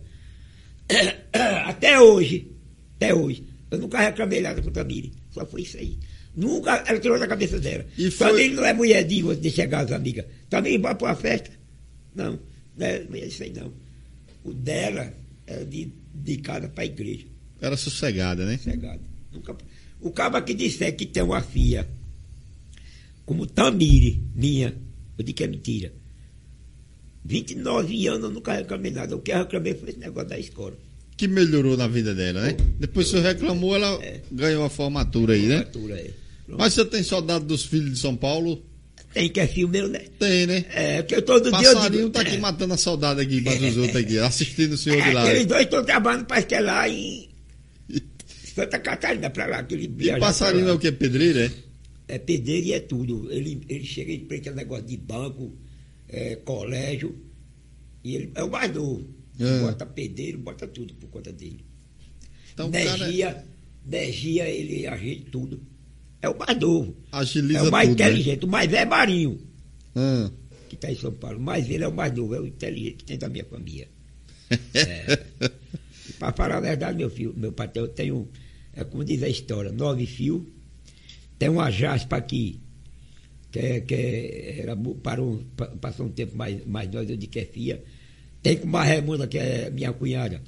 Até hoje, até hoje, eu nunca reclamei nada com a Tamiri. Só foi isso aí. Nunca ela tirou da cabeça dela. E foi... Tamiri não é mulher de, de chegar às amigas. Tamiri vai para uma festa? Não, não é, não é isso aí não. O dela era de, de casa para a igreja. Era sossegada, né? Sossegada. Nunca... O cara que disser que tem uma filha como Tamiri, minha, eu digo que é mentira. vinte e nove anos eu nunca reclamei nada. O que eu reclamei foi esse negócio da escola. Que melhorou na vida dela, né? Depois que você reclamou, ela é. ganhou a formatura aí, formatura, né? É. Mas você tem saudade dos filhos de São Paulo? Tem, que é filho meu, né? Tem, né? É, porque todo Passarinho dia eu digo... tá aqui matando a saudade aqui, para os outros aqui, assistindo o senhor é, de lá. Aqueles dois estão trabalhando para estar lá em Santa Catarina, para lá. Que ele e Passarinho é o que? Pedreiro, é? É pedreiro e é tudo. Ele, ele chega e prende negócio de banco, é, colégio, e ele é o mais novo. É. Bota pedreiro, bota tudo por conta dele. Então, energia, cara... energia, ele ajeita tudo. É o mais novo. Agiliza é o mais tudo, inteligente. Né? O mais velho é Marinho, ah. que está em São Paulo. O mais velho é o mais novo, é o inteligente que tem da minha família. É. Para falar a verdade, meu filho, meu patrão, eu tenho, é como diz a história, nove fios. Tem uma jaspa aqui, que, é, que é, era, parou, passou um tempo mais, mais nós, eu de que é filha. Tem uma Raimunda, que é minha cunhada,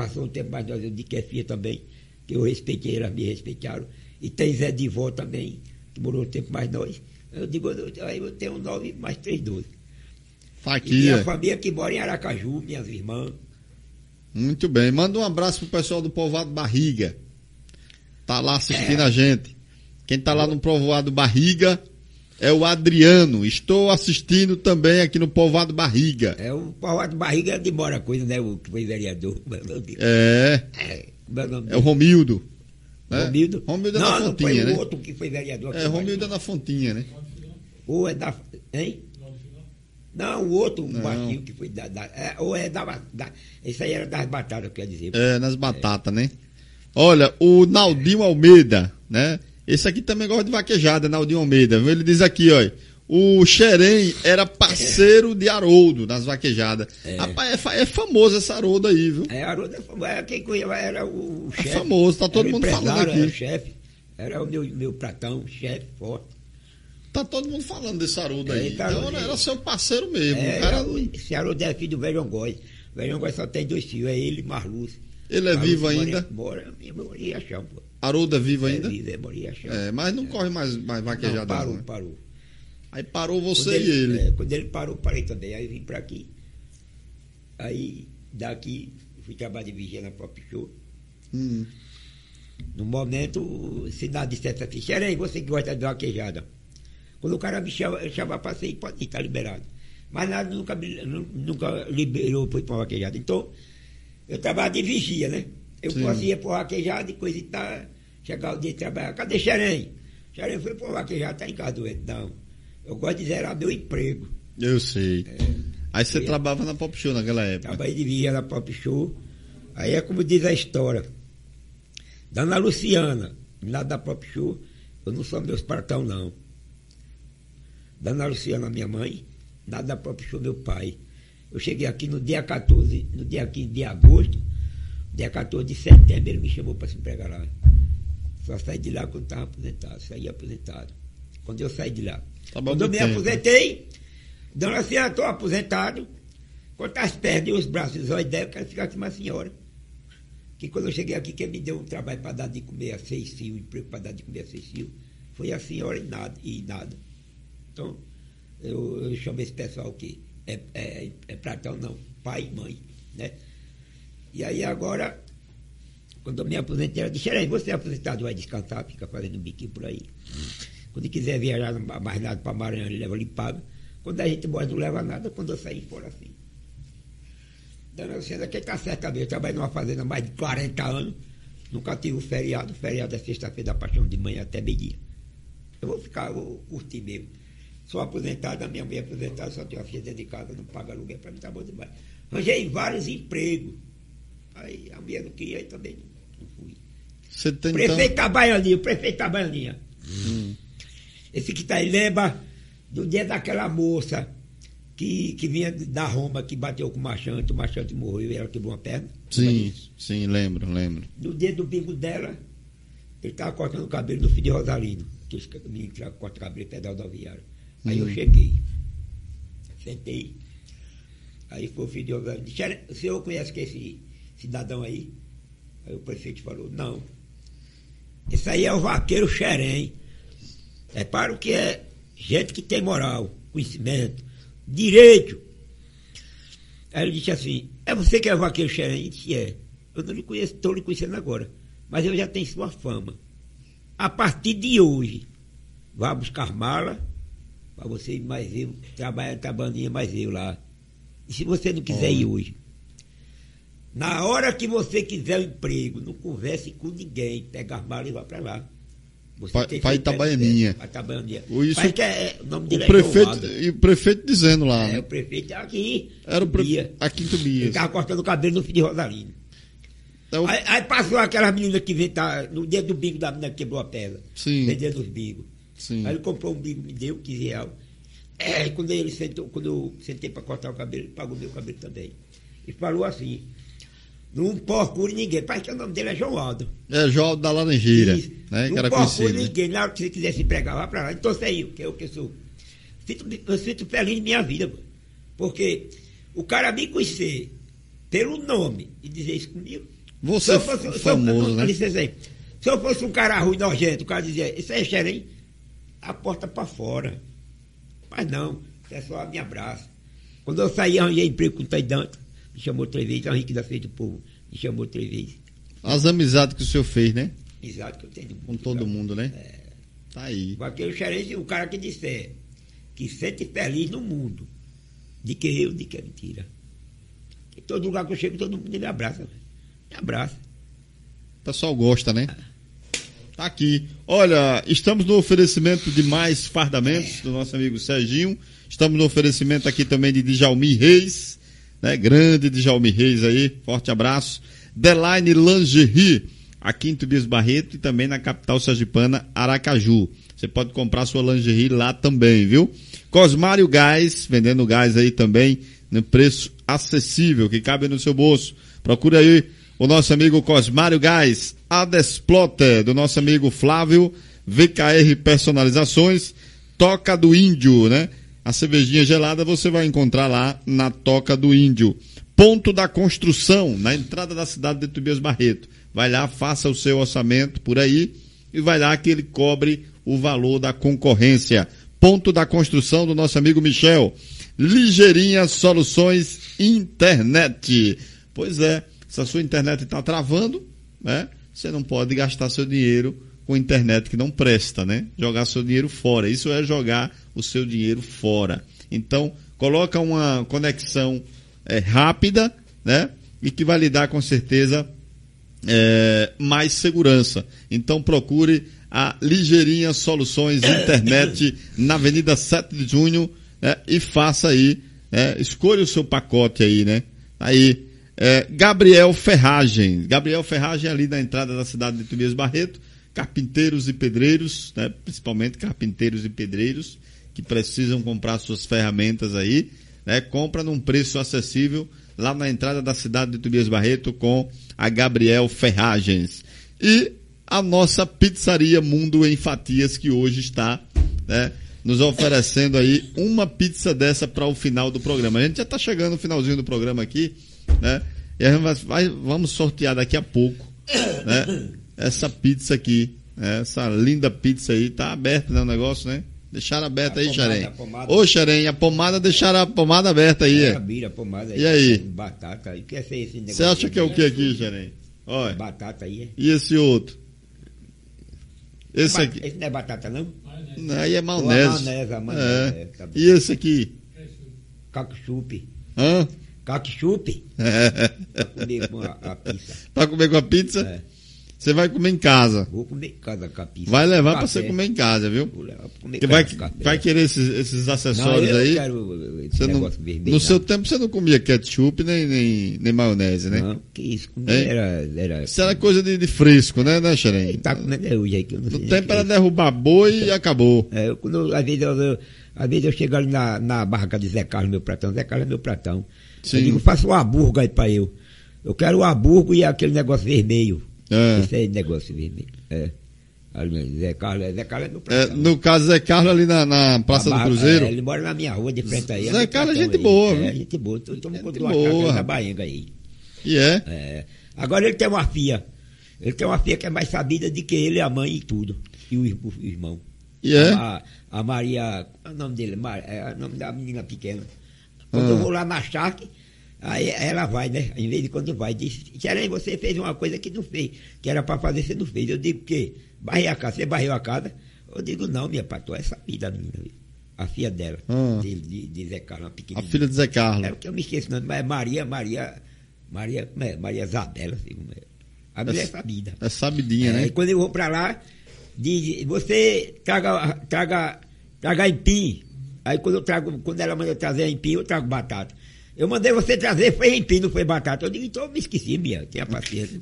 passou um tempo mais nós, eu de Kefia também, que eu respeitei, elas me respeitaram. E tem Zé Divó também, que morou um tempo mais nós. Eu digo, aí eu tenho nove mais três, doze. Faquia. E minha família que mora em Aracaju, minhas irmãs. Muito bem. Manda um abraço pro pessoal do Povoado Barriga. Tá lá assistindo é. a gente. Quem tá lá no Povoado Barriga é o Adriano. Estou assistindo também aqui no Povoado Barriga. É, o Povoado Barriga demora coisa, né? O que foi vereador. É. É, é o Romildo. Né? Romildo? Romildo é não, na não Fontinha, foi né? o outro que foi vereador. É, Romildo é na Fontinha, né? Ou é da... Hein? Não, o outro, o baixinho que foi da... da é, ou é da, da... Esse aí era das batatas, quer dizer. É, nas batatas, é. né? Olha, o Naldinho Almeida, né? Esse aqui também gosta de vaquejada, Naldinho Almeida. Ele diz aqui, ó... O Xerém era parceiro de Haroldo nas vaquejadas. É. Rapaz, é, é famoso essa Haroldo aí, viu? É, Haroldo é famoso. É, quem conhece era o, o chefe. É famoso, tá todo mundo falando aqui. Era o chefe. Era o meu, meu pratão, chefe, forte. Tá todo mundo falando desse Haroldo aí. É, tá, então era seu parceiro mesmo. É, o cara... Esse Haroldo é filho do Velho Góes. O Velho Góes só tem dois filhos, é ele e Marluz. Ele é Marluz vivo ainda? Mora, mora em Achão, pô. Haroldo é vivo ainda? É vivo, é, mora em Achão. É, mas não é. corre mais, mais vaquejada. Não, parou, né? parou. Aí parou você ele, e ele. É, quando ele parou, parei também. Aí vim pra aqui. Aí, daqui, fui trabalhar de vigia na Pop Show. Hum. No momento, se nada dissesse assim, Xerém, você que gosta de vaquejada. Quando o cara me chama, chama pra sair, pode ir, tá liberado. Mas nada nunca, nunca liberou para ir pra vaquejada. Então, eu trabalhava de vigia, né? Eu posso ir pra vaquejada e coisa e tal. Chegar o dia de trabalhar. Cadê Xerém? Xerém foi pra vaquejada, tá em casa doente. Não. Eu gosto de zerar meu emprego. Eu sei. É, aí você eu, trabalhava na Pop Show naquela época? Trabalhei de vigia na Pop Show. Aí é como diz a história. Dona Luciana, lá da Pop Show, eu não sou meus partão, não. Dona Luciana, minha mãe, lá da Pop Show, meu pai. Eu cheguei aqui no dia quatorze, no dia quinze de agosto, dia quatorze de setembro, ele me chamou para se empregar lá. Só saí de lá quando estava aposentado, saí aposentado. Quando eu saí de lá. Tá Quando eu me tempo. aposentei, Dona Luciana, estou aposentado, cortar as pernas e os braços, olha a ideia, eu quero ficar com uma senhora. Que quando eu cheguei aqui, quem me deu um trabalho para dar de comer a seis fios, um emprego para dar de comer a seis fios, foi a senhora e nada. E nada. Então, eu, eu chamo esse pessoal que é, é, é pratão, não, pai e mãe, né? E aí agora, quando eu me aposentei, ela disse, Xerém, você é aposentado, vai descansar, fica fazendo um biquinho por aí. Quando quiser viajar mais nada para Maranhão, ele leva, ele paga. Quando a gente mora, não leva nada, quando eu sair fora assim. Dona Luciana, quem está certo também, eu trabalho numa fazenda há mais de quarenta anos, nunca tive um feriado, o feriado é sexta-feira da Paixão de manhã até meio-dia. Eu vou ficar, eu vou curtir mesmo. Sou aposentado, a minha mãe é aposentada, só tenho a filha dentro de casa, não paga aluguel, para mim tá bom demais. Arranjei vários empregos. Aí a mulher não queria, aí também não fui. Você tem prefeito então... Itabaianinha, o prefeito Itabaianinha. Hum. Esse que tá aí, lembra do dia daquela moça que, que vinha da Roma, que bateu com o Machante, o Machante morreu e ela quebrou uma perna? Sim, sim, lembro, lembro. No dia do bingo dela, ele estava cortando o cabelo do filho de Rosalino, que os meninos cortam o cabelo pedal da rodoviária. Aí hum. eu cheguei, sentei, aí foi o filho de Rosalino, disse, o senhor conhece que esse cidadão aí? Aí o prefeito falou, não, esse aí é o vaqueiro Xerém. É para o que é gente que tem moral, conhecimento, direito. Aí ele disse assim, é você que é o vaqueiro Xerém? Ele disse, é. Eu não lhe conheço, estou lhe conhecendo agora, mas eu já tenho sua fama. A partir de hoje, vá buscar mala, para você ir mais eu, trabalhar na bandinha mais eu lá. E se você não quiser oh. ir hoje, na hora que você quiser o emprego, não converse com ninguém, pega as malas e vá para lá. Pai Itabaianinha. Pai Itabaianinha. Isso, que é, o nome dele o prefeito, é e o prefeito dizendo lá. É, né? o prefeito aqui. Era o prefeito aqui em Tubias. Ele estava cortando o cabelo no filho de Rosalino. Então, aí, aí passou aquela menina que veio, tá, no dia do bingo da menina que quebrou a perna. Sim. Vendendo os bingos. Sim. Aí ele comprou um bingo, me deu quinze reais. É, quando ele sentou, quando eu sentei para cortar o cabelo, ele pagou meu cabelo também. E falou assim, não procure ninguém. Parece que o nome dele é João Aldo. É, João Aldo da Laranjeira. Né? Não procure ninguém. Na hora que você quiser se empregar, vá para lá. Então, sei eu, que eu que sou. Eu sinto feliz em minha vida, porque o cara me conhecer pelo nome, e dizer isso comigo. Você é famoso, se eu, né? Licença aí. Se eu fosse um cara ruim, nojento, o cara dizia, isso aí é xerém, a porta para fora. Mas não, isso é só me abraça. Quando eu saí, arranjei emprego com o Taidanto, me chamou três vezes, a Henrique da Feita do Povo, me chamou três vezes. As amizades que o senhor fez, né? Exato, que eu tenho. Com todo mundo, né? É. Tá aí. Aquele xerém, o cara que disser que sente feliz no mundo, de que eu, de que é mentira. Em todo lugar que eu chego, todo mundo me abraça. Me abraça. O pessoal gosta, né? Tá aqui. Olha, estamos no oferecimento de mais fardamentos do nosso amigo Serginho. Estamos no oferecimento aqui também de Djalmi Reis, né? Grande Djalmi Reis aí. Forte abraço. Deline Lingerie, aqui em Tobias Barreto e também na capital sergipana, Aracaju. Você pode comprar sua lingerie lá também, viu? Cosmário Gás, vendendo gás aí também, no preço acessível, que cabe no seu bolso. Procure aí o nosso amigo Cosmário Gás. Adesploter, do nosso amigo Flávio. V K R Personalizações. Toca do Índio, né? A cervejinha gelada você vai encontrar lá na Toca do Índio. Ponto da Construção, na entrada da cidade de Tobias Barreto. Vai lá, faça o seu orçamento por aí e vai lá que ele cobre o valor da concorrência. Ponto da Construção do nosso amigo Michel. Ligeirinha Soluções Internet. Pois é, se a sua internet está travando, né? Você não pode gastar seu dinheiro com internet que não presta, né? Jogar seu dinheiro fora. Isso é jogar o seu dinheiro fora. Então, coloca uma conexão é, rápida, né? E que vai lhe dar com certeza é, mais segurança. Então procure a Ligeirinha Soluções Internet na Avenida sete de junho, né? E faça aí, né? Escolha o seu pacote aí, né? Aí, é, Gabriel Ferragem. Gabriel Ferragem ali na entrada da cidade de Tobias Barreto. Carpinteiros e pedreiros, né? Principalmente carpinteiros e pedreiros que precisam comprar suas ferramentas aí, né? Compra num preço acessível lá na entrada da cidade de Tobias Barreto com a Gabriel Ferragens. E a nossa pizzaria Mundo em Fatias, que hoje está, né, nos oferecendo aí uma pizza dessa para o final do programa. A gente já está chegando no finalzinho do programa aqui, né? E a gente vai, vai, vamos sortear daqui a pouco, né? Essa pizza aqui, né? Essa linda pizza aí, tá aberta, né, o negócio, né? Deixaram aberta aí, Xerém. Ô, Xerém, a pomada, deixaram a pomada aberta aí. É, a pomada aí. E aí? Batata aí. O que é esse negócio? Você acha que é o que aqui, Xerém? Olha. Batata aí. E esse outro? Esse ba aqui. Esse não é batata, não? Não, aí é maionese. Maionese, a maionese. É. Tá, e esse aqui? Cachupe. Hã? Cachupe. É. Pra comer com a, a pizza. Pra comer com a pizza? É. Você vai comer em casa. Vou comer em casa com a pizza. Vai levar para você comer em casa, viu? Vou levar pra comer Porque vai, vai querer esses, esses acessórios não, eu aí. Quero esse você não, vermelho, no não. seu tempo você não comia ketchup nem, nem, nem maionese, né? Não, que isso. Era, era... Isso era coisa de, de fresco, né, né, Xerém? Tá comendo é hoje aí que eu não sei. No tempo era derrubar boi e acabou. É, eu, quando, às, vezes eu, eu, às vezes eu chego ali na, na barraca de Zé Carlos, meu pratão. Zé Carlos é meu pratão. Sim. Eu digo, faça um hambúrguer aí pra eu. Eu quero o hambúrguer e aquele negócio vermelho. É. Esse aí é negócio vermelho. É. Ali, Zé Carlos, Zé Carlos é meu pratão. É, no caso, Zé Carlos ali na, na Praça barra, do Cruzeiro. É, ele mora na minha rua, de frente aí. Zé é Carlos é gente aí. boa, É, gente boa. Estamos com duas boa. casas na Baenga aí. E é? É. Agora ele tem uma filha. Ele tem uma filha que é mais sabida do que ele, a mãe e tudo. E o, o, o irmão. E é? A, a Maria, qual é o nome dele? Mar, é o nome da menina pequena. Quando ah. eu vou lá na charque, aí ela vai, né? Em vez de quando vai, diz, Xerém, você fez uma coisa que não fez, que era para fazer, você não fez. Eu digo, que barrei a casa, você barreu a casa? Eu digo, não, minha patroa, é sabida a menina. A filha dela, ah. de, de, de Zé Carlos, uma pequenininha. A filha de Zé Carlos. É o que eu me esqueço, não, mas é Maria, Maria, Maria, como é? Maria Isabela, assim como é. A mulher é, é sabida. É sabidinha, é, né? E quando eu vou pra lá, diz, você traga, traga, traga empim. Aí quando eu trago, quando ela manda eu trazer empim, eu trago batata. Eu mandei você trazer, foi empim, não foi batata. Eu digo, então eu me esqueci, minha, tenha paciência.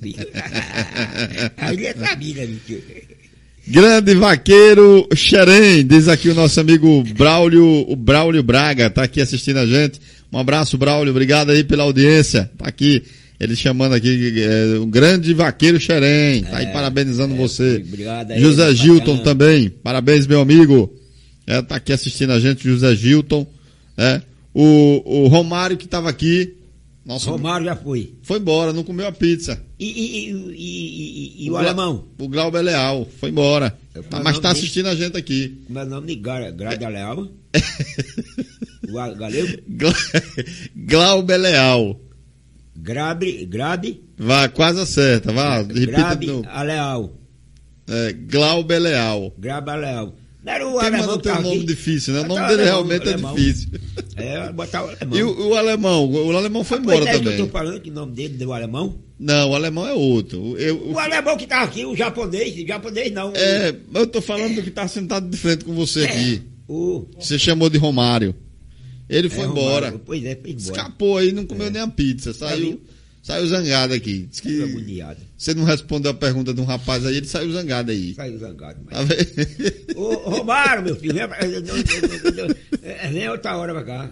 Aí é sabida, mentira. Grande vaqueiro Xerém, diz aqui o nosso amigo Braulio, o Braulio Braga, tá aqui assistindo a gente. Um abraço, Braulio, obrigado aí pela audiência. Tá aqui, ele chamando aqui, é, o grande vaqueiro Xerém, tá é, aí parabenizando é, você. Obrigado aí, José Gilton bacana. Também, parabéns, meu amigo. É, tá aqui assistindo a gente, José Gilton, é. O, o Romário que estava aqui, Nossa, Romário já foi. foi embora, não comeu a pizza. E, e, e, e, e, e o, o alemão? O Glauber Leal, foi embora. Eu Tá, falo mas o tá nome assistindo a gente aqui. Como é o nome de Gra- Grada Leal? O a- galego? Gla- Glauber Leal. Grabe, Grabe, Vá, quase acerta. Vá, repita Grabe de novo. a Leal. É, Glauber Leal. Grabe a Leal. Não era o Quem alemão manda que tem um tava nome aqui? difícil, né? O Botar nome o dele alemão, realmente alemão. é difícil. É, botar o alemão. E o, o alemão? O alemão foi Pois embora é, que eu também. tô falando que o nome dele deu alemão. Não, o alemão é outro. Eu, o- O alemão que tá aqui, o japonês, o japonês não. é, eu tô falando do que tá sentado de frente com você aqui. O, Você chamou de Romário. Ele foi é, embora. Romário. Pois é, foi embora. Escapou aí, não comeu nem a pizza. Saiu, viu? saiu zangado aqui. Diz Saiu que agoniado. você não respondeu a pergunta de um rapaz aí, ele saiu zangado aí. Saiu zangado. Tá Mas... vendo? Ô, Romário, meu filho, vem, pra- é, vem outra hora pra cá.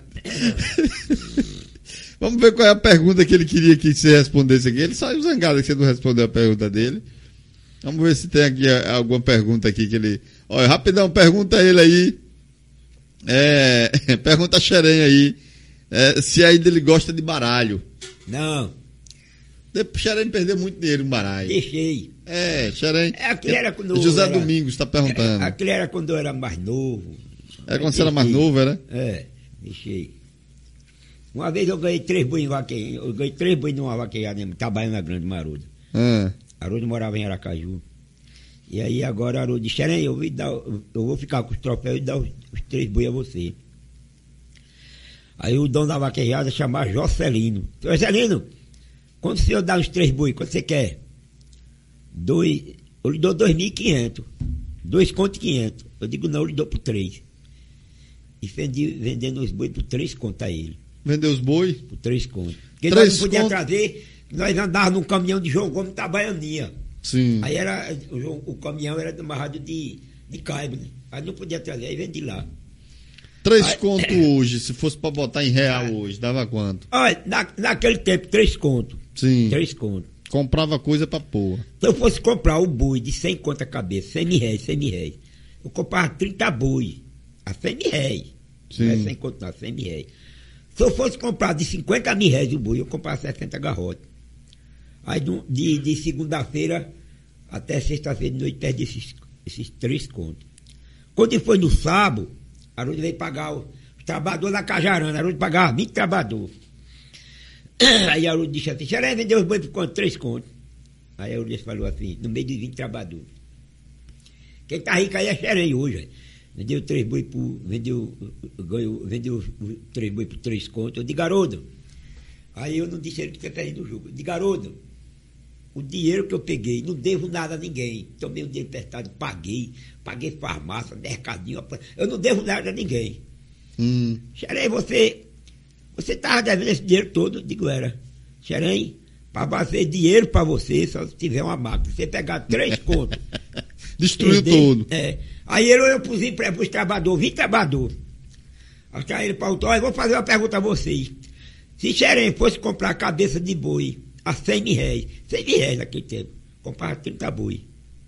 Vamos ver qual é a pergunta que ele queria que você respondesse aqui. Ele saiu zangado que você não respondeu a pergunta dele. Vamos ver se tem aqui eh, alguma pergunta aqui que ele... Olha, rapidão, pergunta ele aí. É, pergunta a Xerém aí. É, se ainda ele gosta de baralho. Não, Xerém perdeu muito dinheiro em baralho. deixei. É, Xerém. É, aquilo era quando José era- Domingos está perguntando. É, aquilo era quando eu era mais novo. Era quando você era mais novo, era? É, deixei. Uma vez eu ganhei três boi em vaquejada. Eu ganhei três boi numa vaquejada em Itabaiana Grande, Marudo. Ah, Haroldo morava em Aracaju. E aí agora Haroldo disse, Xerém, eu, vou dar- eu vou ficar com os troféus e dar os, os três boi a você. Aí o dono da vaquejada chamava Jocelino. Jocelino, quando o senhor dá os três boi, quanto você quer? Dois, eu lhe dou dois mil e quinhentos. Dois contos e quinhentos. Eu digo, não, eu lhe dou por três. E vendi, vendendo os boi por três contos a ele. vendeu os boi? Por três contos. Porque Três nós não podíamos contos? trazer, nós andávamos num caminhão de João Gomes Itabaianinha. Sim. Aí era, o, João- o caminhão era amarrado de, de caibo, né? Aí não podia trazer, aí vendi lá. Três Ai. conto hoje, se fosse pra botar em real hoje, dava quanto? Olha, na, naquele tempo, três contos. Sim. Três contos. Comprava coisa pra pôr. Se eu fosse comprar o boi de cem conto a cabeça, cem mil réis, cem mil réis, eu comprava trinta boi a cem mil réis. Sim. Não é cem conto, não, cem mil réis. Se eu fosse comprar de cinquenta mil réis o boi, eu comprava sessenta garrotes. Aí do- de, de segunda-feira até sexta-feira de noite perdi esses, esses três contos. Quando foi no sábado, Haroldo veio pagar o- os trabalhadores da Cajarana. Haroldo pagava vinte trabalhadores. Aí Haroldo disse assim, Xerém, vendeu os boi por quanto? Três contos. Aí Haroldo falou assim, no meio de vinte trabalhadores. Quem tá rico aí é Xerém hoje. Ó. Vendeu três boi por. Vendeu, ganhou, vendeu os três boi por três contos. Eu disse, garoto. Aí eu não disse ele que você fez no jogo. Eu disse, garoto, o dinheiro que eu peguei, não devo nada a ninguém. Tomei o dinheiro emprestado, paguei. Paguei farmácia, mercadinho. Eu não devo nada a ninguém. Hum. Xerém, você. Você estava devendo esse dinheiro todo? Eu digo, era. Xerém, para fazer dinheiro para você, só se tiver uma máquina. Você pegar três contos. Destruiu perder, tudo. É. Aí ele olhou para os empre- pros trabalhadores, vinte trabalhadores. Aí ele falou, olha, vou fazer uma pergunta a vocês. Se Xerém fosse comprar cabeça de boi a cem mil réis, cem mil réis naquele tempo, comprava trinta boi.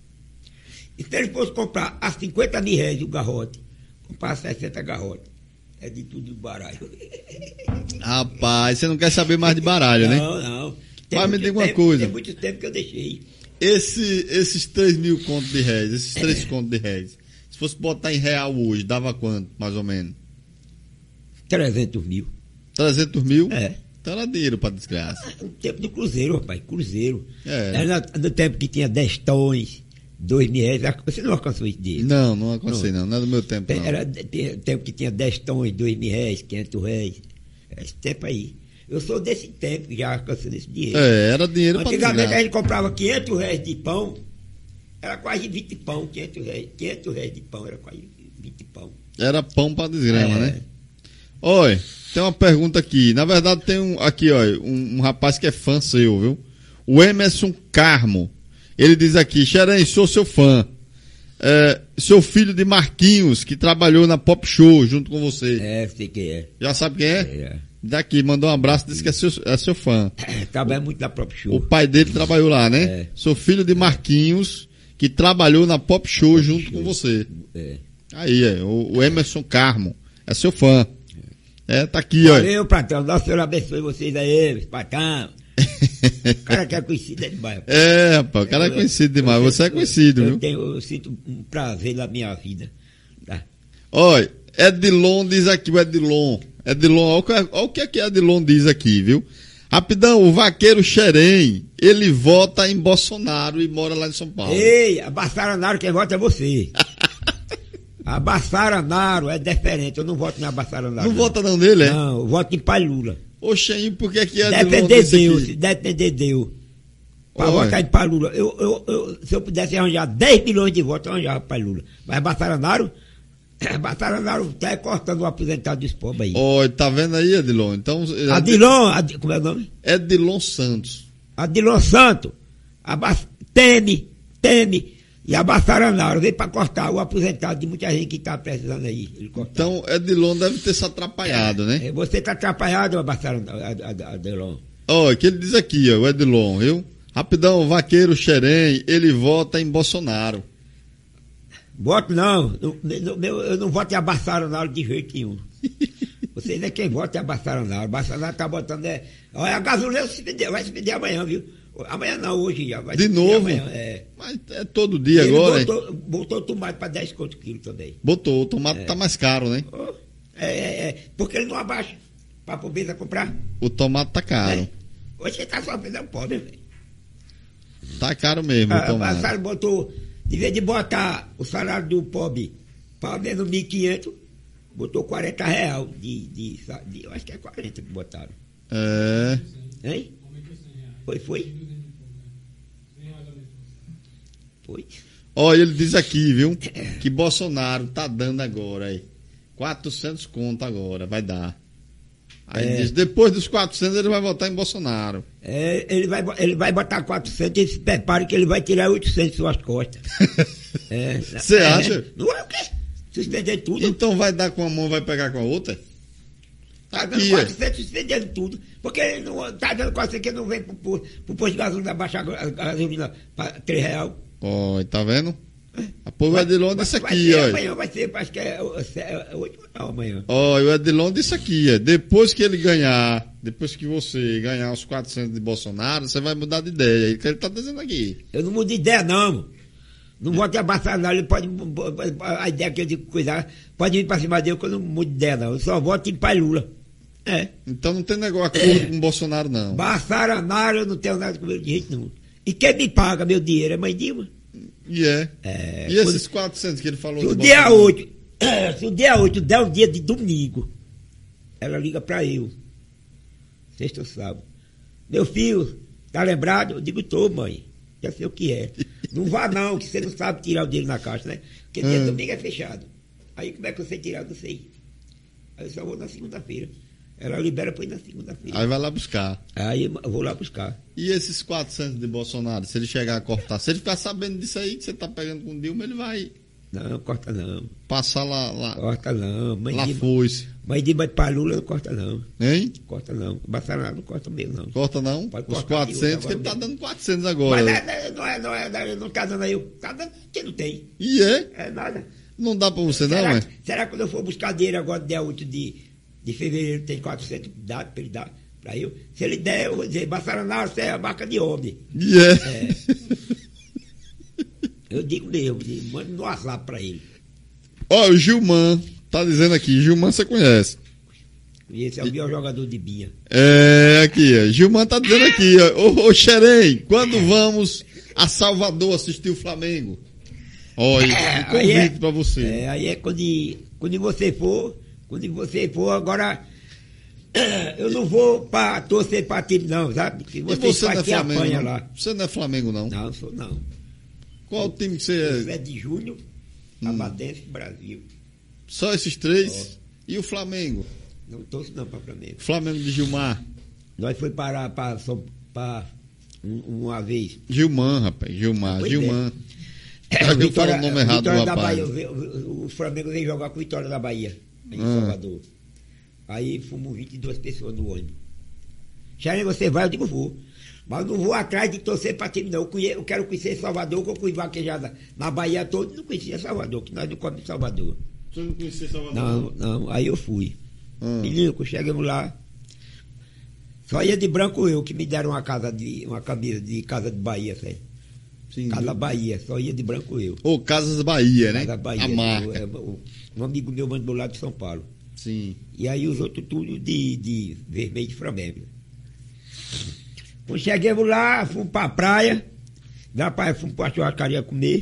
E se ele fosse comprar a cinquenta mil réis o garrote, comprava sessenta garrotes. É de tudo baralho. Rapaz, você não quer saber mais de baralho, né? Não, não. Tem Mas me muito diga uma tempo- coisa. Tem muito tempo que eu deixei. Esse, esses três mil contos de réis, esses três contos de réis, se fosse botar em real hoje, dava quanto, mais ou menos? trezentos mil. trezentos mil? É. Então era dinheiro pra desgraça. No tempo do Cruzeiro, rapaz, Cruzeiro. É. Era no, no tempo que tinha dez tons, dois mil reais. Você não alcançou esse dinheiro. Não, não aconteceu não, não é do meu tempo não. Era tinha tempo que tinha dez tons, dois mil reais, quinhentos reais. Esse tempo aí. Eu sou desse tempo que já alcancei esse dinheiro. É, era dinheiro pra Antigamente a desgraça. gente comprava quinhentos reais de pão, era quase vinte pão, quinhentos reais, quinhentos reais de pão, era quase vinte pão. Era pão pra desgrama, É. né? Oi, tem uma pergunta aqui. Na verdade tem um, aqui, ó, um, um rapaz que é fã seu, viu? O Emerson Carmo. Ele diz aqui, Xerém, sou seu fã. É, seu filho de Marquinhos, que trabalhou na Pop Show junto com você. É, sei que é. Já sabe quem é? É. Daqui, mandou um abraço, disse que é seu, é seu fã. Trabalha muito na própria show. O pai dele trabalhou lá, né? É. Sou filho de Marquinhos, que trabalhou na Pop Show junto Show. com você. É. Aí, é, o, o Emerson Carmo, é seu fã. É, tá aqui, ó. Valeu, patrão. Nosso Senhor abençoe vocês aí, patrão. O cara que é conhecido é demais. É, rapaz, o cara é conhecido demais. Você é conhecido, eu, viu? Eu, tenho, eu sinto um prazer na minha vida. Tá? Olha, Edilon diz aqui, o Edilon. Edilon, olha o que, olha o que é que Edilon diz aqui, viu? Rapidão, o vaqueiro Xerém, ele vota em Bolsonaro e mora lá em São Paulo. Ei, a Bassaranaro, quem vota é você. A Bassaranaro é diferente, eu não voto na Bassaranaro. Não, não vota não nele, é? Não, eu voto em Pai Lula. Oxê, por que que Edilon Depender disse Deus, aqui? depender Deus. Pra Olha. votar em Pai Lula. Eu, eu, eu, se eu pudesse arranjar dez milhões de votos, eu arranjava Pai Lula. Mas Bassaranaro, Bassaranaro tá cortando o aposentado dos pobres aí. Olha, tá vendo aí, Edilon? Então, Adilon, Ad, como é o nome? Edilon Santos. Adilon Santo, a Bas, teme, teme, e a Bassaranaro veio pra cortar o aposentado de muita gente que tá precisando aí. Ele então, Edilon deve ter se atrapalhado, né? É, você tá atrapalhado, Bassaranaro, Adilon. Olha, que ele diz aqui, ó, o Edilon, viu? Rapidão, o vaqueiro Xerém, ele vota em Bolsonaro. Voto não, no, no, meu, eu não voto em Bassaranaro de jeito nenhum. Vocês é quem vota é Bassaranaro. Bassaranaro tá botando. É, olha, a gasolina se vender, vai se vender amanhã, viu? Amanhã não, hoje já. Vai de se novo? Amanhã, é. Mas é todo dia Ele agora, botou, botou tomate para dez conto quilo também. Botou, o tomate é. tá mais caro, né? Oh, é, é, é, porque ele não abaixa para a pobreza comprar. O tomate tá caro. É. Hoje você tá sofrendo é um pobre, velho. Tá caro mesmo Ah, o tomate. A botou, de vez de botar o salário do pobre para menos mil e quinhentos, botou quarenta reais de, de, de. Eu acho que é quarenta que botaram. É. Hein? Foi, foi? Foi. Olha, ele diz aqui, viu? Que Bolsonaro tá dando agora aí. quatrocentos conto agora, vai dar. Aí É. diz, depois dos quatrocentos ele vai votar em Bolsonaro. É, ele, vai, ele vai botar quatrocentos e se prepare que ele vai tirar oitocentos de suas costas. Você é, acha? Não é o quê? Suspender tudo. Então vai dar com a mão, vai pegar com a outra? Tá dando Aqui, quatrocentos, suspendendo tudo. Porque ele não tá dando quatrocentos que ele não vem pro, pro, pro posto de gasolina baixar a gasolina para três reais. Ó, tá vendo? A povo Edilon disse Vai aqui, ser ó. amanhã, vai ser, acho que é oito não, amanhã. Ó, o Edilon disse aqui, ó. Depois que ele ganhar, depois que você ganhar os quatrocentos de Bolsonaro, você vai mudar de ideia. É isso que ele tá dizendo aqui. Eu não mudo de ideia, não. Não vou te abaixar, não. Ele pode. A ideia que eu digo cuidar, pode vir pra cima dele que eu não mudo de ideia, não. Eu só voto em Pai Lula. É. Então não tem negócio acordo com o Bolsonaro, não. Bassaranaro, eu não tenho nada com ele de jeito nenhum. E quem me paga meu dinheiro é Mãe Dilma. E é. É, E esses quatrocentos que ele falou Se o do dia Bolsonaro? oito, se o dia oito der um dia de domingo, ela liga pra eu. Sexta ou sábado. Meu filho, tá lembrado? Eu digo, tô, mãe. Já sei o que é. Não vá não, que você não sabe tirar o dinheiro na caixa, né? Porque dia de domingo é fechado. Aí como é que eu sei tirar? Eu não sei. Aí eu só vou na segunda-feira. Ela libera pra ir na segunda-feira. Aí vai lá buscar. Aí eu vou lá buscar. E esses quatrocentos de Bolsonaro, se ele chegar a cortar, se ele ficar sabendo disso aí, que você tá pegando com o Dilma, ele vai Não, corta não. passar lá, lá, Corta não. Mãe lá Dilma, foice. mãe Dilma de Pai Lula não corta não. Hein? Corta não. Bassaranaro não corta mesmo não. Corta não? Pode Os cortar quatrocentos, de que ele tá outra, dando quatrocentos agora. Mas não é, não é, não é, não é, não tá dando aí, tá dando que não tem. E é? É nada. Não dá pra você não, será, é? será que quando eu for buscar dinheiro agora, dia oito de, de fevereiro, tem quatrocentos dados pra ele dar pra eu? Se ele der, eu vou dizer, Bassaranaro, você é a marca de homem. E é? É. Eu digo mesmo, manda no WhatsApp pra ele. Ó, o Gilman tá dizendo aqui, Gilman você conhece. E esse é o melhor jogador de binha. É, aqui, ó. Gilman tá dizendo aqui, ó. Ô, ô Xerém, quando vamos a Salvador assistir o Flamengo? Olha, É, um convite aí é- pra você. É, aí é quando, quando você for, quando você for, agora eu não vou pra torcer pra time não, sabe? Que E você, você não é faz que Flamengo, apanha não? lá. Você não é Flamengo, não? Não, sou não. Qual o time que você Você é? é de Júnior, Abadense e Brasil. Só esses três? E o Flamengo? Não torço não pra Flamengo. Flamengo de Gilmar. Nós foi parar pra, São- pra um- uma vez. Gilman, rapaz. Gilmar. Pois Gilman. É, Será que eu falo o nome errado do Vitória da rapaz? Bahia, o, o- o Flamengo veio jogar com o Vitória da Bahia, em Ah. Salvador. Aí fomos vinte e duas pessoas no ônibus. Xerém, você vai? Eu digo, vou. Mas não vou atrás de torcer para time, não. Eu, conhe- eu quero conhecer Salvador, que eu fui vaquejada na Bahia toda, não conhecia Salvador, que nós não comemos Salvador. Você não conhecia Salvador? Não, não. Aí eu fui. Hum. Menino, quando chegamos lá, só ia de branco eu, que me deram uma casa de, uma camisa de Casa de Bahia, sabe? Sim. Casa Bahia, só ia de branco eu. Ô, Casas Bahia, né? Casa Bahia. A marca. O, o, um amigo meu mandou lá de São Paulo. Sim. E aí os outros tudo de, de vermelho de Flamengo. Quando chegamos lá, fomos pra praia, da praia fomos pra churrascaria comer.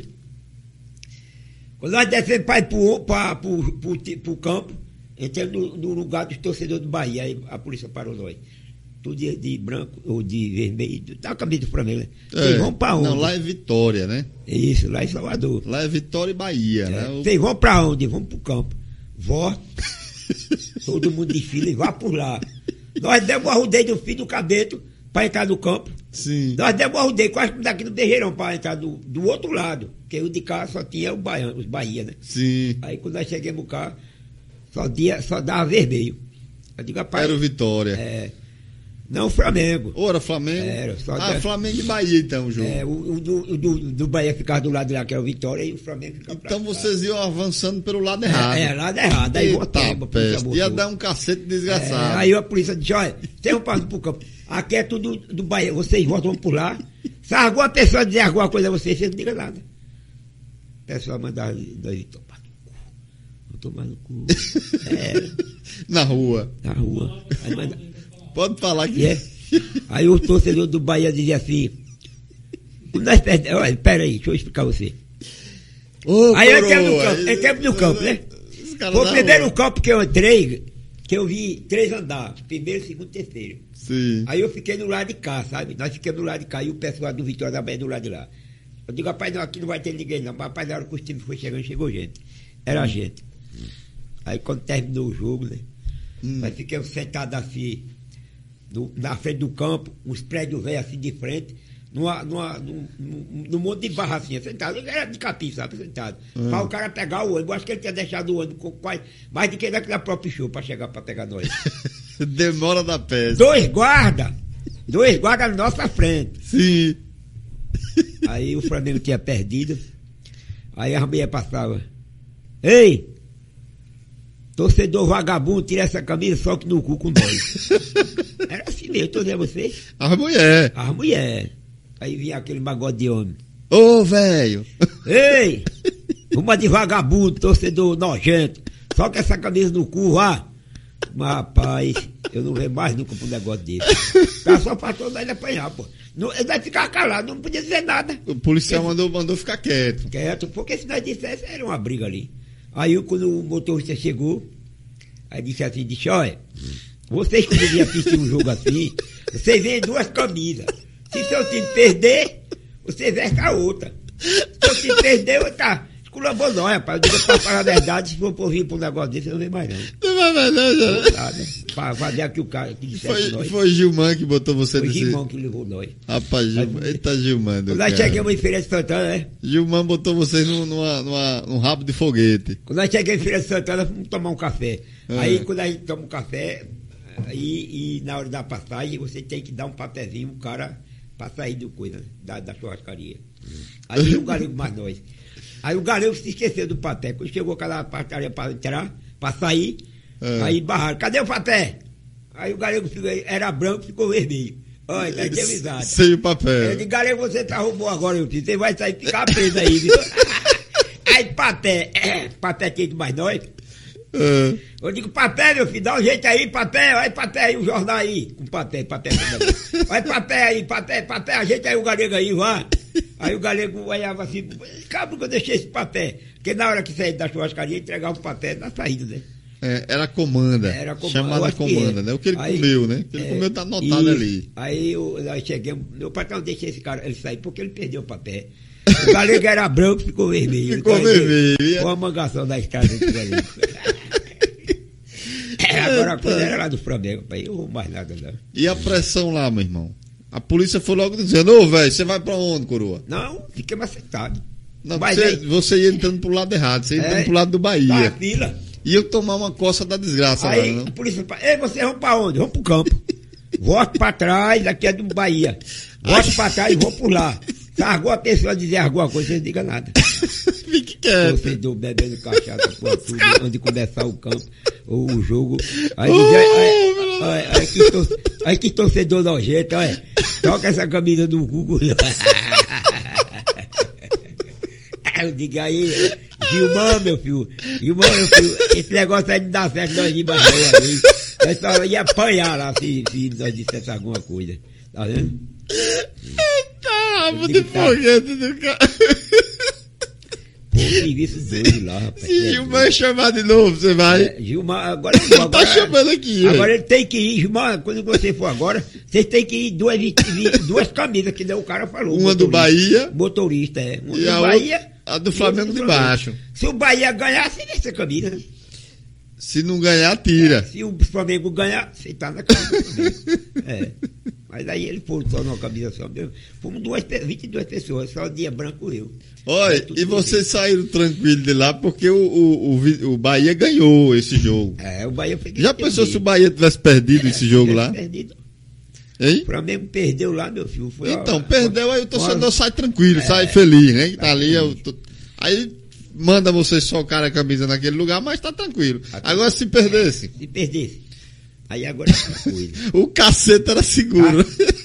Quando nós descemos para ir pro, pra, pro, pro, pro, pro campo, entramos no, no lugar dos torcedores do Bahia, aí a polícia parou nós. Tudo de, de branco ou de vermelho, tá a camisa do Flamengo, né? É. Vocês vão pra onde? Não, lá é Vitória, né? Isso, lá em Salvador. Lá é Vitória e Bahia, É. né? O- Vocês vão pra onde? Vamos pro campo. Vó, todo mundo desfila e vá por lá. Nós demos o arrudeio do fim do cabeto para entrar no campo. Sim. Nós demos o arrudeio quase daqui no Bejeirão para entrar do, do outro lado. Porque o de cá só tinha o baiano, os Bahia, né? Sim. Aí quando nós chegamos cá, só, dia, só dava vermelho. Eu digo, rapaz, Era o Vitória. é, não o Flamengo. Ou era Flamengo? Era, só ah, deve- Flamengo e Bahia, então, o jogo. É, o, o do, o do, do Bahia ficava do lado lá, que era o Vitória, e o Flamengo ficava pra Então cá. vocês iam avançando pelo lado errado. É, é, lado errado. Aí Eita, voltamos, a polícia peste. Ia voltou. dar um cacete É, desgraçado. aí a polícia disse, olha, vocês vão para o campo. Aqui é tudo do Bahia, vocês voltam por lá. Se alguma pessoa dizer alguma coisa a vocês, vocês não digam nada. O pessoal mandava nós tomar no cu. Vão tomar no cu. É, Na rua. na rua. Aí, manda, Pode falar que e é. Aí o torcedor do Bahia dizia assim, quando nós perdemos, olha, peraí, deixa eu explicar a você. Ô, Aí eu coroa, entramos no campo, aí- entramos no campo, né? Os caras Foi o na primeiro rua. campo que eu entrei, que eu vi três andares. Primeiro, segundo, terceiro. Sim. Aí eu fiquei no lado de cá, sabe? Nós ficamos no lado de cá e o pessoal do Vitória da Bahia do lado de lá. Eu digo, rapaz, não, aqui não vai ter ninguém não. Mas, rapaz, na hora que os times foi chegando, chegou gente. Era gente. Aí quando terminou o jogo, né? Hum. Nós ficamos sentados assim, no- na frente do campo, uns prédios velhos assim de frente, numa, numa, num, num, num monte de barracinha, sentado. Era de capim, sabe? Sentado. Hum. Para o cara pegar o ônibus. Acho que ele tinha deixado o ônibus com quase mais do que daquela própria show para chegar para pegar nós. Demora da peste. Dois guardas, dois guardas na nossa frente. Sim. Aí o Flamengo tinha perdido. Aí a mulher passava. Ei! Torcedor vagabundo, tira essa camisa, solte no cu com nós. Era assim mesmo, tô dizendo a vocês. A mulher. As mulheres. Aí vinha aquele magode de homem. Ô, velho. Ei! Uma de vagabundo, torcedor nojento. Solte essa camisa no cu, vá. Mas, rapaz, eu não vejo mais nunca pra um negócio desse. O cara só faltou nós apanhar, pô. Não, ele vai ficar calado, não podia dizer nada. O policial mandou, mandou ficar quieto. Quieto, porque se nós dissesse, era uma briga ali. Aí quando o motorista chegou, aí disse assim, disse, olha, vocês quando virem assistir um jogo assim, vocês veem duas camisas. Se seu time perder, você veste a outra. Se seu time perder, outra. Esculambou nós, rapaz. Eu digo pra falar a verdade, se for por vir pra um negócio desse, eu não vem mais não. Não é verdade, Não né? nada. Pra fazer aqui o cara que dissesse Foi, nós. foi Gilman que botou você Foi nesse... Gilmão que levou nós. Rapaz, Gilman. Eita, Gilman. do Quando nós cara. chegamos em Feira de Santana, né? Gilman botou vocês num, numa, numa, num rabo de foguete. Quando nós chegamos em Feira de Santana, fomos tomar um café. É. Aí, quando a gente toma um café, aí, e na hora da passagem, você tem que dar um papelzinho, o cara, pra sair do coisa, da, da churrascaria. Aí o galego mais nós. Aí o galego se esqueceu do papel. Quando chegou aquela passaria pra entrar, pra sair, É. aí barraram. Cadê o papel? Aí o galego ficou, era branco, ficou vermelho. Olha, tá de avisado. Sem o papel. Eu disse, galego, você tá roubou agora, meu filho. Você vai sair e ficar preso aí, viu? Aí, papel, é, papel aqui de mais nós. É. Eu digo, papel, meu filho, dá um jeito aí, papel, olha papel aí, o jornal aí. Com papel, papel. papel. Olha papel aí, papel, papel, ajeita aí o galego aí, vá. Aí o galego olhava assim, cabra que eu deixei esse papel. Porque na hora que saí da churrascaria, entregava o papel na saída, né? É, era a comanda. Era a comanda, eu Chamada acho que comanda, é. né? O que ele Aí, comeu, né? O que ele é, comeu tá anotado e ali. Aí eu, nós chegamos, meu patrão deixou esse cara, ele sair porque ele perdeu o papel. O galego era branco, ficou vermelho. Ficou Então, aí, vermelho. Foi uma mangação da estrada desse galego. É, agora a coisa era lá do Flamengo, pai. Eu não vou mais nada, não. E a pressão lá, meu irmão? A polícia foi logo dizendo, ô, velho, você vai pra onde, coroa? Não, fiquei mais sentado. Não, Mas você, aí- você ia entrando pro lado errado, você ia entrando É, pro lado do Tá Bahia. na fila. E eu tomar uma coça da desgraça Aí lá, a não? polícia fala, ei, vocês vão pra onde? Vão pro campo. Volte pra trás, aqui é do Bahia. Volte pra trás e vou por lá. Se alguma pessoa dizer alguma coisa, você não diga nada. Fique quieto. Torcedor bebendo cachaça, por tudo, antes de começar o campo, ou o jogo. Aí diz, olha, olha, olha, que tor- olha que torcedor nojento, olha. Toca essa camisa do Google. Eu digo aí, Gilmar, meu filho, Gilmar, meu filho, esse negócio aí não dá certo, nós de barreira ali. Nós só ia apanhar lá se, se nós dissesse alguma coisa. Tá vendo? Tá, rabo de digo, tá. foguete do cara. Pô, serviço doido lá, rapaz. Se Gilmar chamar de novo, você vai. É, Gilmar, agora, Ele agora tá chamando aqui, ó. Agora ele tem que ir, Gilmar, quando você for agora, vocês têm que ir duas, duas camisas, que daí o cara falou. Uma do Bahia. Motorista, é. Uma E do a Bahia. outra, a do Flamengo e de outra do baixo. Flamengo. Se o Bahia ganhar, você vê essa camisa. Né? Se não ganhar, tira. Se o Flamengo ganhar, você tá na camisa também. É. Mas aí ele foi só numa camisa só mesmo. Fomos duas, vinte e duas pessoas, só o dia branco eu. Olha, e vocês saíram tranquilos de lá porque o, o, o, o Bahia ganhou esse jogo. É, o Bahia foi. Já pensou se o Bahia tivesse perdido esse jogo lá? Perdido. Hein? O Flamengo perdeu lá, meu filho. Foi Então, ó, perdeu, aí o torcedor uma- sai tranquilo, É, sai feliz, né? Tá tá ali, eu feliz. tô- aí manda você socar a camisa naquele lugar, mas tá tranquilo. Tá Agora se perdesse, Se perdesse. Aí agora é outra coisa. o cacete era seguro.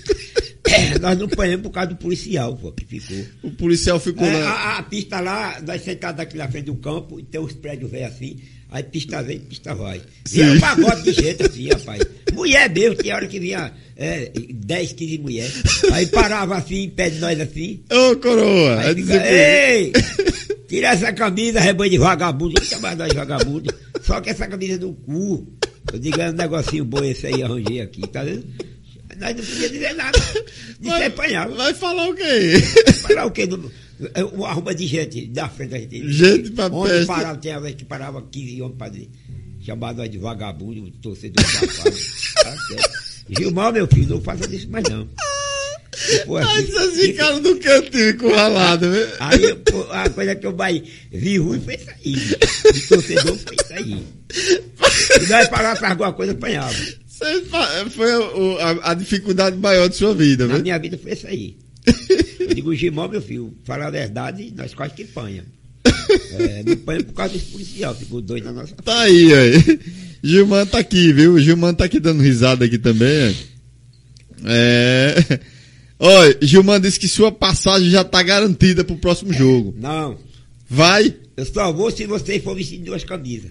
É, nós não apanhamos por causa do policial, pô, que ficou. O policial ficou É, lá. a, a pista lá, nós sentados aqui na frente do campo, e tem uns prédios velhos assim, aí pista vem, pista vai. E era um pagode de gente assim, rapaz. Mulher mesmo, tinha hora que vinha é, dez, quinze mulheres. Aí parava assim, em pé de nós assim. Ô, coroa! Aí é fica, dizer que- ei! Tira essa camisa, rebanho de vagabundo, não chama nós de vagabundo. Só que essa camisa do cu. Eu digo, é um negocinho bom esse aí, arranjei aqui, tá vendo? Nós não podíamos dizer nada. De vai, ser apanhado. vai falar o quê? Falar o quê? No- é uma arruma de gente da frente da gente. Gente pra Onde peste. parava, tinha vez que parava quinze homens pra dizer, chamar nós de vagabundo, torcedor safado. Tá certo. Gilmar, meu filho, não faça isso mais não. E, pô, Aí assim, vocês e- ficaram no cantinho encurralado, né? Aí pô, a coisa que eu mais vi ruim foi isso aí. O torcedor foi isso aí. E nós parávamos alguma coisa, apanhava. Vocês fa- Foi o- a, a dificuldade maior de sua vida, Na né? minha vida foi isso aí. Eu digo, Gilmar, meu filho, falar a verdade, nós quase que apanha. É, não apanha por causa dos policiais, ficou doido na nossa Tá aí, aí. Gilman tá aqui, viu? Gilman tá aqui dando risada aqui também. É. Olha, Gilman disse que sua passagem já tá garantida pro próximo jogo. Não, Vai? eu só vou se vocês for vestir duas camisas.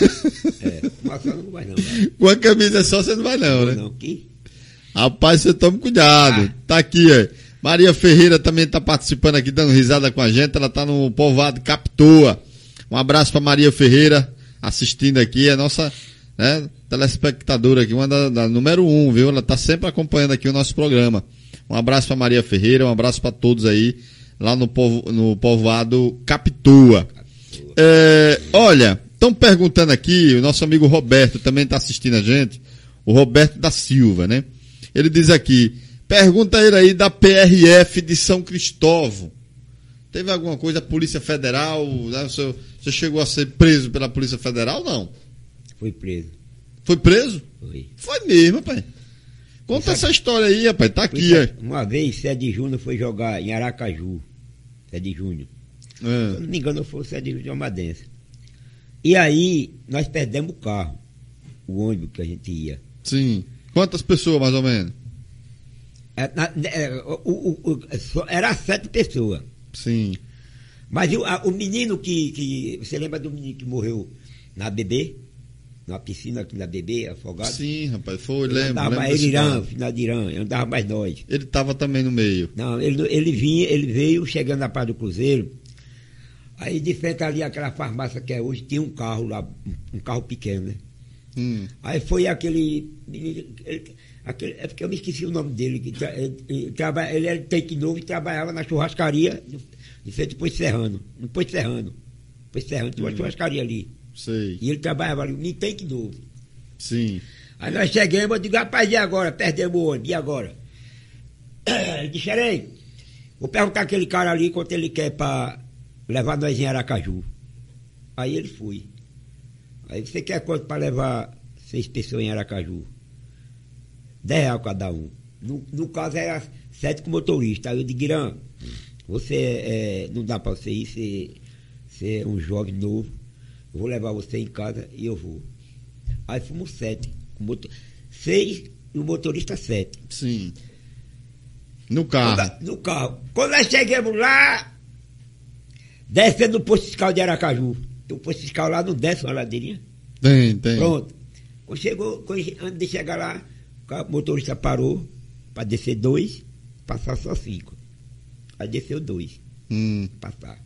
É, uma só não vai não. Vai. Com a camisa só você não vai não, né? Não, que? Rapaz, você tome cuidado. Ah. Tá aqui, ó. Maria Ferreira também tá participando aqui, dando risada com a gente. Ela tá no povoado Capitoa. Um abraço pra Maria Ferreira, assistindo aqui. É nossa, né, telespectadora aqui, uma da, da número um, viu? Ela tá sempre acompanhando aqui o nosso programa. Um abraço pra Maria Ferreira, um abraço pra todos aí, lá no, povo, no povoado Capitoa. É, olha, estão perguntando aqui, o nosso amigo Roberto também está assistindo a gente, o Roberto da Silva, né? Ele diz aqui, pergunta ele aí da P R F de São Cristóvão. Teve alguma coisa, Polícia Federal, né? Você, você chegou a ser preso pela Polícia Federal, não? Foi preso. Foi preso? Foi. Foi mesmo, rapaz. Conta essa história aí, rapaz, tá aqui, ó. Uma vez, Sede Júnior foi jogar em Aracaju. Sede Júnior. Se eu É, não me engano, foi o Sede Júnior de Almadense. E aí, nós perdemos o carro. O ônibus que a gente ia. sim. Quantas pessoas, mais ou menos? É, na- é, o- o- o- só- era sete pessoas. Sim. Mas o, a- o menino que, que. Você lembra do menino que morreu na B B? Na piscina aqui na B B, afogado? Sim, rapaz, foi, Ele lembro. andava lembro mais desse Irã, cara. final de Irã, eu andava mais nós. Ele estava também no meio. Não, ele, ele vinha, ele veio chegando na Praia do Cruzeiro. Aí de frente ali, aquela farmácia que é hoje, tinha um carro lá, um carro pequeno, né? Hum. Aí foi aquele menino, ele- aquele, é porque eu me esqueci o nome dele, que tra- ele, ele, traba- ele era take novo e trabalhava na churrascaria de, de frente do Poço Serrano. No Poço Serrano. Poço Serrano, tinha uma Hum. churrascaria ali. Sei. E ele trabalhava ali, um take novo. Sim. Aí nós chegamos, eu digo, rapaz, e agora? Perdemos o ônibus, e agora? Ele disse, Xerém, vou perguntar aquele cara ali quanto ele quer pra levar nós em Aracaju. Aí ele foi. Aí você quer quanto pra levar seis pessoas em Aracaju? Dez reais cada um. No, no caso era sete com motorista. Aí eu digo, Irã, você é, não dá para você ir, você, você é um jovem novo, eu vou levar você em casa e eu vou. Aí fomos sete, com motor, seis e o motorista sete. Sim. No carro. Quando, no carro. Quando nós chegamos lá, descendo no posto fiscal de Aracaju. Tem um posto fiscal lá, não desce uma ladeirinha. Tem, tem. Pronto. Quando chegou, quando, antes de chegar lá, o motorista parou para descer dois, passar só cinco. Aí desceu dois. Hum. Passar.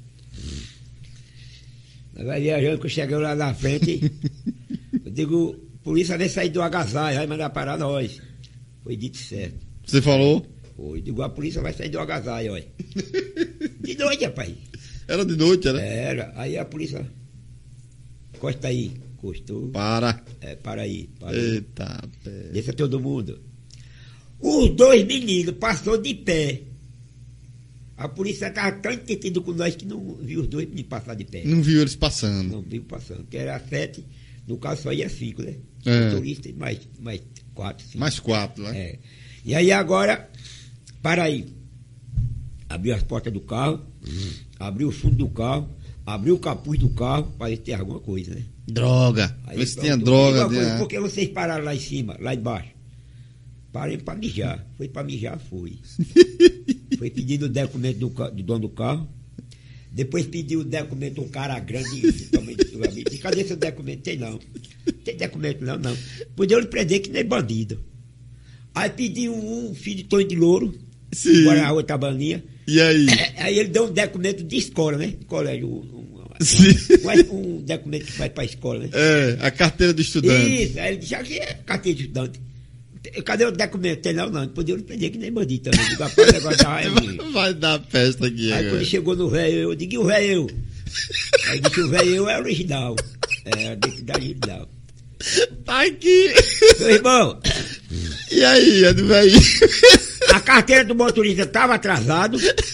Nós vai viajando, quando chegamos lá na frente, eu digo, polícia nem sair do agasalho, vai mandar parar nós. Foi dito certo. Você falou? Foi, digo, a polícia vai sair do agasalho, olha. De noite, rapaz. Era de noite, era? Era. Aí a polícia, encosta aí. Encostou. Para. É, para aí. Para aí. Eita, pé. Deixa todo mundo. Os dois meninos passou de pé. A polícia estava tão entretida com nós que não viu os dois meninos passar de pé. Não viu eles passando. Não viu passando. Que era sete, no caso só ia cinco, né? É. Motorista e mais, mais quatro, cinco. Mais quatro, né? É. E aí agora, para aí. Abriu as portas do carro, hum. abriu o fundo do carro, abriu o capuz do carro para ver se tem alguma coisa, né? Droga. Aí, Vê se pronto, tinha droga. coisa, né? por que vocês pararam lá em cima, lá embaixo? Parei para mijar. Foi para mijar, foi. Foi pedindo o documento do, do dono do carro. Depois pediu o documento de um cara grande. Disse, cadê seu documento? Tem não. Tem documento não, não. Podiam lhe prender que nem bandido. Aí pediu um filho de Tonho de Louro. Sim. Agora a outra baninha. E aí? Aí ele deu um documento de escola, né? De colégio. Um, Sim. um, um documento que vai para a escola, né? É, a carteira do estudante. Isso, aí ele disse, aqui é carteira de estudante. Cadê o documento? Tem não, não. Podiam lhe prender que nem bandido também. Digo, rapaz, o negócio da raiva. Vai dar festa aqui Aí agora. quando ele chegou no velho, eu digo, e o velho eu? Aí disse, o velho eu é original. É, a identidade original. Tá aqui. Meu irmão, E aí, é do velho? a carteira do motorista estava atrasado.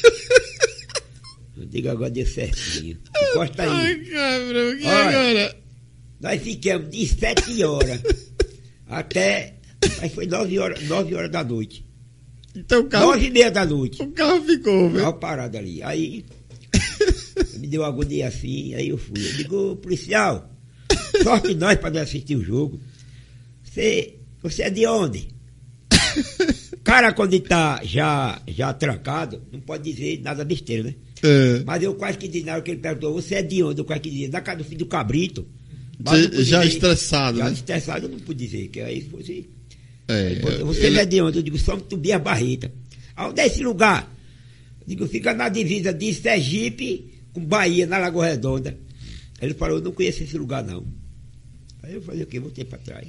Eu digo, agora deu certinho. Encosta aí. Ai, cabrão, que Olha. agora? Nós ficamos de sete horas até... Aí foi nove horas, nove horas da noite. Então o carro, Nove e meia da noite. o carro ficou, O velho. carro parado ali. Aí me deu uma agonia assim, aí eu fui. Eu digo, policial, sorte nós para nós assistir o jogo. Você, você é de onde? Cara, quando ele tá já, já trancado, não pode dizer nada besteira, né? É. Mas eu quase que disse, na hora que ele perguntou, você é de onde? Eu quase que dizia, da casa do filho do Cabrito. Mas não pude Já dizer- estressado, Já né? estressado, eu não pude dizer, que aí fosse... É, Você ele- é de onde? Eu digo, São Tobias Barreta. Onde é esse lugar? Eu digo, fica na divisa de Sergipe com Bahia, na Lagoa Redonda. Ele falou, eu não conheço esse lugar não. Aí eu falei, o quê? Voltei para trás.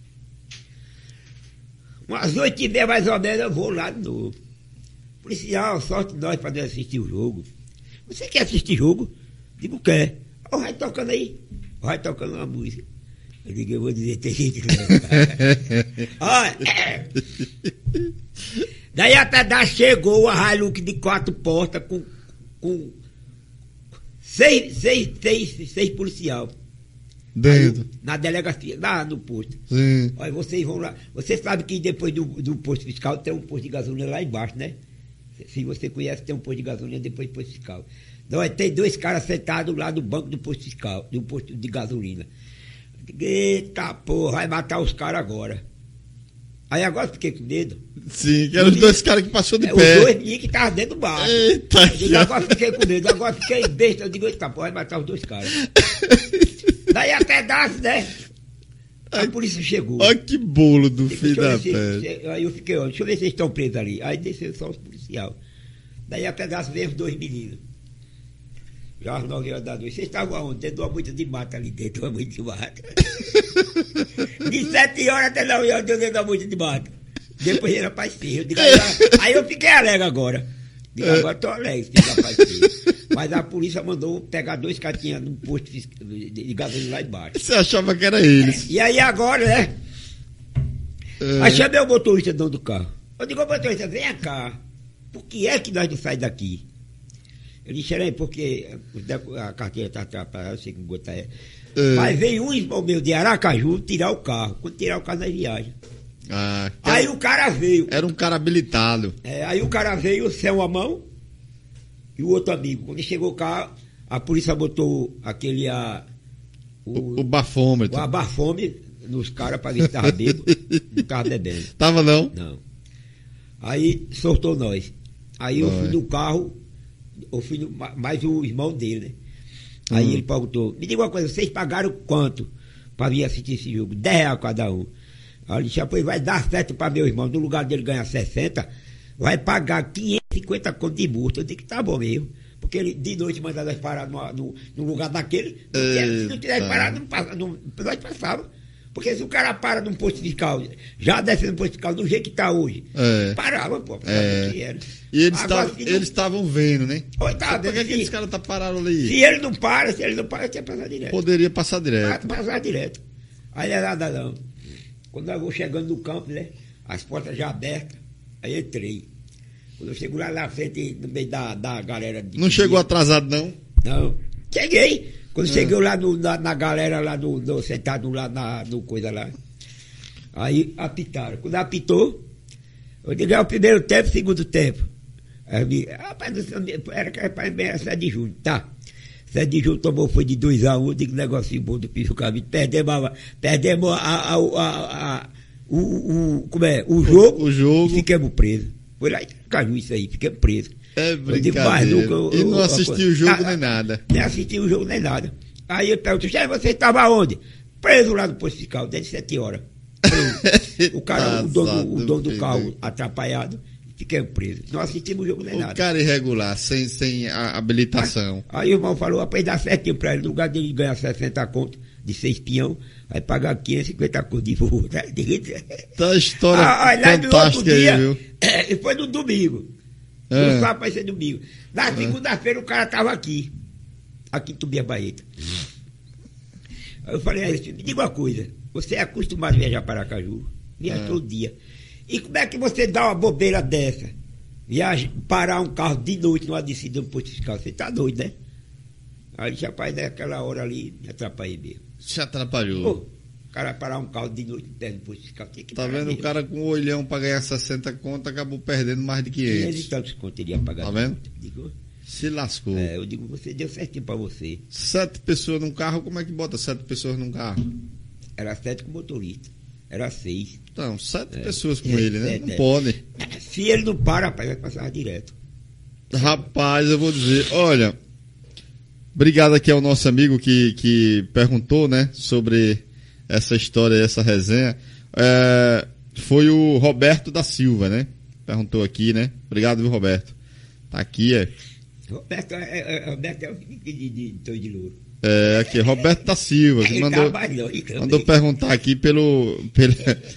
Umas oito e meia mais ou menos eu vou lá de novo. Policial, sorte nós para nós assistir o jogo. Você quer assistir jogo? Digo, quer. Ó, vai tocando aí. Vai tocando uma música. Eu digo, eu vou dizer, tem gente que não. Olha, é. Daí a pedaço chegou a Hilux de quatro portas com, com seis, seis, seis, seis policial. Dentro. Aí, na delegacia, lá no posto. Sim. Olha, vocês vão lá. Você sabe que depois do, do posto fiscal tem um posto de gasolina lá embaixo, né? Se você conhece, tem um posto de gasolina depois do posto fiscal. Então, tem dois caras sentados lá no banco do posto fiscal, do posto de gasolina. Eita porra, vai matar os caras agora. Aí agora eu fiquei com medo. Sim, que eram os dois caras que passou de É, pé. os dois meninos que estavam dentro do barco. Eita, Eu digo, que- agora fiquei com medo, agora fiquei besta. Eu digo, eita porra, vai matar os dois caras. Daí a pedaço, né? A polícia chegou. Olha que bolo do Deixa filho eu da ver se- pé. se- Aí eu fiquei, ó, deixa eu ver se eles estão presos ali. Aí desceu só os policiais. Daí a pedaço veio os dois meninos. Já às nove horas da noite. Vocês estavam aonde? Dentro de uma muita de mata ali dentro, uma muita de mata. De sete horas até nove horas dentro da muita de mata. Depois era pra esfirra. Eu digo, aí, aí eu fiquei alegre agora. Digo, agora tô alegre, fica pra esfirra. Mas a polícia mandou pegar dois caras que tinham num posto fis- de de gasolina lá embaixo. Você achava que era eles. E aí agora, né? É. Aí chamei o motorista dono do carro. Eu digo, motorista, vem cá. Por que é que nós não saímos daqui? Eu disse, aí, porque a carteira está atrapalhada, eu sei que o gota é. É. Mas veio um irmão meu de Aracaju tirar o carro. Quando tirar o carro, nós viaja. Ah, Aí o cara veio. era um cara habilitado. É, aí o cara veio sem uma mão, e o outro amigo. Quando chegou o carro, a polícia botou aquele... A, o, o bafômetro. O abafome nos caras para ver se tava bêbado. Não tava bebendo. Tava não? Não. Aí soltou nós. Aí eu Vai. fui no carro, eu fui no, mais o irmão dele, né? Aí Hum. ele perguntou, me diga uma coisa, vocês pagaram quanto para vir assistir esse jogo? dez reais cada um. Aí ele disse, pois vai dar certo para meu irmão, no lugar dele ganhar sessenta, vai pagar quinhentos e cinquenta conto de multa. Eu disse que tá bom mesmo. Porque ele de noite mandava nós parar no, no, no lugar daquele. Porque se não tivesse parado, não, passa, não, nós passava. Porque se o cara para num posto fiscal, já descendo no posto fiscal do jeito que está hoje, É. parava, pô. É. Que era. E eles Agora, estavam se não- eles estavam vendo, né? Oi, tá, Por que, que se- aqueles caras tá pararam ali? Se ele não para, se ele não para, tinha passar direto. Poderia passar direto. Vai passar direto. Aí não é nada não. Quando eu vou chegando no campo, né? As portas já abertas, aí entrei. Quando eu chego lá na frente, no meio da, da galera... De Não chegou atrasado, não? Não. Cheguei. Quando É. cheguei lá no, na, na galera, lá no, no- sentado lá na no coisa lá. Aí apitaram. Quando apitou, eu digo, é o primeiro tempo, segundo tempo. Aí eu digo, rapaz, não sei, era que era sete de junho. Tá. sete de junho tomou, foi de dois a um, digo, negocinho bom do piso caminho. Perdemos, a, perdemos a, a, a, a, o, o, como é, o jogo, o jogo. e ficamos presos. Foi lá em Caju isso aí, ficamos presos. É Eu digo, mas brincadeira. nunca eu- E não eu- assistiu eu- o jogo Ah, nem nada. Nem assisti o jogo nem nada. Aí eu pergunto, chefe, você estava onde? Preso lá no posto fiscal, desde sete horas. Preso. O cara, o dono, o dono do carro atrapalhado, fiquei preso. Não assistimos o jogo nem O nada. cara irregular, sem, sem a habilitação. Aí o irmão falou, rapaz, dá certinho pra ele, no lugar dele ganhar sessenta conto de ser espião, vai pagar quinhentos e cinquenta conto de multa. Tá história Ah, aí lá no outro fantástica dia, aí, viu? é, foi no domingo. É. Não sabe vai ser domingo. Na segunda-feira o cara tava aqui. Aqui em Tubia Baeta. Aí eu falei a ele, me diga uma coisa, você é acostumado a viajar para Aracaju? Viaja É. todo dia. E como é que você dá uma bobeira dessa? Viaja, parar um carro de noite numa descida no posto fiscal, você tá doido, né? Aí ele disse, rapaz, naquela hora ali, me atrapalhei mesmo. Se atrapalhou. Pô, o cara parar um carro de noite perto do posto fiscal, tinha que Tá parar vendo? O mesmo. cara com um olhão pra ganhar sessenta conto acabou perdendo mais de quinhentos e quinhentos. tantos contos ele ia pagar. Tá vendo? Digo, Se lascou. é, eu digo, você deu certinho pra você. Sete pessoas num carro, como é que bota sete pessoas num carro? Era sete com motorista. Era seis. Então, sete É. pessoas com É, ele, né? é, Não é. pode. Se ele não para, rapaz, vai passar direto. Rapaz, eu vou dizer, olha, obrigado aqui ao nosso amigo que, que perguntou, né, sobre essa história, essa resenha. É, foi o Roberto da Silva, né? Perguntou aqui, né? Obrigado, viu, Roberto? Tá aqui, é. Roberto é, é, Roberto é o filho de, de, de Torre de Louro. É, aqui, Roberto da Silva, que Ele mandou, trabalhou aí também. mandou perguntar aqui pelo, pela,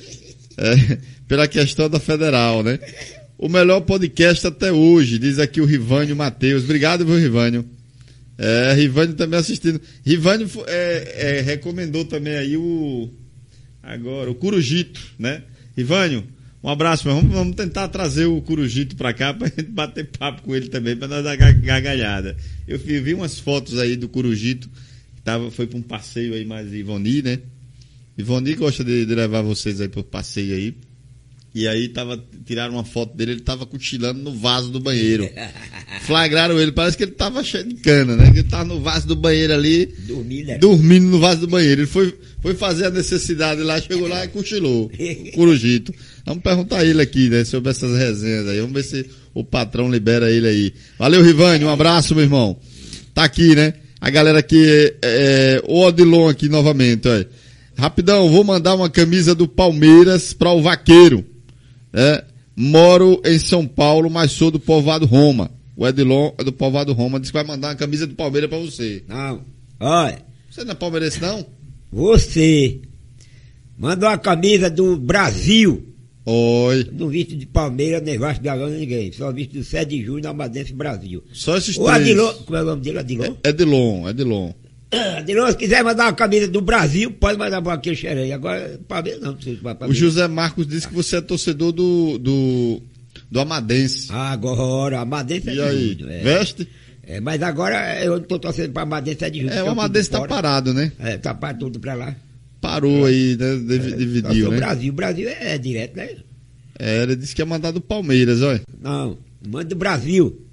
é, pela questão da Federal, né? O melhor podcast até hoje, diz aqui o Rivânio Matheus. Obrigado, viu, Rivânio? É, Rivânio também assistindo. Rivânio é, é, recomendou também aí o, agora, o Curujito, né? Rivânio, um abraço, mas vamos, vamos tentar trazer o Curujito pra cá pra gente bater papo com ele também, pra nós dar gar- gargalhada. Eu vi, vi umas fotos aí do Curujito, que tava, foi pra um passeio aí mais Ivoni, né? Ivoni gosta de, de levar vocês aí pro passeio aí. E aí tava, tiraram uma foto dele, ele tava cochilando no vaso do banheiro. Flagraram ele, parece que ele tava cheio de cana, né? Que ele tava no vaso do banheiro ali, Dormir, né? dormindo no vaso do banheiro. Ele foi, foi fazer a necessidade lá, chegou lá e cochilou. Curujito. Vamos perguntar a ele aqui, né, sobre essas resenhas aí. Vamos ver se o patrão libera ele aí. Valeu, Rivânio, um abraço, meu irmão. Tá aqui, né? A galera aqui, é, o Odilon aqui novamente, olha. Rapidão, vou mandar uma camisa do Palmeiras para o Vaqueiro. É, moro em São Paulo, mas sou do Povoado Roma. O Edilon é do Povoado Roma, disse que vai mandar uma camisa do Palmeiras pra você. Não. Olha, Você não é palmeirense, não? você mandou a camisa do Brasil. Oi. Não visto de Palmeiras, nem Vasco da Gama, ninguém. Só visto do sete de junho na Amadense Brasil. Só esses O três. Adilon, como é o nome dele, Adilon? É Edilon, Edilon. Adilon, se quiser mandar uma camisa do Brasil, pode mandar para aquele xerém. Agora, Palmeiras não precisa para O Palmeiras. José Marcos disse que você é torcedor do, do, do Amadense. Agora, a Amadense é E de aí, junho. É. veste? É, mas agora eu não estou torcendo para a Amadense é de junho. É, o porque eu Amadense fico tá fora. parado, né? É, tá para tudo para lá. Parou aí, né? Div- É, Dividiu, o né? Brasil, o Brasil é, é direto, né? É, ele disse que ia mandar do Palmeiras, olha. Não, manda do Brasil.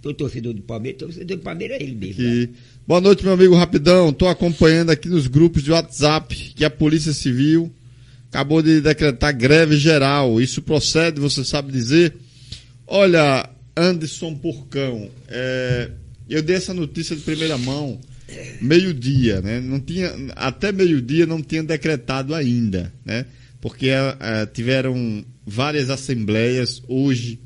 sou torcedor do Palmeiras, torcedor do Palmeiras é ele mesmo. Que... Boa noite, meu amigo Rapidão. Estou acompanhando aqui nos grupos de WhatsApp que a Polícia Civil acabou de decretar greve geral. Isso procede, você sabe dizer? Olha, Anderson Porcão, é... eu dei essa notícia de primeira mão, meio-dia, né? Não tinha, até meio-dia não tinha decretado ainda, né? Porque é, tiveram várias assembleias hoje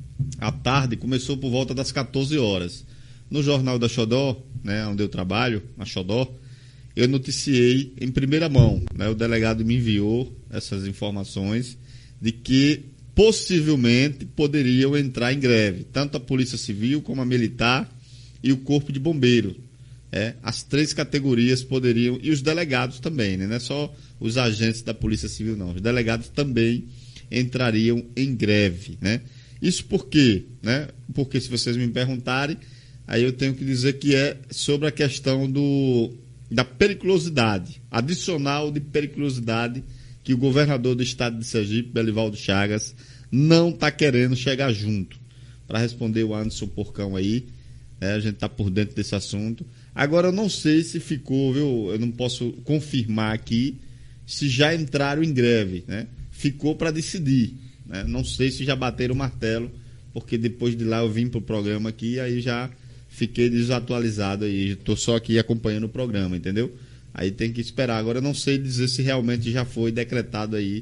à tarde, começou por volta das quatorze horas. No Jornal da Xodó, né, onde eu trabalho, na Xodó, eu noticiei em primeira mão, né? O delegado me enviou essas informações de que possivelmente poderiam entrar em greve, tanto a Polícia Civil como a Militar e o Corpo de Bombeiros. É, as três categorias poderiam, e os delegados também, né? Não é só os agentes da Polícia Civil, não. Os delegados também entrariam em greve, né? Isso por quê? Né? Porque se vocês me perguntarem, aí eu tenho que dizer que é sobre a questão do, da periculosidade, adicional de periculosidade que o governador do estado de Sergipe, Belivaldo Chagas, não está querendo chegar junto. Para responder o Anderson Porcão aí, né? A gente está por dentro desse assunto. Agora, eu não sei se ficou, viu? Eu não posso confirmar aqui se já entraram em greve, né? Ficou para decidir, né? Não sei se já bateram o martelo, porque depois de lá eu vim para o programa aqui e aí já fiquei desatualizado aí. Estou só aqui acompanhando o programa, entendeu? Aí tem que esperar. Agora, eu não sei dizer se realmente já foi decretado aí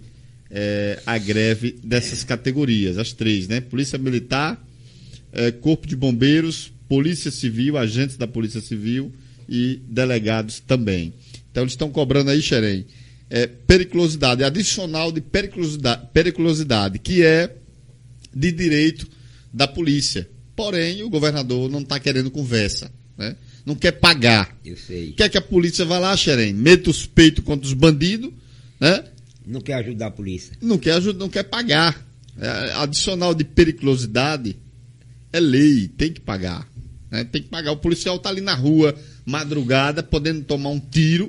é, a greve dessas categorias, as três, né? Polícia Militar, é, Corpo de Bombeiros, Polícia Civil, agentes da Polícia Civil e delegados também. Então, eles estão cobrando aí, Xerém, é, periculosidade, adicional de periculosidade, periculosidade, que é de direito da polícia. Porém, o governador não está querendo conversa, né? Não quer pagar. Eu sei. Quer que a polícia vá lá, Xerém, meta os peitos contra os bandidos, né? Não quer ajudar a polícia. Não quer ajudar, não quer pagar. É, adicional de periculosidade é lei, tem que pagar. Né? Tem que pagar. O policial está ali na rua, madrugada, podendo tomar um tiro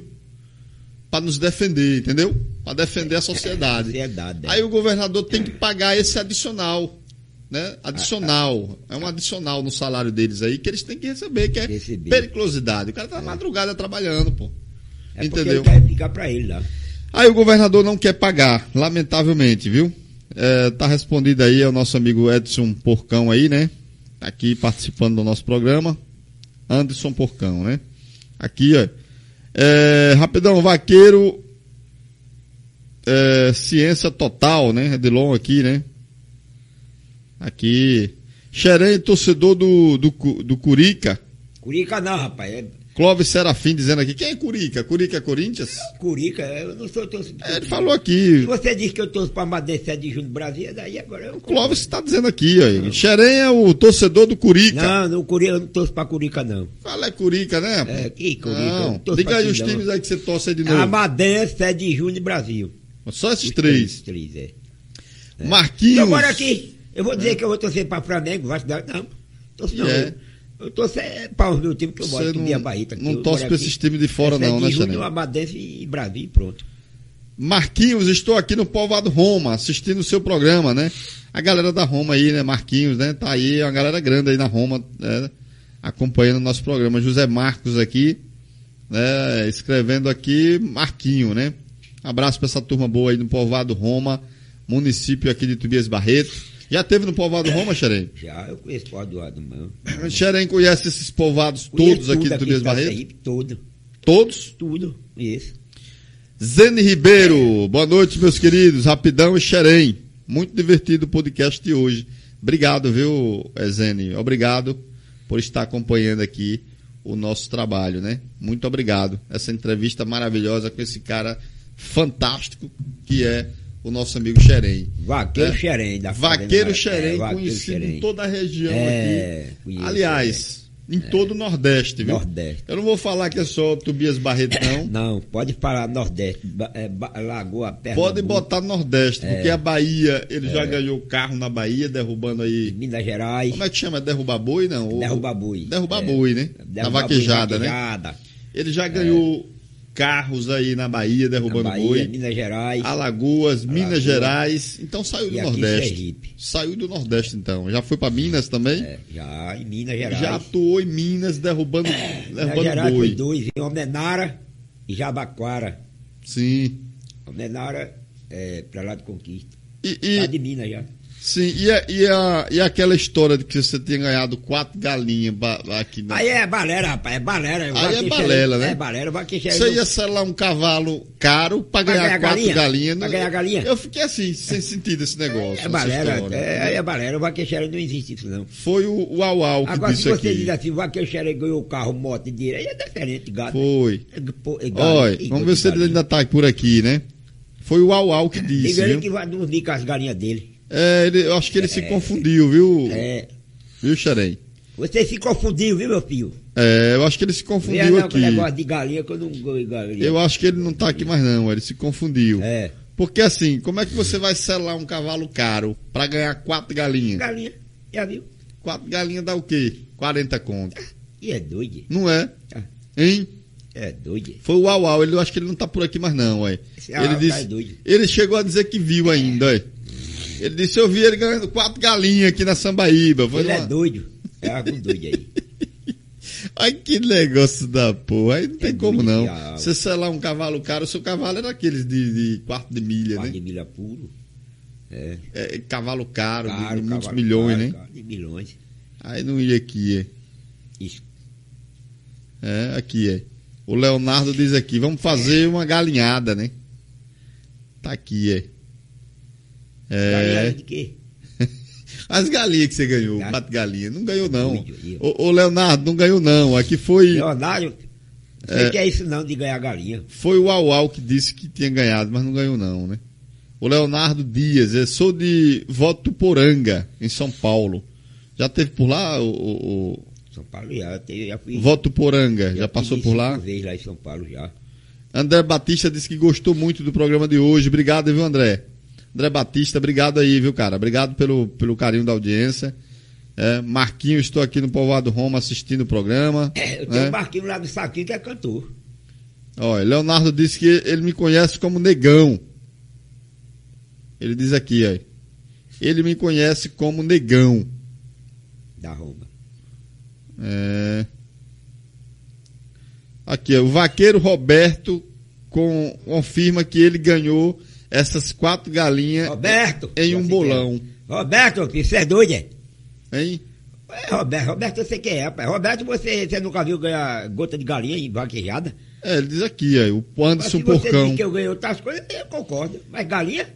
para nos defender, entendeu? Para defender a sociedade. sociedade é. Aí o governador tem que pagar esse adicional. Né? Adicional. É um adicional no salário deles aí que eles têm que receber, que é receber. Periculosidade. O cara está na madrugada trabalhando, pô. É entendeu? Porque ele quer ficar para ele lá. Aí o governador não quer pagar, lamentavelmente, viu? É, tá respondido aí ao nosso amigo Edson Porcão aí, né? Aqui participando do nosso programa. Anderson Porcão, né? Aqui, ó. É, rapidão, Vaqueiro. É, ciência total, né? Edilon aqui, né? Aqui. Xerém, torcedor do, do, do Curica. Curica não, rapaz. É... Clóvis Serafim dizendo aqui. Quem é Curica? Curica é Corinthians? Curica, eu não sou torcedor. É, ele falou aqui. Se você diz que eu torço para Madeira sete de junho do Brasil, daí agora eu. Clóvis está dizendo aqui, ó. Xerém é o torcedor do Curica. Não, no Curica, eu não torço para Curica, não. Fala é Curica, né? É, que Curica? Não. Diga aí os não. times aí que você torce aí de novo. A Madeira sete de junho do Brasil. Só esses os três. Três, três, é. é. Marquinhos. Então, agora aqui, eu vou dizer é. que eu vou torcer para Flamengo, Vasco da Não. Torço não. É. Eu torço é, para o meu time que eu gosto, que é a Bahia. Não torce para esses times de fora, não, né, Xerém? Amadense e Brasil e pronto. Marquinhos, estou aqui no Povoado Roma, assistindo o seu programa, né? A galera da Roma aí, né? Marquinhos, né? Tá aí, uma galera grande aí na Roma, né? Acompanhando o nosso programa. José Marcos aqui, né? Escrevendo aqui, Marquinho, né? Abraço para essa turma boa aí no Povoado Roma, município aqui de Tobias Barreto. Já teve no Povoado Roma, Xerém? Já, eu conheço o Povoado Roma. Xerém conhece esses povoados todos aqui de Tobias Barreto? Todo. Todos? Tudo, isso. Zene Ribeiro, boa noite, meus queridos. Rapidão e Xerém. Muito divertido o podcast de hoje. Obrigado, viu, Zene? Obrigado por estar acompanhando aqui o nosso trabalho, né? Muito obrigado. Essa entrevista maravilhosa com esse cara fantástico que é o nosso amigo Xerém. Vaqueiro né? Xerém. Da Vaqueiro Xerém, é, conhecido Xerém. Em toda a região é, aqui. Conheço, Aliás, é. em todo o Nordeste, viu? Nordeste. Eu não vou falar que é só Tobias Barreto, não. Não, pode falar Nordeste. É, Lagoa, Pernambuco. Pode botar Nordeste, é. porque a Bahia, ele é. já ganhou carro na Bahia, derrubando aí... Minas Gerais. Como é que chama? Derrubar boi, não? Derrubar boi. Derrubar é. boi, né? Derrubar na vaquejada, boi, vaquejada, né? Ele já ganhou... carros aí na Bahia derrubando Na Bahia, boi. Minas Gerais. Alagoas, Alagoas. Minas Gerais. Então saiu do E aqui Nordeste. Sergipe. Saiu do Nordeste, então. Já foi para Minas também? É, já em Minas Gerais. Já atuou em Minas derrubando, Minas derrubando Gerais boi. foi dois, em Almenara e Jabaquara. Sim. Almenara é pra lá de Conquista. E, e- Lá de Minas já. sim, e, a- e, a- e aquela história de que você tinha ganhado quatro galinhas ba- aqui na. Aí é balera, rapaz, é balera. Aí Vaqueiro é balela, né? É balera, o vaqueiro Você ia selar um cavalo caro pra ganhar, ganhar quatro galinha? galinhas. Pra né? ganhar galinha? Eu fiquei assim, sem sentido esse negócio. É essa balera, história. é, aí é balera, o vaqueiro não existe isso não. Foi o, o Au Au que Agora, se disse você aqui. diz assim, o vaqueiro xeregue ganhou o carro, moto e dinheiro, aí é diferente, gato. Foi. É, pô, é galinha, Olha, e vamos gosto ver se de ele galinha. ainda tá por aqui, né? Foi o Au Au que disse. Diga ele Viu? que vai dormir com as galinhas dele. É, ele- eu acho que ele se confundiu, viu? É, Viu, Xerém? você se confundiu, viu, meu filho? É, eu acho que ele se Venha confundiu não com aqui. negócio de galinha, que eu não gosto de galinha. Eu acho que ele não tá aqui mais não, ele se confundiu. É, Porque assim, como é que você vai selar um cavalo caro pra ganhar quatro galinhas? galinha, já viu? Quatro galinhas dá o quê? quarenta conto. E é doido, Não é? Ah. Hein? é doido. Foi o Au Au, ele, eu acho que ele não tá por aqui mais não, ué. Esse Ele Au Au tá disse, doido. ele chegou a dizer que viu ainda, ué. Ele disse, eu vi ele ganhando quatro galinhas aqui na Sambaíba. Foi Ele é uma- doido, é algum doido aí. Ai, que negócio da porra. Aí não tem É como doido não. esse Au Au. Você selar um cavalo caro, o seu cavalo era aqueles de, de quarto de milha, Quarto né? de milha puro. É, É, cavalo caro, de- caro, de muitos cavalo milhões, caro, né? caro, de milhões. Aí não ia aqui, é. Isso. É, aqui é. O Leonardo diz aqui, vamos fazer uma galinhada, né? Tá aqui, é. Galinhada É. de quê? As galinhas que você ganhou, Gal- quatro galinhas. Não ganhou, não. Doido, eu. Ô, ô, Leonardo, não ganhou, não. Aqui foi, Leonardo, não sei que é isso não de ganhar galinha. foi o Au Au que disse que tinha ganhado, mas não ganhou, não, né? O Leonardo Dias, eu sou de Votuporanga, em São Paulo. Já teve por lá o, o, o São Paulo já, eu já fui. Votuporanga? Já, passou fui por cinco lá? vezes lá em São Paulo já. André Batista disse que gostou muito do programa de hoje. Obrigado, viu, André? André Batista, obrigado aí, viu, cara? Obrigado pelo, pelo carinho da audiência. É, Marquinho, estou aqui no Povoado Roma assistindo o programa. É, eu tenho né? um barquinho lá do Saquinho que é cantor. Olha, Leonardo disse que ele me conhece como Negão. Ele diz aqui, ó. Ele me conhece como Negão. Da Roma. É... Aqui, ó, o vaqueiro Roberto com, confirma que ele ganhou essas quatro galinhas Roberto! em um Já sei bolão. quem é. Roberto, filho, você é doido, é? Hein? É, Roberto, Roberto, eu sei quem é, rapaz. Roberto, você, você nunca viu ganhar gota de galinha em vaquejada? É, ele diz aqui, ó, o Mas Anderson se você Porcão. diz que eu ganhei outras coisas, eu concordo. Mas galinha?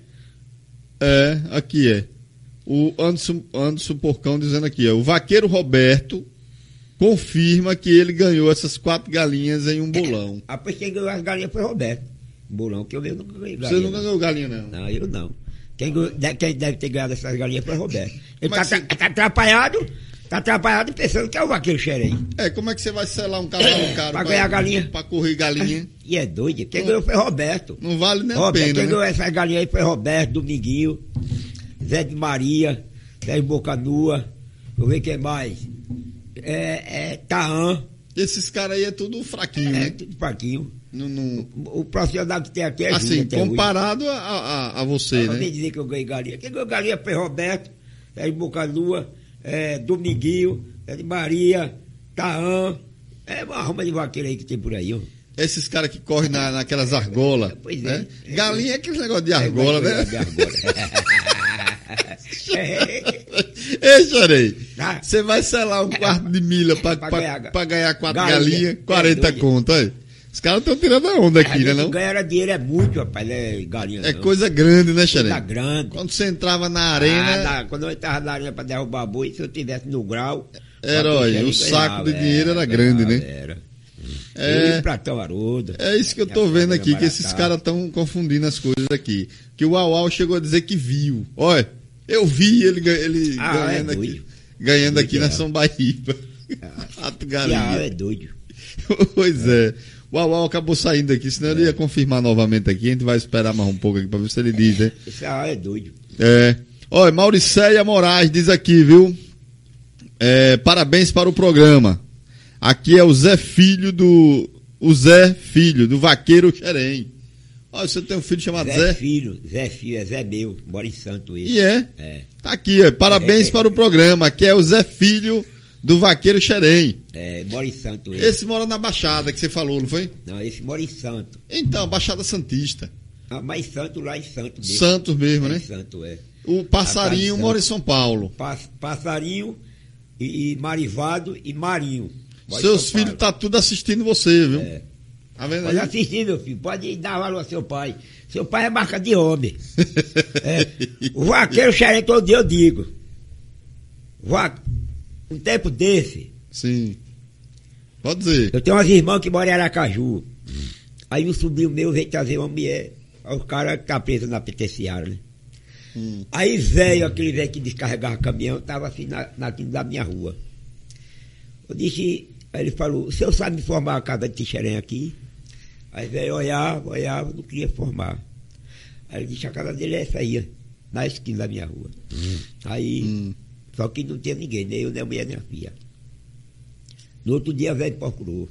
É, aqui é. O Anderson, Anderson Porcão dizendo aqui, ó, o vaqueiro Roberto confirma que ele ganhou essas quatro galinhas em um bolão. Ah, pois quem ganhou as galinhas foi Roberto. Bolão que eu ganhei, eu nunca ganhei Você galinha. não ganhou galinha, não? Não, eu não. Quem, ganhou- de- quem deve ter ganhado essas galinhas foi Roberto. Ele tá, Mas se- tá, tá atrapalhado, tá atrapalhado pensando que é o vaqueiro xerém. É, como é que você vai selar um cavalo caro Pra ganhar galinha. Pra correr galinha? E é doido. Quem ganhou foi Roberto. Não vale nem a Roberto, pena, quem né? ganhou essas galinhas aí foi Roberto, Dominguinho, Zé de Maria, Zé de Boca Nua, deixa eu ver quem mais. É, é Taã, Esses caras aí é tudo fraquinho, é né? tudo fraquinho. Não, não- O profissional que tem aqui é Assim, Júnior até hoje. comparado a, a, a você, Não né? nem dizer que eu ganhei galinha. Quem ganhou galinha foi Roberto, Zé de Boca Nua, é, Dominguinho, Zé de Maria, Taã. É uma arma de vaqueiro aí que tem por aí, ó. Esses caras que correm na, naquelas argolas. Pois né? é. Galinha é aquele negócio de argola, né? De argola. Ei, Chorei, Tá. você vai selar um quarto de milha pra, Pra pra, ganhar- pra ganhar quatro galinha. galinhas, É, quarenta doido. conto, aí. Os caras estão tirando a onda aqui, né, não? Ganhar dinheiro é muito, rapaz, não é galinha É não. coisa grande, né, Xerém? Coisa grande. Quando você entrava na Ah, arena, na- quando eu estava na arena para derrubar boi, se eu tivesse no grau. Era, o olha, Xerém o saco de ganhava, dinheiro era grande, né? Era. É. E Pratão Haroldo. é isso que eu tô É, vendo é aqui, que barato. esses caras estão confundindo as coisas aqui. Que o Au Au chegou a dizer que viu. Olha, eu vi ele, ga- ele Ah, ganhando é aqui. doido. Ganhando Doido aqui na é. São Baíba. Ah, Quatro Esse Au galinhas. é doido. Pois é. O Au Au acabou saindo aqui, senão ele ia confirmar novamente aqui. A gente vai esperar mais um pouco aqui pra ver se ele diz, né? Esse Au é doido. É. Olha, Mauricéia Moraes diz aqui, viu? É, parabéns para o programa. Aqui é o Zé Filho do, o Zé Filho, do Vaqueiro Xerém. Olha, você tem um filho chamado Zé? Zé Filho, Zé Filho, é Zé meu, mora em Santo ele. E é? É. Tá aqui, ó, parabéns é, para o programa, que é o Zé Filho do Vaqueiro Xerém. É, mora em Santo ele. Esse mora na Baixada, que você falou, não foi? Não, esse mora em Santo. Então, Baixada Santista. Ah, mas Santo lá em Santo mesmo. Santos mesmo, é né? Santo, é. O Passarinho mora em São Paulo. Pass, Passarinho e, e Marivado e Marinho. Seus filhos tá tudo assistindo você, viu? É. Tá vendo Pode aí? assistir, meu filho. Pode dar valor a seu pai. Seu pai é marca de homem. É. O Vaqueiro Xerém, todo dia eu digo. Va... Um tempo desse. Sim. Pode dizer. Eu tenho umas irmãs que moram em Aracaju. Aí um sobrinho meu veio trazer uma mulher. Aí o cara tá preso na penitenciária, né? Hum. Aí velho, aquele velho que descarregava caminhão, tava assim na, na da minha rua. Eu disse, aí ele falou, o senhor sabe me formar a casa de Xerém aqui? Aí velho olhava, olhava, não queria formar. Aí ele disse, a casa dele é essa aí, na esquina da minha rua. Hum. Aí, hum. Só que não tinha ninguém, nem eu, nem a mulher, nem a filha. No outro dia, velho procurou.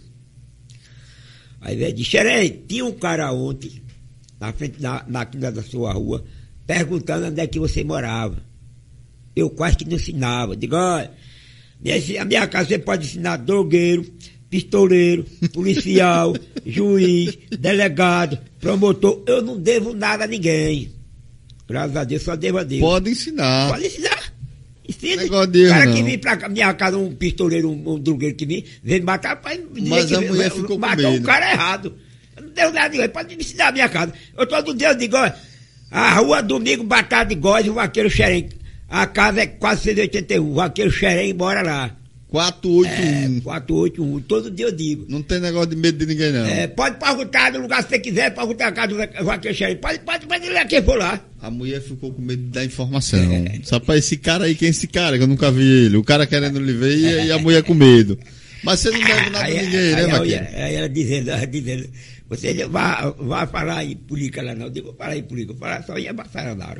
Aí velho disse, Xerém, tinha um cara ontem, na frente, na, na quina da sua rua, perguntando onde é que você morava. Eu quase que não ensinava. Digo, olha, a minha casa você pode ensinar drogueiro, pistoleiro, policial, juiz, delegado, promotor. Eu não devo nada a ninguém. Graças a Deus, só devo a Deus. Pode ensinar. Pode ensinar. Ensina. O cara não. Que vem pra minha casa, um pistoleiro, um, um drogueiro que vem, vem me matar, pai, mas a que mulher vem, ficou matou com medo. O cara errado. Eu não devo nada a ninguém, pode me ensinar a minha casa. Eu todo dia eu digo, olha, a rua Domingo Batata de Góis, o Vaqueiro Xerém. A casa é quatrocentos e oitenta e um, o Vaqueiro Xerém mora lá. quatrocentos e oitenta e um. É, quatrocentos e oitenta e um, todo dia eu digo. Não tem negócio de medo de ninguém, não. É, pode perguntar no lugar se você quiser, perguntar a casa do Vaqueiro Xerém. Pode, pode, pode ir lá quem for lá. A mulher ficou com medo de dar informação. É. Só pra esse cara aí, quem é esse cara? Que eu nunca vi ele. O cara querendo lhe ver e, e a mulher com medo. Mas você não deve nada aí, a ninguém, aí, né, Vaqueiro? Aí, aí ela dizendo, ela dizendo, você vai, vai falar em política lá não. Eu digo, falar em política, eu falar só em Abassaranaro.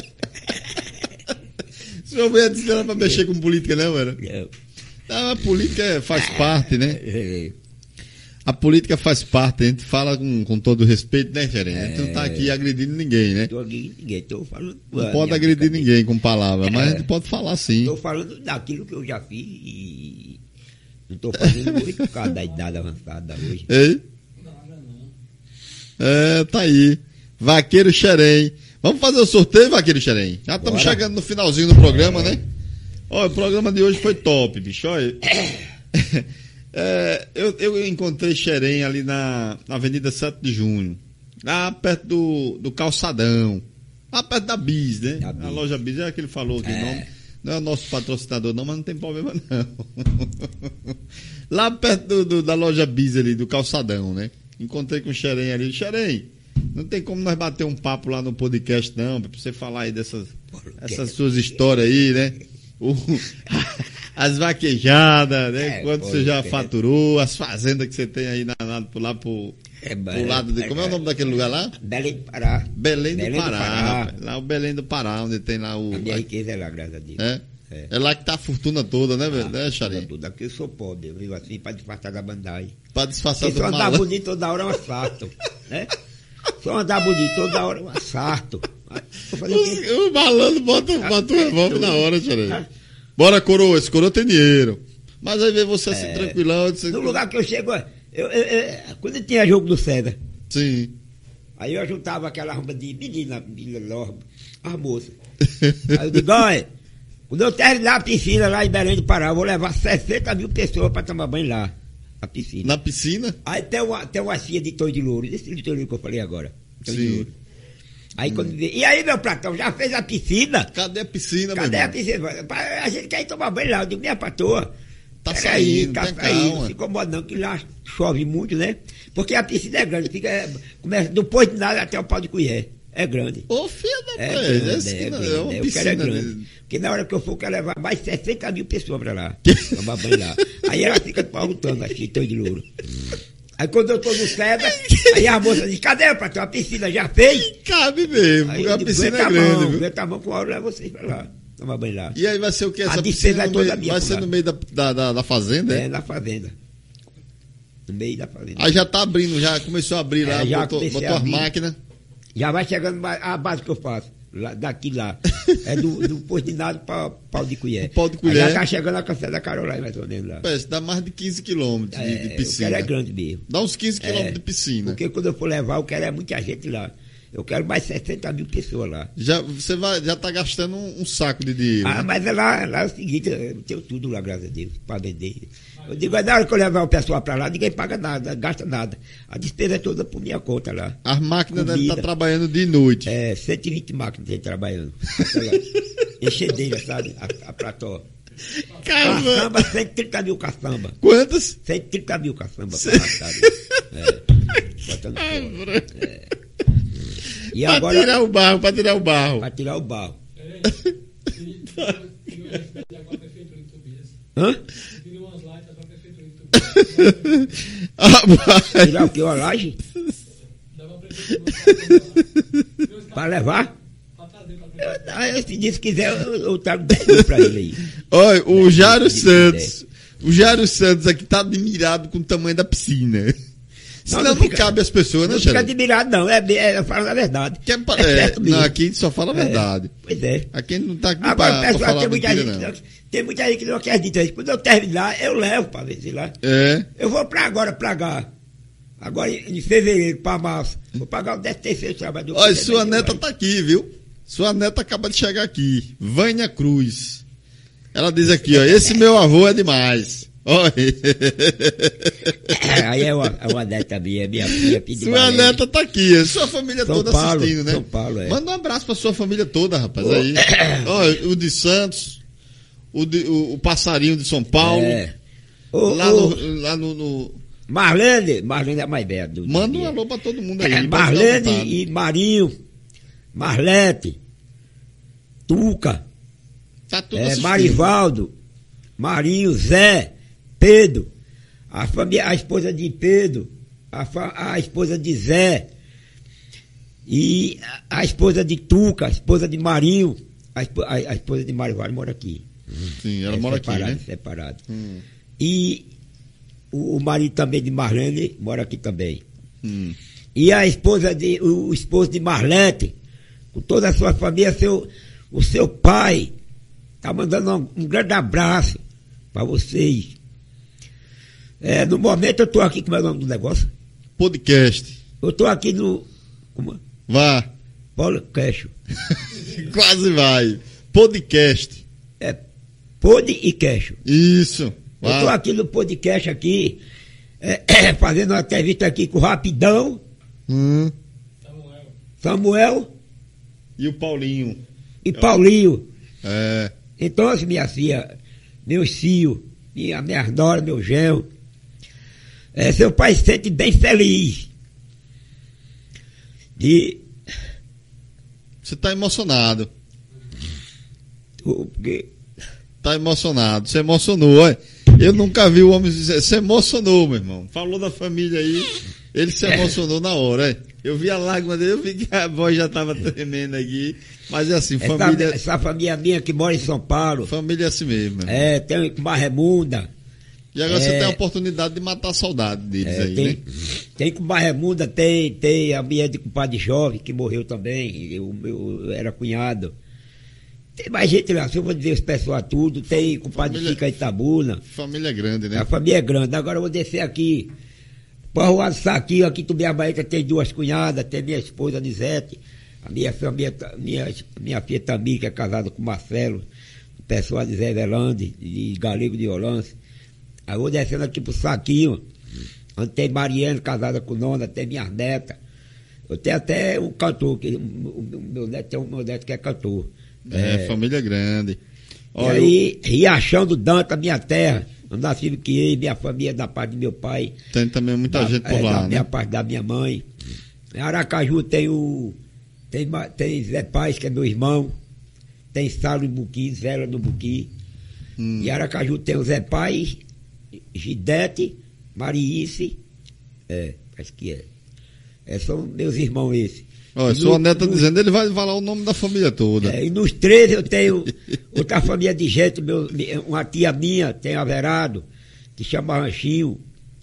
Sua mulher disse que era pra mexer com política, não, era? Não. Não, a política faz parte, né? A política faz parte, a gente fala com, com todo respeito, né, Xerém? A gente não tá aqui agredindo ninguém, né? Tô agredindo ninguém, tô falando. Não pode agredir ninguém com palavras, mas a gente pode falar sim. Tô falando daquilo que eu já fiz e não tô fazendo hoje por causa da idade avançada hoje. Ei? É, tá aí. Vaqueiro Xerém. Vamos fazer o sorteio, Vaqueiro Xerém? Já estamos chegando no finalzinho do programa, né? Olha, o programa de hoje foi top, bicho. Olha. É, eu, eu encontrei Xerém ali na, na Avenida sete de junho, lá perto do, do Calçadão, lá perto da Bis, né? A, Bis. A loja Bis, é que ele falou que é. Nome, não é o nosso patrocinador não, mas não tem problema não. Lá perto do, do, da loja Bis ali, do Calçadão, né? Encontrei com o Xerém ali. Xerém, não tem como nós bater um papo lá no podcast não, pra você falar aí dessas essas suas histórias aí, né? O, as vaquejadas, né? É, quanto você já faturou, as fazendas que você tem aí na, na, por lá pro, é, pro lado de. Como é o nome daquele lugar lá? Belém do Pará. Belém, Belém do, Pará, do Pará. Lá o Belém do Pará, onde tem lá o. A minha riqueza é lá, graças a Deus. É? É. É lá que tá a fortuna toda, né, velho? Ah, né, Xerém? Tudo. Aqui eu sou pobre, eu vivo assim pra disfarçar da bandagem. Pra disfarçar do malandro. Se eu andar bonito toda hora é um assalto, né? Se eu andar bonito toda hora é um assalto. O, o malandro bota, bota o revólver na hora, Xerém. Ah. Bora, coroa, esse coroa tem dinheiro. Mas aí vê você assim, é, tranquilão. Disse, no lugar que eu chego, eu, eu, eu, quando tinha jogo do César. Sim. Aí eu juntava aquela arma de menina, menina, as moças. Aí eu digo, olha, quando eu terminar a piscina lá em Belém do Pará, eu vou levar sessenta mil pessoas para tomar banho lá. Na piscina. Na piscina? Aí tem uma, tem uma cia de Torre de Louro, desse de Torre de Louro que eu falei agora. Sim. Aí hum. quando e aí, meu Platão, já fez a piscina? Cadê a piscina, meu Cadê irmão? a piscina? A gente quer ir tomar banho lá. Eu digo, minha patroa. Tá saindo, tá saindo. Não se incomoda não, que lá chove muito, né? Porque a piscina é grande, fica, começa do posto de nada até o pau de colher. É grande. Ô, filho da é pé, grande, é, é, grande, é uma é, piscina. É grande. Porque na hora que eu for, eu quero levar mais sessenta mil pessoas pra lá. Tomar banho lá. Aí ela fica perguntando, assim, Torre de Louro. Aí quando eu tô no César, aí a moça diz, cadê, patrão? A piscina já fez? Cabe mesmo, aí a piscina é grande, mão, viu? Aguenta a mão com a hora, leva vocês pra lá, tomar banho lá. E aí vai ser o que? Essa a piscina é toda meio, minha vai ser no meio da, da, da, da fazenda? É, é, na fazenda. no meio da fazenda. Aí já tá abrindo, já começou a abrir lá, É, já botou, comecei botou a as abrir. máquinas. Já vai chegando mais- a base que eu faço, lá- daqui lá. É do, do posto de nada para pau de colher. O pau de Aí colher. já tá chegando a Cancela da Carolina, mais ou menos lá. Parece, dá mais de quinze quilômetros de, de É, o piscina. quero é grande mesmo. Dá uns quinze quilômetros É, de piscina. Porque quando eu for levar, eu quero é muita gente lá. Eu quero mais sessenta mil pessoas lá. Já, você vai, já tá gastando um, um saco de dinheiro. Ah, né? mas é lá, lá é o seguinte, eu tenho tudo lá, graças a Deus, para vender. Eu digo, na hora que eu levar o pessoal para lá, ninguém paga nada, gasta nada. A despesa é toda por minha conta lá. As máquinas devem Comida. estar trabalhando de noite. É, cento e vinte máquinas tem trabalhando. Aquela enchedeira, sabe? A, a plató. Caramba! Caçamba, cento e trinta mil caçamba. Quantas? cento e trinta mil caçamba pra matar. É, botando fora. É. E Pra agora, tirar o barro, pra tirar o barro. pra tirar o barro. Hã? Ah, Tirar o que? Uma laje? Pra levar? Ah, se Deus quiser, eu, eu trago dez mil pra ele aí. Olha, o Jário Se Santos. O Jário Santos aqui tá admirado com o tamanho da piscina. Senão não, não fica- cabe as pessoas, né, Não fica Xarope? admirado, não. É, é, eu falo a verdade. Que é pa- É é, certo mesmo. não, aqui a gente só fala a verdade. Pois é. Aqui não tá aqui Agora, pra, pra pessoal, falar tem muita, mentira, gente, não. que não- tem muita gente que não acredita nisso. Quando eu terminar, eu levo pra ver se lá. É. Eu vou pra agora, pra cá. Agora, em fevereiro, pra março. Vou pagar o décimo terceiro trabalhador. Olha, sua neta tá aqui, viu? Sua neta acaba de chegar aqui. Vânia Cruz. Ela diz aqui, ó, esse meu avô é demais. Olha. Aí é uma, é uma neta minha, minha filha, filha de Sua Maria. neta tá aqui, sua família São toda Paulo, assistindo, né? São Paulo, é. Manda um abraço pra sua família toda, rapaz, Ô. aí. Ó, o de Santos, o, de, o, o passarinho de São Paulo, É. Ô, lá, ô, no, lá no, no- Marlene, Marlene é mais velha. do- Manda um minha. alô pra todo mundo aí. É, pode ficar à Marlene vontade. e Marinho, Marlete, Tuca, Tá tudo é, assistindo. Marivaldo, Marinho, Zé, Pedro, a, família, a esposa de Pedro, a, fa- a esposa de Zé, e a, a esposa de Tuca, a esposa de Marinho, a, espo- a, a esposa de Marivaldo mora aqui. Sim, ela É, mora separado, aqui, né? Separado. Hum, E o, o marido também de Marlene mora aqui também. hum. E a esposa de, o, o esposo de Marlete, com toda a sua família, seu, o seu pai, tá mandando um, um grande abraço para vocês. É, no momento eu tô aqui, como é o nome do negócio? Podcast. Eu tô aqui no como, é? Vá. Paulo Queixo. Quase vai. Podcast. É Pod e Queixo. Isso. Eu tô Vá. aqui no podcast aqui, é, fazendo uma entrevista aqui com o Rapidão, Hum. Samuel E o Paulinho. e Paulinho. É. Então, assim, minha filha, meus filhos, minha, minha nora, meu genro, é, seu pai se sente bem feliz de. Você tá emocionado. Porque, Tá emocionado. Você emocionou, olha. Eu nunca vi o homem dizer. Você emocionou, meu irmão. Falou da família aí. Ele se emocionou na hora, é. Eu vi a lágrima dele, eu vi que a voz já tava tremendo aqui. Mas é assim, essa, família. essa família minha que mora em São Paulo, Família é assim mesmo. meu irmão. é, tem uma remunda, E agora você é. tem a oportunidade de matar a saudade deles é, aí, tem, né? tem com remunda, tem, tem a minha de compadre jovem que morreu também, eu, eu, eu era cunhado. Tem mais gente lá, se eu vou dizer os pessoal tudo, tem compadre Família- Chica Itabuna. Família grande, né? A família é grande. Agora eu vou descer aqui. Para Rua do Saquinho, aqui em Tubiabaíta tem duas cunhadas, tem minha esposa Nizete, a minha família, minha, minha filha também, que é casada com o Marcelo, o pessoal de Zé Velande, de Galego de Olância. Aí eu vou descendo aqui pro Saquinho, onde tem Mariana, casada com Nona, tem minhas netas. Eu tenho até um cantor, que, o, o meu neto tem um meu neto que é cantor. É, família grande. E Olha, aí, Riachão do Danta, minha terra, eu nasci no que minha família da parte do meu pai. tem também muita Da- gente por é, lá, da né? minha parte da minha mãe. Em Aracaju tem o. Tem, ma- tem Zé Paz, que é meu irmão. Tem Salo no Buqui, Zé no Buqui. Hum. Em Aracaju tem o Zé Paz, Gidete, Mariice. É, acho que é. É, são meus irmãos esses. Olha, E sua no- neta no- dizendo, ele vai falar o nome da família toda. é, e nos três eu tenho outra família de gente, meu, uma tia minha tem Averado, que chama Ranchinho,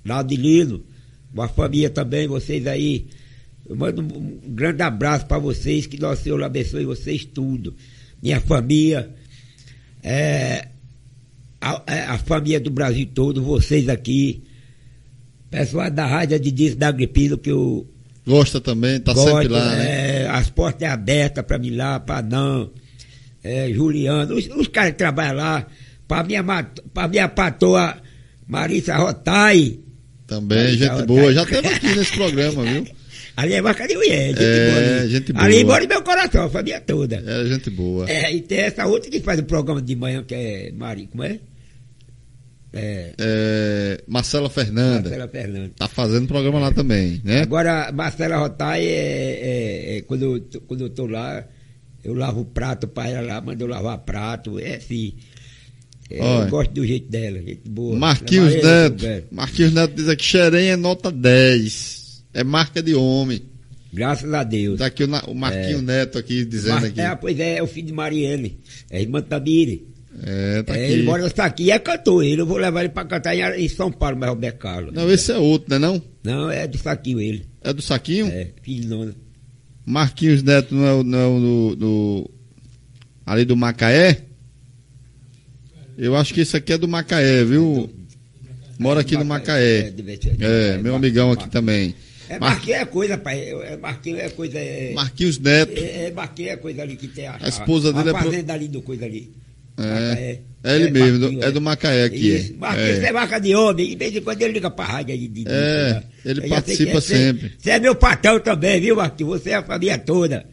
lá de Lilo, uma família também, vocês aí. Eu mando um grande abraço para vocês, que Nosso Senhor abençoe vocês tudo. Minha família, é, a, a família do Brasil todo, vocês aqui, pessoal da Rádio de Dias da Agripino, que eu gosta também, tá gosto, sempre lá, é, né? As portas é abertas para mim lá, para não, é, Juliano, os, os caras que trabalham lá, para minha, pra minha patroa Marisa Rotai. Também, Marisa gente Rotai. boa, já esteve aqui nesse programa, viu? Ali é Marca de Ué, gente é, boa. Ali. gente boa. Ali mora em meu coração, a família toda. É, gente boa. É, e tem essa outra que faz o programa de manhã, que é Mari, como é? É, é Marcela Fernanda. Marcela Fernanda. Tá fazendo programa lá também, né? Agora, Marcela Rotai, é, é, é, quando, eu, quando eu tô lá, eu lavo o prato para ela lá, mando eu lavar prato, é assim. É, eu gosto do jeito dela, gente boa. Marquinhos Neto. Marquinhos Neto diz aqui, Xerém é nota dez. É marca de homem. Graças a Deus. Tá aqui o, o Marquinhos é. Neto aqui dizendo Mar... aqui. É, pois é, é o filho de Marielle. É irmã Tamiri. É, tá é, aqui. Ele mora aqui e é cantor. Ele, eu vou levar ele pra cantar em, em São Paulo, mas Roberto Carlos. Não, esse é outro, não é não? Não, é do Saquinho ele. É do Saquinho? É, filho de nona. Marquinhos Neto não é o, não é o do, do, ali do Macaé? Eu acho que esse aqui é do Macaé, viu? Mora aqui no Macaé. É, meu amigão aqui também. É, Marquinhos é coisa, pai. É, Marquinhos é coisa. É, Marquinhos Neto. É, é Marquinhos é coisa ali que tem a, a esposa dele a fazenda é. Pro... ali do coisa ali. É, Macaé. é ele é, mesmo, Marquinhos, é do Macaé aqui. Isso. Marquinhos é. é marca de homem. De vez em quando ele liga pra rádio aí. De, de, é, né? ele participa é, sempre. Você é meu patrão também, viu, Marquinhos? Você é a família toda.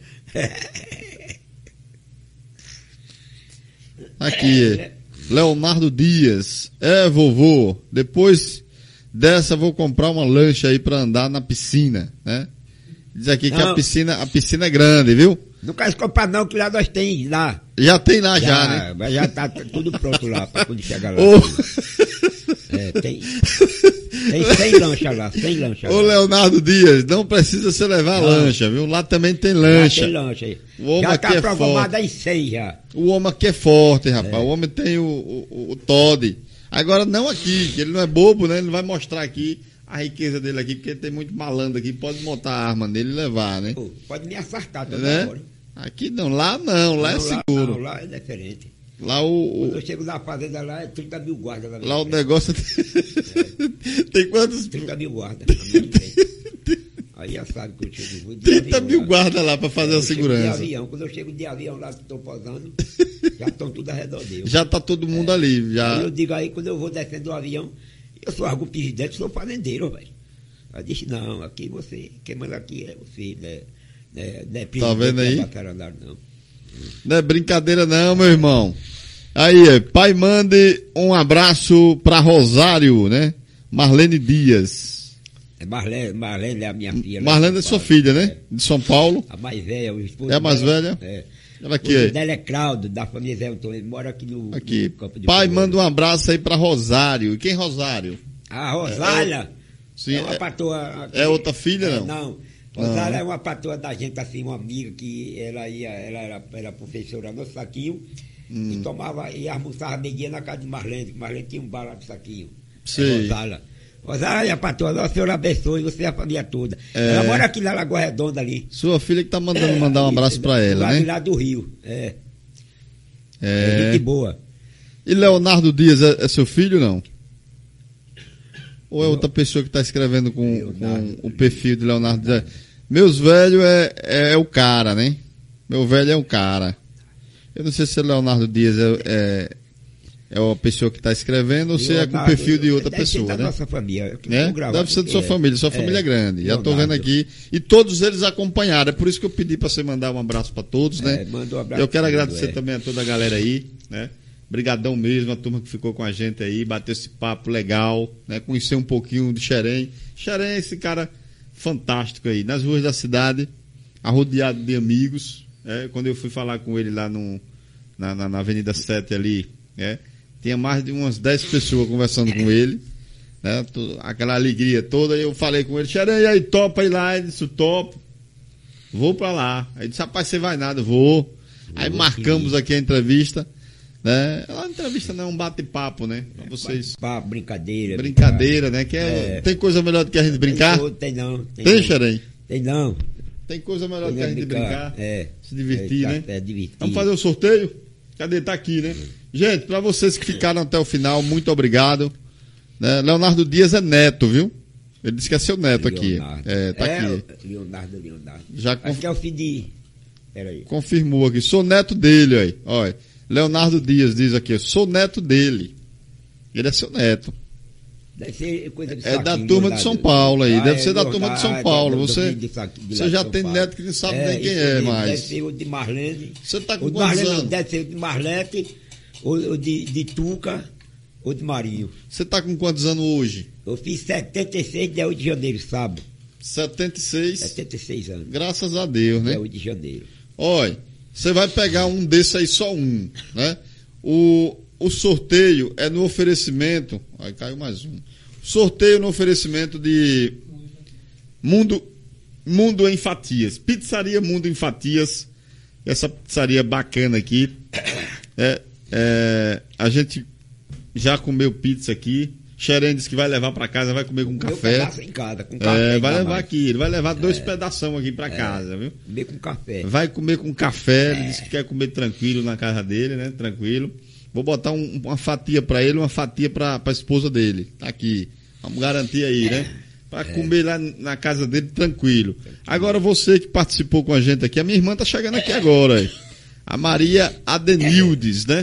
Aqui, Leonardo Dias. É, vovô, depois dessa vou comprar uma lancha aí pra andar na piscina, né? Diz aqui não. que a piscina, a piscina é grande, viu? Não quero comprar não, que lá nós tem lá. Já tem lá já, já né? Já tá tudo pronto lá, pra quando chegar lá. Oh. É, tem, tem cem lanchas lá, cem lanchas. Ô Leonardo Dias, não precisa você levar não. lancha, viu? Lá também tem lancha. Lá tem lancha aí. O homem já aqui tá é programado forte. em cem já. O homem aqui é forte, rapaz. É. O homem tem o, o, o Todd. Agora não aqui, que ele não é bobo, né? Ele não vai mostrar aqui a riqueza dele aqui, porque tem muito malandro aqui, pode montar a arma nele e levar, né? Pô, pode me assaltar toda né? hora. Aqui não, lá não, lá não, é seguro. Lá, não, lá é diferente. Lá o... Quando eu chego na fazenda lá, é trinta mil guardas. Lá, lá o negócio... É. Tem quantos? trinta mil guardas na minha frente. Aí já sabe que eu chego de trinta avião, mil lá. guardas lá para fazer é, a segurança. De avião. Quando eu chego de avião lá que estou posando, já estão tudo redondeu. Já está todo mundo é. ali. Já. Aí eu digo aí, quando eu vou descendo do avião, eu sou algum presidente, sou fazendeiro, velho. Aí disse, não, aqui você, quem manda aqui é você, né? É, não é tá vendo aí? Andar, não. Não é brincadeira não, meu irmão. Aí, pai, mande um abraço para Rosário, né? Marlene Dias. É Marlene, Marlene é a minha filha. Marlene é sua filha, né? De São Paulo. A mais velha, o esposo É a mais dela, velha? É. Ela aqui, o dela é Claudio, da família Zé Antônio, ele mora aqui no, aqui. no Campo de Pai, Fogo. manda um abraço aí para Rosário. E quem é Rosário? A Rosália. É, sim, é uma é, patroa. Aqui, é outra filha, é, não? Não. Rosália é uma patroa da gente, assim, uma amiga que ela ia, ela era, era professora no Saquinho hum. e tomava, e almoçava meio-dia na casa de Marlene, que Marlene tinha um bar lá do Saquinho. Sim. É Rosália. Rosália, patroa, nossa senhora abençoe você e a família toda. É. Ela mora aqui na Lagoa Redonda ali. Sua filha que tá mandando é, mandar um abraço para ela, lá, né? Lá do Rio, é. É. É gente boa. E Leonardo Dias é, é seu filho, não? Ou é outra pessoa que está escrevendo com, com o perfil de Leonardo Dias? Meus velhos é, é, é o cara, né? Meu velho é um cara. Eu não sei se é Leonardo Dias é, é, é uma pessoa que está escrevendo ou se é com o perfil de outra deve pessoa, ser da né? nossa família. É? Deve ser da sua é, família, sua família é grande. Já estou vendo aqui. E todos eles acompanharam. É por isso que eu pedi para você mandar um abraço para todos, né? É, manda um abraço. Eu quero agradecer é. também a toda a galera aí, né? Brigadão mesmo, a turma que ficou com a gente aí, bateu esse papo legal, né? Conhecer um pouquinho de Xerém. Xerém é esse cara fantástico aí, nas ruas da cidade, arrodeado de amigos, né? Quando eu fui falar com ele lá no, na, na, na Avenida sete ali, né? Tinha mais de umas dez pessoas conversando com ele, né? Aquela alegria toda, e eu falei com ele, Xerém, aí topa ir lá? Ele disse, topo, vou pra lá. Aí disse, rapaz, você vai nada, vou. Aí marcamos aqui a entrevista, né? Ela entrevista não é um bate-papo, né? Pra vocês. Papo, brincadeira. Brincadeira, né? Que é, É. Tem coisa melhor do que a gente brincar? Tem, tem não. Tem, Tem, não. Xerém? Tem não. Tem coisa melhor do que Tem a gente brincar? É. Se divertir, é, né? É, divertir. Vamos fazer o sorteio? Cadê? Tá aqui, né? Gente, pra vocês que ficaram até o final, muito obrigado. Né? Leonardo Dias é neto, viu? Ele disse que é seu neto aqui. Leonardo. É, tá É, aqui. Leonardo, Leonardo. Já Acho conf... que é o filho de... Peraí. confirmou aqui. Sou neto dele, aí. Olha. Leonardo Dias diz aqui, sou neto dele. Ele é seu neto. Deve ser coisa de É saquinho, da turma de Leonardo. São Paulo aí. Ah, Deve é ser da Leonardo, turma de São ah, Paulo. do- do- Você, do- de lá você de já São tem Paulo. neto que não sabe nem quem isso é mesmo, mais. Deve ser o de Marlene. Você tá com o de quantos Marlene, não, anos? deve ser o de Marlete, ou, ou de, de Tuca, ou de Marinho. Você tá com quantos anos hoje? Eu fiz setenta e seis, dia oito de janeiro, sábado. setenta e seis. setenta e seis anos. Graças a Deus, né? Dia oito de janeiro. Olha, você vai pegar um desse aí, só um, né? O, o sorteio é no oferecimento. Aí caiu mais um. Sorteio no oferecimento de Mundo, Mundo em Fatias. Pizzaria Mundo em Fatias. Essa pizzaria bacana aqui. É, é, a gente já comeu pizza aqui. Xerém disse que vai levar para casa, vai comer com Meu café. pedaço em casa, com café. É, vai ainda levar mais. aqui. Ele vai levar dois pedação aqui para casa, viu? Comer com café. Vai comer com café, ele disse que quer comer tranquilo na casa dele, né? Tranquilo. Vou botar um- uma fatia pra ele, uma fatia pra, pra esposa dele. Tá aqui. Vamos garantir aí, né? Pra comer lá na casa dele tranquilo. Agora você que participou com a gente aqui, a minha irmã tá chegando aqui agora. Aí. A Maria Adenildes, né?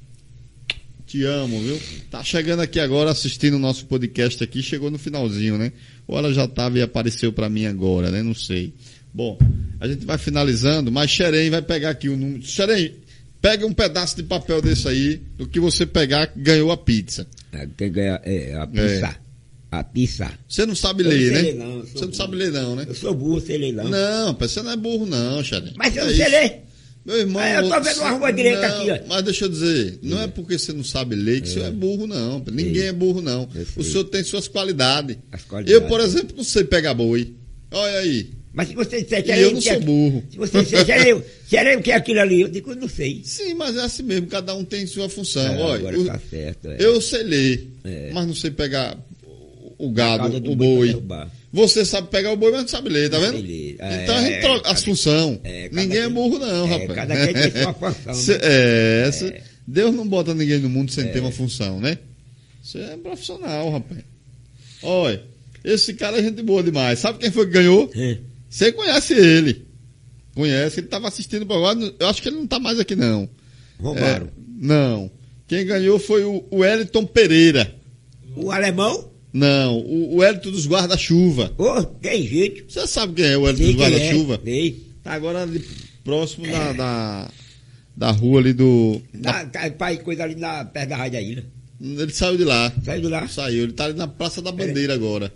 Te amo, viu? Tá chegando aqui agora assistindo o nosso podcast aqui, chegou no finalzinho, né? Ou ela já tava e apareceu pra mim agora, né? Não sei. Bom, a gente vai finalizando, mas Xerém vai pegar aqui o número. Xerém, pega um pedaço de papel desse aí, o que você pegar, ganhou a pizza. É, Quem ganha é a pizza. A pizza. Você não sabe Eu não ler, sei né? ler, não, eu sou Você não burro. sabe ler, não, né? Eu sou burro, sei ler não. Não, pai, você não é burro, não, Xerém. Mas eu É não sei isso. ler. Meu irmão. Ah, eu tô vendo uma rua direita não, aqui, ó. Mas deixa eu dizer, não é porque você não sabe ler que você é burro, não. Ninguém é burro, não. Eu O sei. senhor tem suas qualidades. As qualidades. Eu, por exemplo, não sei pegar boi. Olha aí. Mas se você disser E eu não sou burro. Se você disser, Xerém, Xerém, o que é aquilo ali? Eu digo, eu não sei. Sim, mas é assim mesmo, cada um tem sua função. É, Olha, agora eu, tá certo. É. eu sei ler, É. mas não sei pegar o A gado, cauda do o boi pra boi. derrubar. Você sabe pegar o boi, mas não sabe ler, tá Não vendo? sei ler. É, Então a gente é, troca cada- as funções. é, cada Ninguém é quem- burro, não, é, rapaz. cada quem tem sua função, Cê- né? é, cê- Deus não bota ninguém no mundo sem ter uma função, né? Você é profissional, rapaz. Olha, esse cara é gente boa demais. Sabe quem foi que ganhou? É. Você conhece ele. Conhece, ele estava assistindo o programa. Eu acho que ele não está mais aqui, não. Roubaram. É, não. Quem ganhou foi o, o Wellington Pereira. O alemão? Não, o, o Wellington dos Guarda-Chuva. Ô, tem jeito. Você sabe quem é o Wellington Sei dos quem Guarda-Chuva? é. Sei. Tá agora ali próximo da, da, da rua ali do. Na, tá, pai, coisa ali na, perto da Rádio da Ilha. Ele saiu de lá. Saiu de lá. Saiu. Ele tá ali na Praça da Bandeira agora.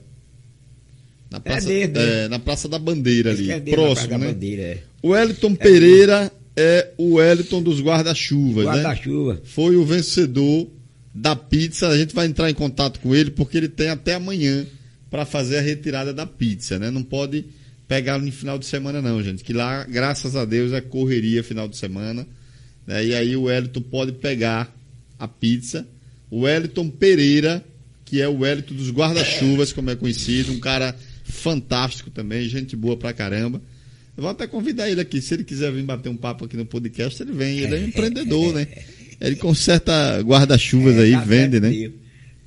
Na praça, mesmo, é, na Praça da Bandeira ali. Esse é dele, na próximo, Praça da né? Bandeira, é. O Wellington Pereira é o Wellington dos Guarda-Chuvas, né? Guarda-chuva. Foi o vencedor da pizza. A gente vai entrar em contato com ele porque ele tem até amanhã para fazer a retirada da pizza, né? Não pode pegar no final de semana não, gente. Que lá, graças a Deus, é correria final de semana, né? E aí o Wellington pode pegar a pizza. O Wellington Pereira, que é o Wellington dos Guarda-Chuvas, como é conhecido, um cara fantástico também, gente boa pra caramba. Eu vou até convidar ele aqui, se ele quiser vir bater um papo aqui no podcast, ele vem. Ele é um empreendedor, né? Ele conserta guarda-chuvas aí, Tá vende, certo né? mesmo.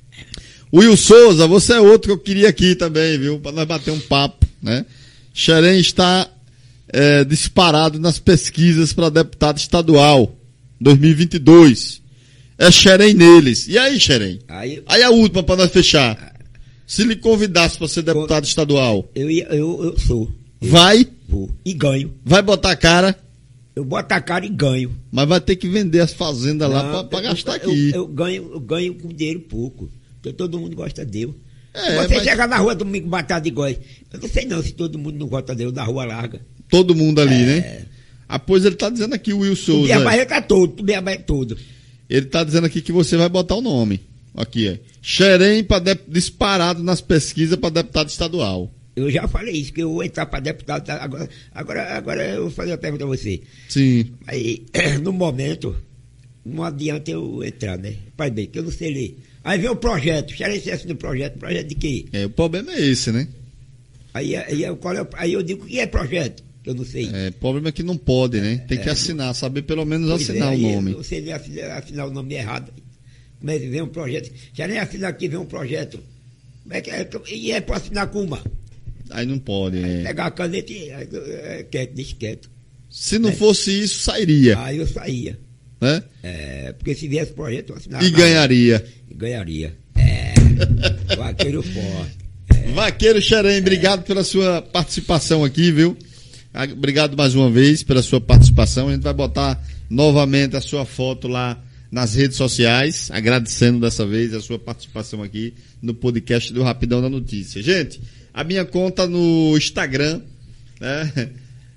Will Souza, você é outro que eu queria aqui também, viu? Para nós bater um papo, né? Xerém está é, disparado nas pesquisas para deputado estadual dois mil e vinte e dois. É Xerém neles. E aí, Xerém? Aí Aí a última para nós fechar. Se lhe convidasse para ser deputado estadual, eu, ia- eu, eu sou. vai, Vou. E ganho. vai botar a cara, Eu boto a cara e ganho. mas vai ter que vender as fazendas lá Não, para eu- gastar eu, aqui. Eu, eu ganho, eu ganho com dinheiro pouco. Porque todo mundo gosta de Deus. É, se você mas- chegar na rua domingo bater de góis, eu não sei não se todo mundo não gosta de Deus na rua larga. Todo mundo ali, É. né? Ah, pois ele tá dizendo aqui, o Will O Souza. minha barriga tá todo, o minha barriga todo. Ele tá dizendo aqui que você vai botar o nome. Aqui, é. Xerém pra de- disparado nas pesquisas para deputado estadual. Eu já falei isso, que eu vou entrar para deputado. tá? Agora, agora, agora eu vou fazer uma pergunta a você. Sim. Aí, no momento, não adianta eu entrar, né? Pai bem, que eu não sei ler. Aí vem o projeto, xerém assina o projeto, projeto de quê? É, o problema é esse, né? Aí, aí, eu, qual é, o- aí eu digo, o que é projeto? Que eu não sei. É, o problema é que não pode, né? Tem que É, assinar, saber pelo menos Pois assinar é, o aí nome. Você vem assinar, assinar o nome errado. Como é que vem um projeto? Já nem assinar aqui, vem um projeto. Como é que é? E é para assinar com uma? Aí não pode. É. Pegar a caneta e é, é, quieto, deixa quieto. Se não fosse isso, sairia, Aí eu saía. né? É, porque se viesse projeto, eu assinava. E na- ganharia. E ganharia. É. Vaqueiro forte. Vaqueiro Xerém, obrigado pela sua participação aqui, viu? Ah, Obrigado mais uma vez pela sua participação. A gente vai botar novamente a sua foto lá nas redes sociais, agradecendo dessa vez a sua participação aqui no podcast do Rapidão da Notícia. Gente, a minha conta no Instagram, né,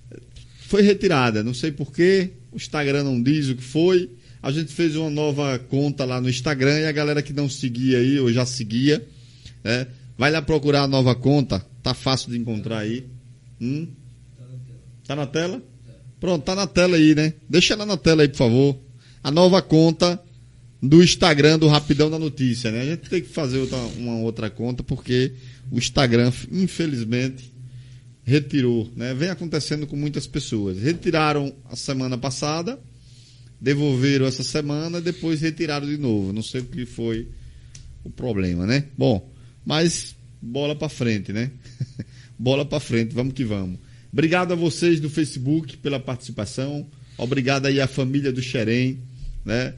foi retirada. Não sei porquê, o Instagram não diz o que foi. A gente fez uma nova conta lá no Instagram e a galera que não seguia aí, ou já seguia, né, vai lá procurar a nova conta. Tá fácil de encontrar aí. Hum? Tá na tela? Pronto, tá na tela aí, né? Deixa ela na tela aí, por favor. A nova conta do Instagram do Rapidão da Notícia, né? A gente tem que fazer outra, uma outra conta porque o Instagram, infelizmente, retirou, né? Vem acontecendo com muitas pessoas. Retiraram a semana passada, devolveram essa semana, depois retiraram de novo. Não sei o que foi o problema, né? Bom, mas bola pra frente, né? Bola pra frente, vamos que vamos. Obrigado a vocês do Facebook pela participação. Obrigado aí à família do Xerém, né?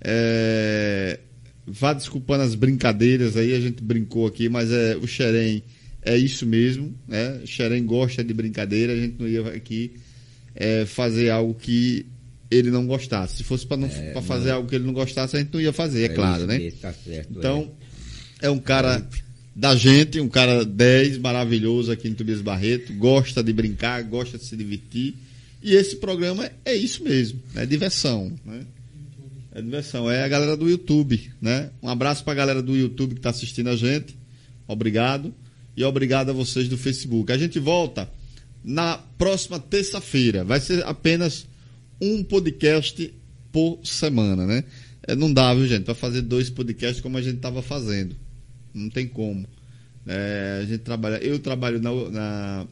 É... Vá desculpando as brincadeiras aí, a gente brincou aqui, mas é, o Xerém é isso mesmo, né? O Xerém gosta de brincadeira, a gente não ia aqui é, fazer algo que ele não gostasse. Se fosse para É, pra fazer não. algo que ele não gostasse, a gente não ia fazer, é, claro, isso né? mesmo, tá certo, Então, é um cara da gente, um cara dez, maravilhoso aqui em Tobias Barreto, gosta de brincar, gosta de se divertir. E esse programa é isso mesmo, é diversão, né? É diversão, é a galera do YouTube, né? Um abraço pra galera do YouTube que está assistindo a gente, obrigado. E obrigado a vocês do Facebook. A gente volta na próxima terça-feira, vai ser apenas um podcast por semana, né? É, não dá, viu, gente, para fazer dois podcasts como a gente estava fazendo. Não tem como. É, a gente trabalha, eu trabalho na, na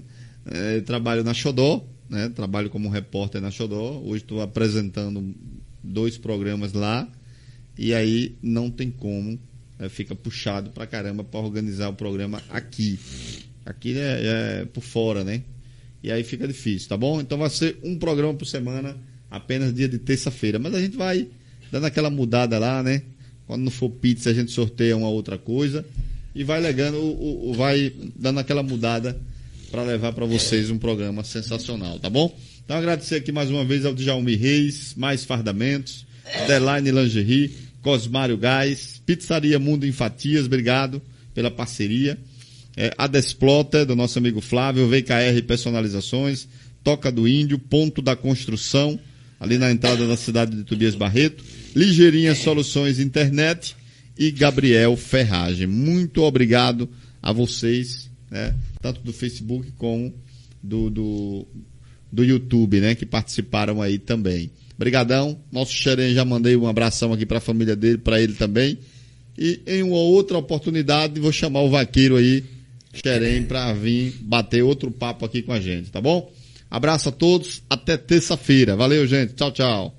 é, eu trabalho na Xodó, né? Trabalho como repórter na Xodó. Hoje estou apresentando dois programas lá e aí não tem como, é, fica puxado pra caramba para organizar o programa aqui. Aqui é, é por fora, né? E aí fica difícil, tá bom? Então vai ser um programa por semana, apenas dia de terça-feira. Mas a gente vai dando aquela mudada lá, né? Quando não for pizza, a gente sorteia uma outra coisa e vai legando, o, o, vai dando aquela mudada para levar para vocês um programa sensacional, tá bom? Então agradecer aqui mais uma vez ao Djalmi Reis, Mais Fardamentos, Deline Lingerie, Cosmário Gás, Pizzaria Mundo em Fatias, obrigado pela parceria. É, a Desploter, do nosso amigo Flávio, V K R Personalizações, Toca do Índio, Ponto da Construção, ali na entrada da cidade de Tobias Barreto, Ligeirinha Soluções Internet e Gabriel Ferragem. Muito obrigado a vocês, né, tanto do Facebook como do, do, do YouTube, né, que participaram aí também. Obrigadão. Nosso Xerém, já mandei um abração aqui para a família dele, para ele também. E em uma outra oportunidade vou chamar o vaqueiro aí, Xerém, para vir bater outro papo aqui com a gente, tá bom? Abraço a todos, até terça-feira. Valeu, gente. Tchau, tchau.